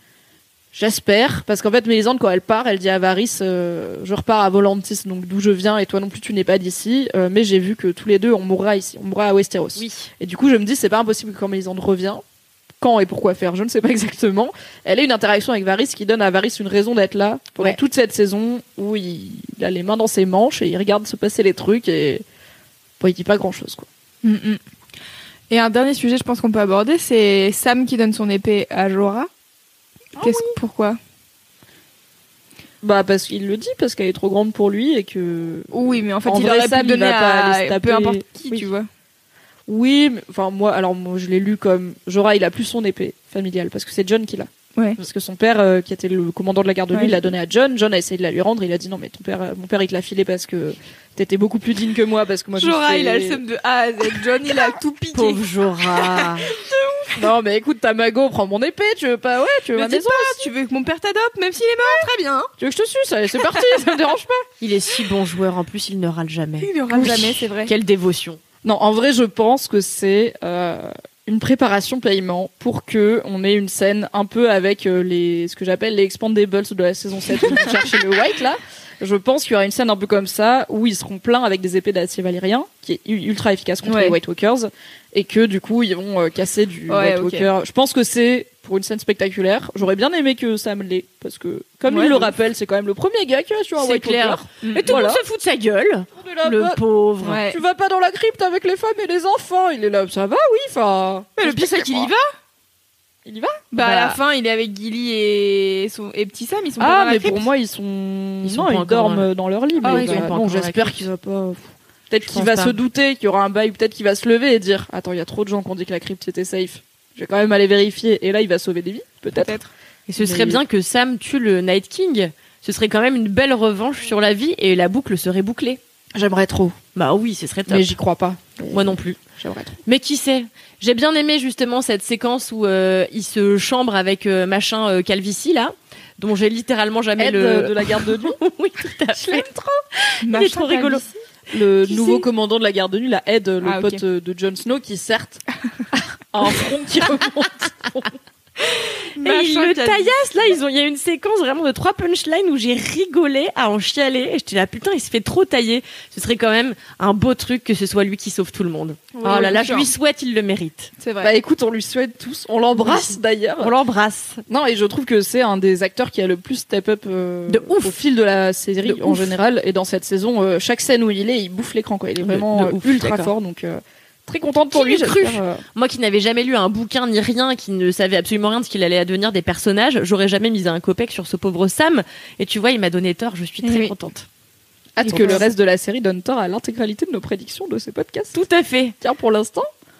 J'espère, parce qu'en fait, Mélisandre, quand elle part, elle dit à Varys, euh, je repars à Volantis, donc d'où je viens, et toi non plus, tu n'es pas d'ici. Euh, mais j'ai vu que tous les deux, on mourra ici, on mourra à Westeros.
Oui.
Et du coup, je me dis, c'est pas impossible que quand Mélisandre revient, quand et pourquoi faire, je ne sais pas exactement, elle ait une interaction avec Varys qui donne à Varys une raison d'être là pendant
Ouais.
toute cette saison où il, il a les mains dans ses manches et il regarde se passer les trucs et bon, il dit pas grand chose, quoi.
Mm, mm. Et un dernier sujet, je pense qu'on peut aborder, c'est Sam qui donne son épée à Jorah. Qu'est-ce pourquoi
Bah, parce qu'il le dit, parce qu'elle est trop grande pour lui et que.
Oui, mais en fait,
En
il
vrai,
aurait
Sam,
pu
il
donner
va pas aller se
à
taper.
peu importe qui,
Oui.
tu vois.
Oui, mais, enfin, moi, alors, moi, je l'ai lu comme Jorah, il a plus son épée familiale parce que c'est John qui l'a.
Ouais.
Parce que son père, euh, qui était le commandant de la garde de nuit,
Ouais.
il l'a donné à John. John a essayé de la lui rendre. Il a dit non, mais ton père, euh, mon père, il te l'a filé parce que t'étais beaucoup plus digne que moi. Parce que moi, je
Jorah,
fais-
il a le seum de A à Z. John, il a tout piqué.
Pauvre Jorah.
Non, mais écoute, Tamago, prends mon épée. Tu veux pas, ouais, tu veux
Me
ma
dis
maison.
pas, tu veux que mon père t'adopte, même s'il est mort, très bien.
Tu veux que je te suce? Allez, c'est parti. Ça me dérange pas.
Il est si bon joueur. En plus, il ne râle jamais.
Il ne râle jamais, c'est vrai.
Quelle dévotion.
Non, en vrai, je pense que c'est euh, une préparation paiement pour que on ait une scène un peu avec euh, les, ce que j'appelle les Expandables de la saison sept où ils cherchent le White, là. Je pense qu'il y aura une scène un peu comme ça où ils seront pleins avec des épées d'acier valyrien, qui est u- ultra efficace contre
Ouais.
les White Walkers, et que du coup ils vont euh, casser du
Ouais,
White
ok.
Walker. Je pense que c'est pour une scène spectaculaire. J'aurais bien aimé que Sam l'ait, parce que comme
Ouais,
il le
de ouf.
rappelle, c'est quand même le premier gars qui a sur un
C'est
White
clair.
Walker.
Mm.
Et tout le
Voilà.
monde se fout de sa gueule.
On est là,
Le
bah,
pauvre.
Ouais.
tu vas pas dans la crypte avec les femmes et les enfants. Il est là, ça va, oui, enfin.
Mais le pire, c'est qu'il y va.
Il y va.
Bah, à
Bah.
la fin, il est avec Gilly et, son... et Petit Sam, ils sont pas
Ah,
dans la
mais
crypte.
pour moi, ils sont.
Ils sont
non,
pas
ils
encore
dorment
dans
dans leur lit.
Ah
mais
oui, ils
bah,
sont pas
non,
encore dans la
j'espère
crypte.
qu'il va pas. Peut-être
Je
qu'il
pense
va
pas.
se douter, qu'il y aura un bail, peut-être qu'il va se lever et dire attends, il y a trop de gens qui ont dit que la crypte c'était safe. Je vais quand même aller vérifier. Et là, il va sauver des vies, peut-être.
Peut-être.
Et ce serait
Mais-
bien que Sam tue le Night King. Ce serait quand même une belle revanche sur la vie et la boucle serait bouclée.
J'aimerais trop,
Bah oui, ce serait top.
mais j'y crois pas.
Moi non plus.
J'aimerais trop.
Mais qui sait? J'ai bien aimé justement cette séquence où euh, il se chambre avec euh, machin euh, Calvici là, dont j'ai littéralement jamais
Ed
le.
euh, de la garde de nuit.
Oui, tout à fait.
Il
est trop rigolo.
Le
Qui
nouveau
c'est
commandant de la garde de nuit, la Ed, le
Ah, ok.
pote euh, de Jon Snow, qui certes a un front qui remonte.
Et ils le taillassent, là, ils ont, il y a une séquence vraiment de trois punchlines où j'ai rigolé à en chialer, et j'étais là, putain, il se fait trop tailler. Ce serait quand même un beau truc que ce soit lui qui sauve tout le monde. Oui, oh là là, je lui souhaite, il le mérite.
C'est vrai. Bah écoute, on lui souhaite tous, on l'embrasse oui. d'ailleurs.
On l'embrasse.
Non, et je trouve que c'est un des acteurs qui a le plus step up euh,
de ouf.
au fil de la série
de
en
ouf.
général, et dans cette saison, euh, chaque scène où il est, il bouffe l'écran, quoi. Il est vraiment
de, de ouf,
ultra
d'accord.
fort, donc... Euh, très contente pour
qui
lui,
cru
euh...
Moi qui n'avais jamais lu un bouquin ni rien, qui ne savait absolument rien de ce qu'il allait advenir des personnages, j'aurais jamais misé un copec sur ce pauvre Sam. Et tu vois, il m'a donné tort, je suis très oui. contente.
Hâte que le reste de la série donne tort à l'intégralité de nos prédictions de ces podcasts.
Tout à fait.
Tiens, pour l'instant,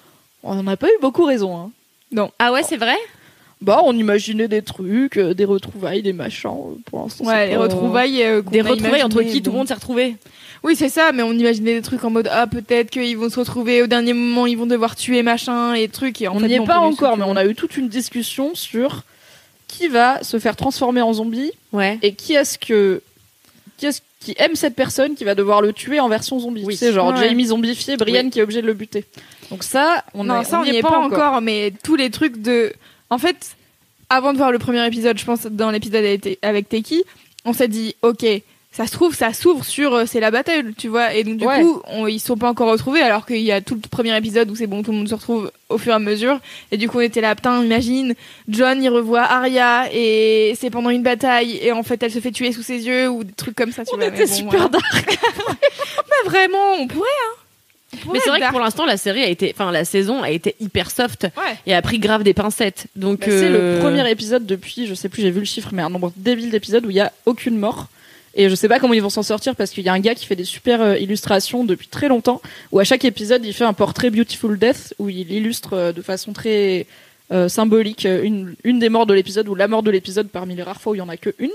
on n'a pas eu beaucoup raison. Hein.
Non. Ah ouais, c'est vrai ?
Bah, on imaginait des trucs, euh, des retrouvailles, des machins. Pour l'instant,
ouais,
c'est
les
pas...
retrouvailles. Euh,
des retrouvailles entre qui bon. Tout le monde s'est retrouvé.
Oui, c'est ça, mais on imaginait des trucs en mode ah peut-être qu'ils vont se retrouver au dernier moment, ils vont devoir tuer machin et trucs. Et en
on n'y est pas encore, mais on a eu toute une discussion sur qui va se faire transformer en zombie
ouais.
et qui est-ce que qui est-ce qui aime cette personne qui va devoir le tuer en version zombie.
Oui.
Tu sais, genre
ouais.
Jamie zombifié, Brienne
oui.
qui est obligé de le buter. Donc ça, on
non,
a,
ça
on n'y est, est pas,
pas
encore.
encore, mais tous les trucs de, en fait, avant de voir le premier épisode, je pense dans l'épisode avec Teki, on s'est dit ok. Ça se trouve, ça s'ouvre sur euh, c'est la bataille, tu vois, et donc du
ouais.
coup, on, ils sont pas encore retrouvés, alors qu'il y a tout le premier épisode où c'est bon, tout le monde se retrouve au fur et à mesure, et du coup on était là, putain, imagine, John il revoit Arya et c'est pendant une bataille et en fait elle se fait tuer sous ses yeux ou des trucs comme ça, tu
on
vois.
était
bon,
super
voilà.
dark.
Mais vraiment, on pourrait, hein. On pourrait
mais c'est vrai
dark.
que pour l'instant la série a été, enfin la saison a été hyper soft
ouais.
et a pris grave des pincettes. Donc
bah,
euh...
c'est le premier épisode depuis, je sais plus, j'ai vu le chiffre, mais un nombre débile d'épisodes où il y a aucune mort. Et je sais pas comment ils vont s'en sortir parce qu'il y a un gars qui fait des super euh, illustrations depuis très longtemps où à chaque épisode il fait un portrait Beautiful Death où il illustre euh, de façon très euh, symbolique une, une des morts de l'épisode ou la mort de l'épisode parmi les rares fois où il y en a que une.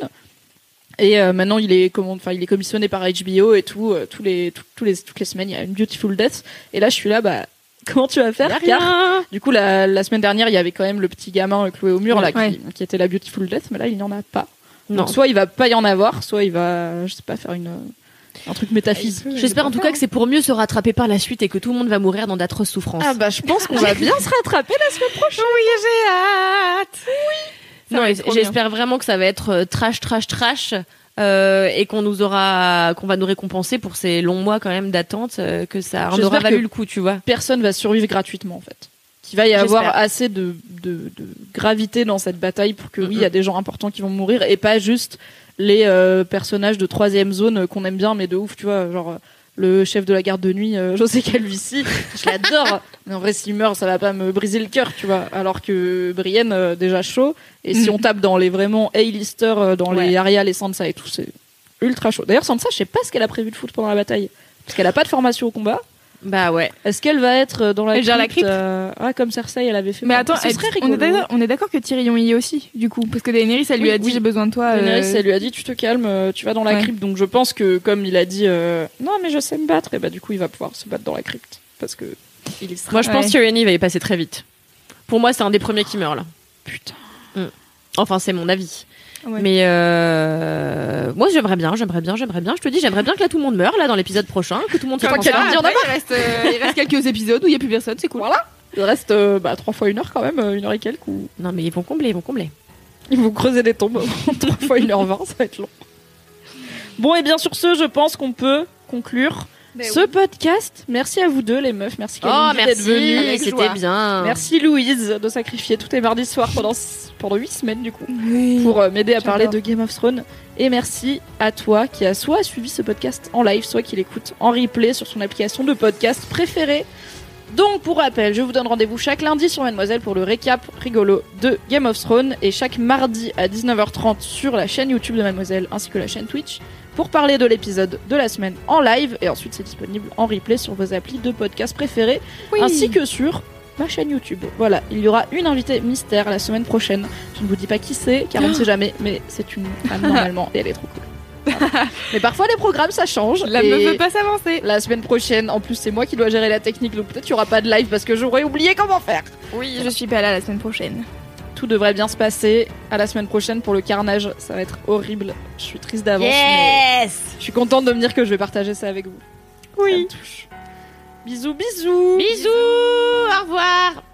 Et euh, maintenant il est comment, enfin il est commissionné par H B O et tout, euh, tous les tout, tous les toutes les semaines il y a une Beautiful Death. Et là je suis là bah comment tu vas faire car du coup la, la semaine dernière il y avait quand même le petit gamin cloué au mur là
ouais.
qui, qui était la Beautiful Death, mais là il n'y en a pas.
Non.
Donc soit il va pas y en avoir, soit il va, je sais pas, faire une un truc métaphysique.
J'espère en tout cas que c'est pour mieux se rattraper par la suite et que tout le monde va mourir dans d'atroces souffrances.
Ah bah je pense qu'on va bien se rattraper la semaine prochaine.
Oui, j'ai hâte. Oui.
Non, j'espère
bien.
vraiment que ça va être trash, trash, trash. Euh, et qu'on nous aura, qu'on va nous récompenser pour ces longs mois quand même d'attente, euh, que ça en aura valu le coup, tu vois.
Personne va survivre gratuitement en fait. Qu'il va y avoir j'espère. assez de, de, de gravité dans cette bataille pour que mm-hmm. oui, il y a des gens importants qui vont mourir et pas juste les euh, personnages de troisième zone qu'on aime bien mais de ouf, tu vois, genre le chef de la garde de nuit, euh, José Calvici, je l'adore. Mais en vrai, s'il meurt, ça va pas me briser le cœur, tu vois. Alors que Brienne, euh, déjà chaud. Et si on tape dans les vraiment A-listers, euh, dans ouais. les Arya, les Sansa et tout, c'est ultra chaud. D'ailleurs, Sansa, je sais pas ce qu'elle a prévu de foutre pendant la bataille. Parce qu'elle a pas de formation au combat.
Bah ouais.
Est-ce qu'elle va être dans la
crypte,
la crypte euh... Ah, comme Cersei, elle avait fait.
Mais attends, elle, on, est d'accord, on est d'accord que Tyrion y est aussi, du coup. Parce que Daenerys, elle lui
oui,
a dit
oui.
j'ai besoin de toi.
Daenerys,
euh...
elle lui a dit tu te calmes, tu vas dans la ouais. crypte. Donc je pense que, comme il a dit euh, non, mais je sais me battre, et bah du coup, il va pouvoir se battre dans la crypte. Parce que. Il est
moi, je pense ouais. que Tyrion va y passer très vite. Pour moi, c'est un des premiers qui meurt là.
Putain.
Mm. Enfin, c'est mon avis.
Ouais.
Mais euh... moi j'aimerais bien, j'aimerais bien, j'aimerais bien. Je te dis, j'aimerais bien que là tout le monde meure là dans l'épisode prochain, que tout le monde soit
content.
Il reste, euh, il reste quelques épisodes où il y a plus personne, c'est cool.
Voilà. Il reste euh, bah, trois fois une heure quand même, une heure et quelques. Ou...
Non mais ils vont combler, ils vont combler.
Ils vont creuser des tombes. Trois fois une heure vingt, ça va être long. Bon et bien sur ce, je pense qu'on peut conclure. Mais ce oui. podcast, merci à vous deux les meufs, merci
Kalindi
oh,
d'être
venues,
c'était bien.
Merci Louise de sacrifier tous tes mardis soirs pendant pendant huit semaines du coup
oui,
pour euh, m'aider à
j'adore.
parler de Game of Thrones. Et merci à toi qui a soit suivi ce podcast en live, soit qui l'écoute en replay sur son application de podcast préférée. Donc pour rappel, je vous donne rendez-vous chaque lundi sur Mademoiselle pour le récap rigolo de Game of Thrones et chaque mardi à dix-neuf heures trente sur la chaîne YouTube de Mademoiselle ainsi que la chaîne Twitch pour parler de l'épisode de la semaine en live et ensuite c'est disponible en replay sur vos applis de podcast préférés oui. ainsi que sur ma chaîne YouTube. Voilà, il y aura une invitée mystère la semaine prochaine. Je ne vous dis pas qui c'est car on ne sait jamais, mais c'est une femme normalement et elle est trop cool. Voilà. Mais parfois les programmes ça change.
La meuf veut pas s'avancer.
La semaine prochaine, en plus c'est moi qui dois gérer la technique, donc peut-être qu'il n'y aura pas de live parce que j'aurais oublié comment faire.
Oui, je suis pas là la semaine prochaine.
Tout devrait bien se passer. À la semaine prochaine pour le carnage, ça va être horrible. Je suis triste d'avance.
Yes
mais je suis contente de me dire que je vais partager ça avec vous.
Oui.
Ça me touche. Bisous, bisous.
Bisous. Au revoir.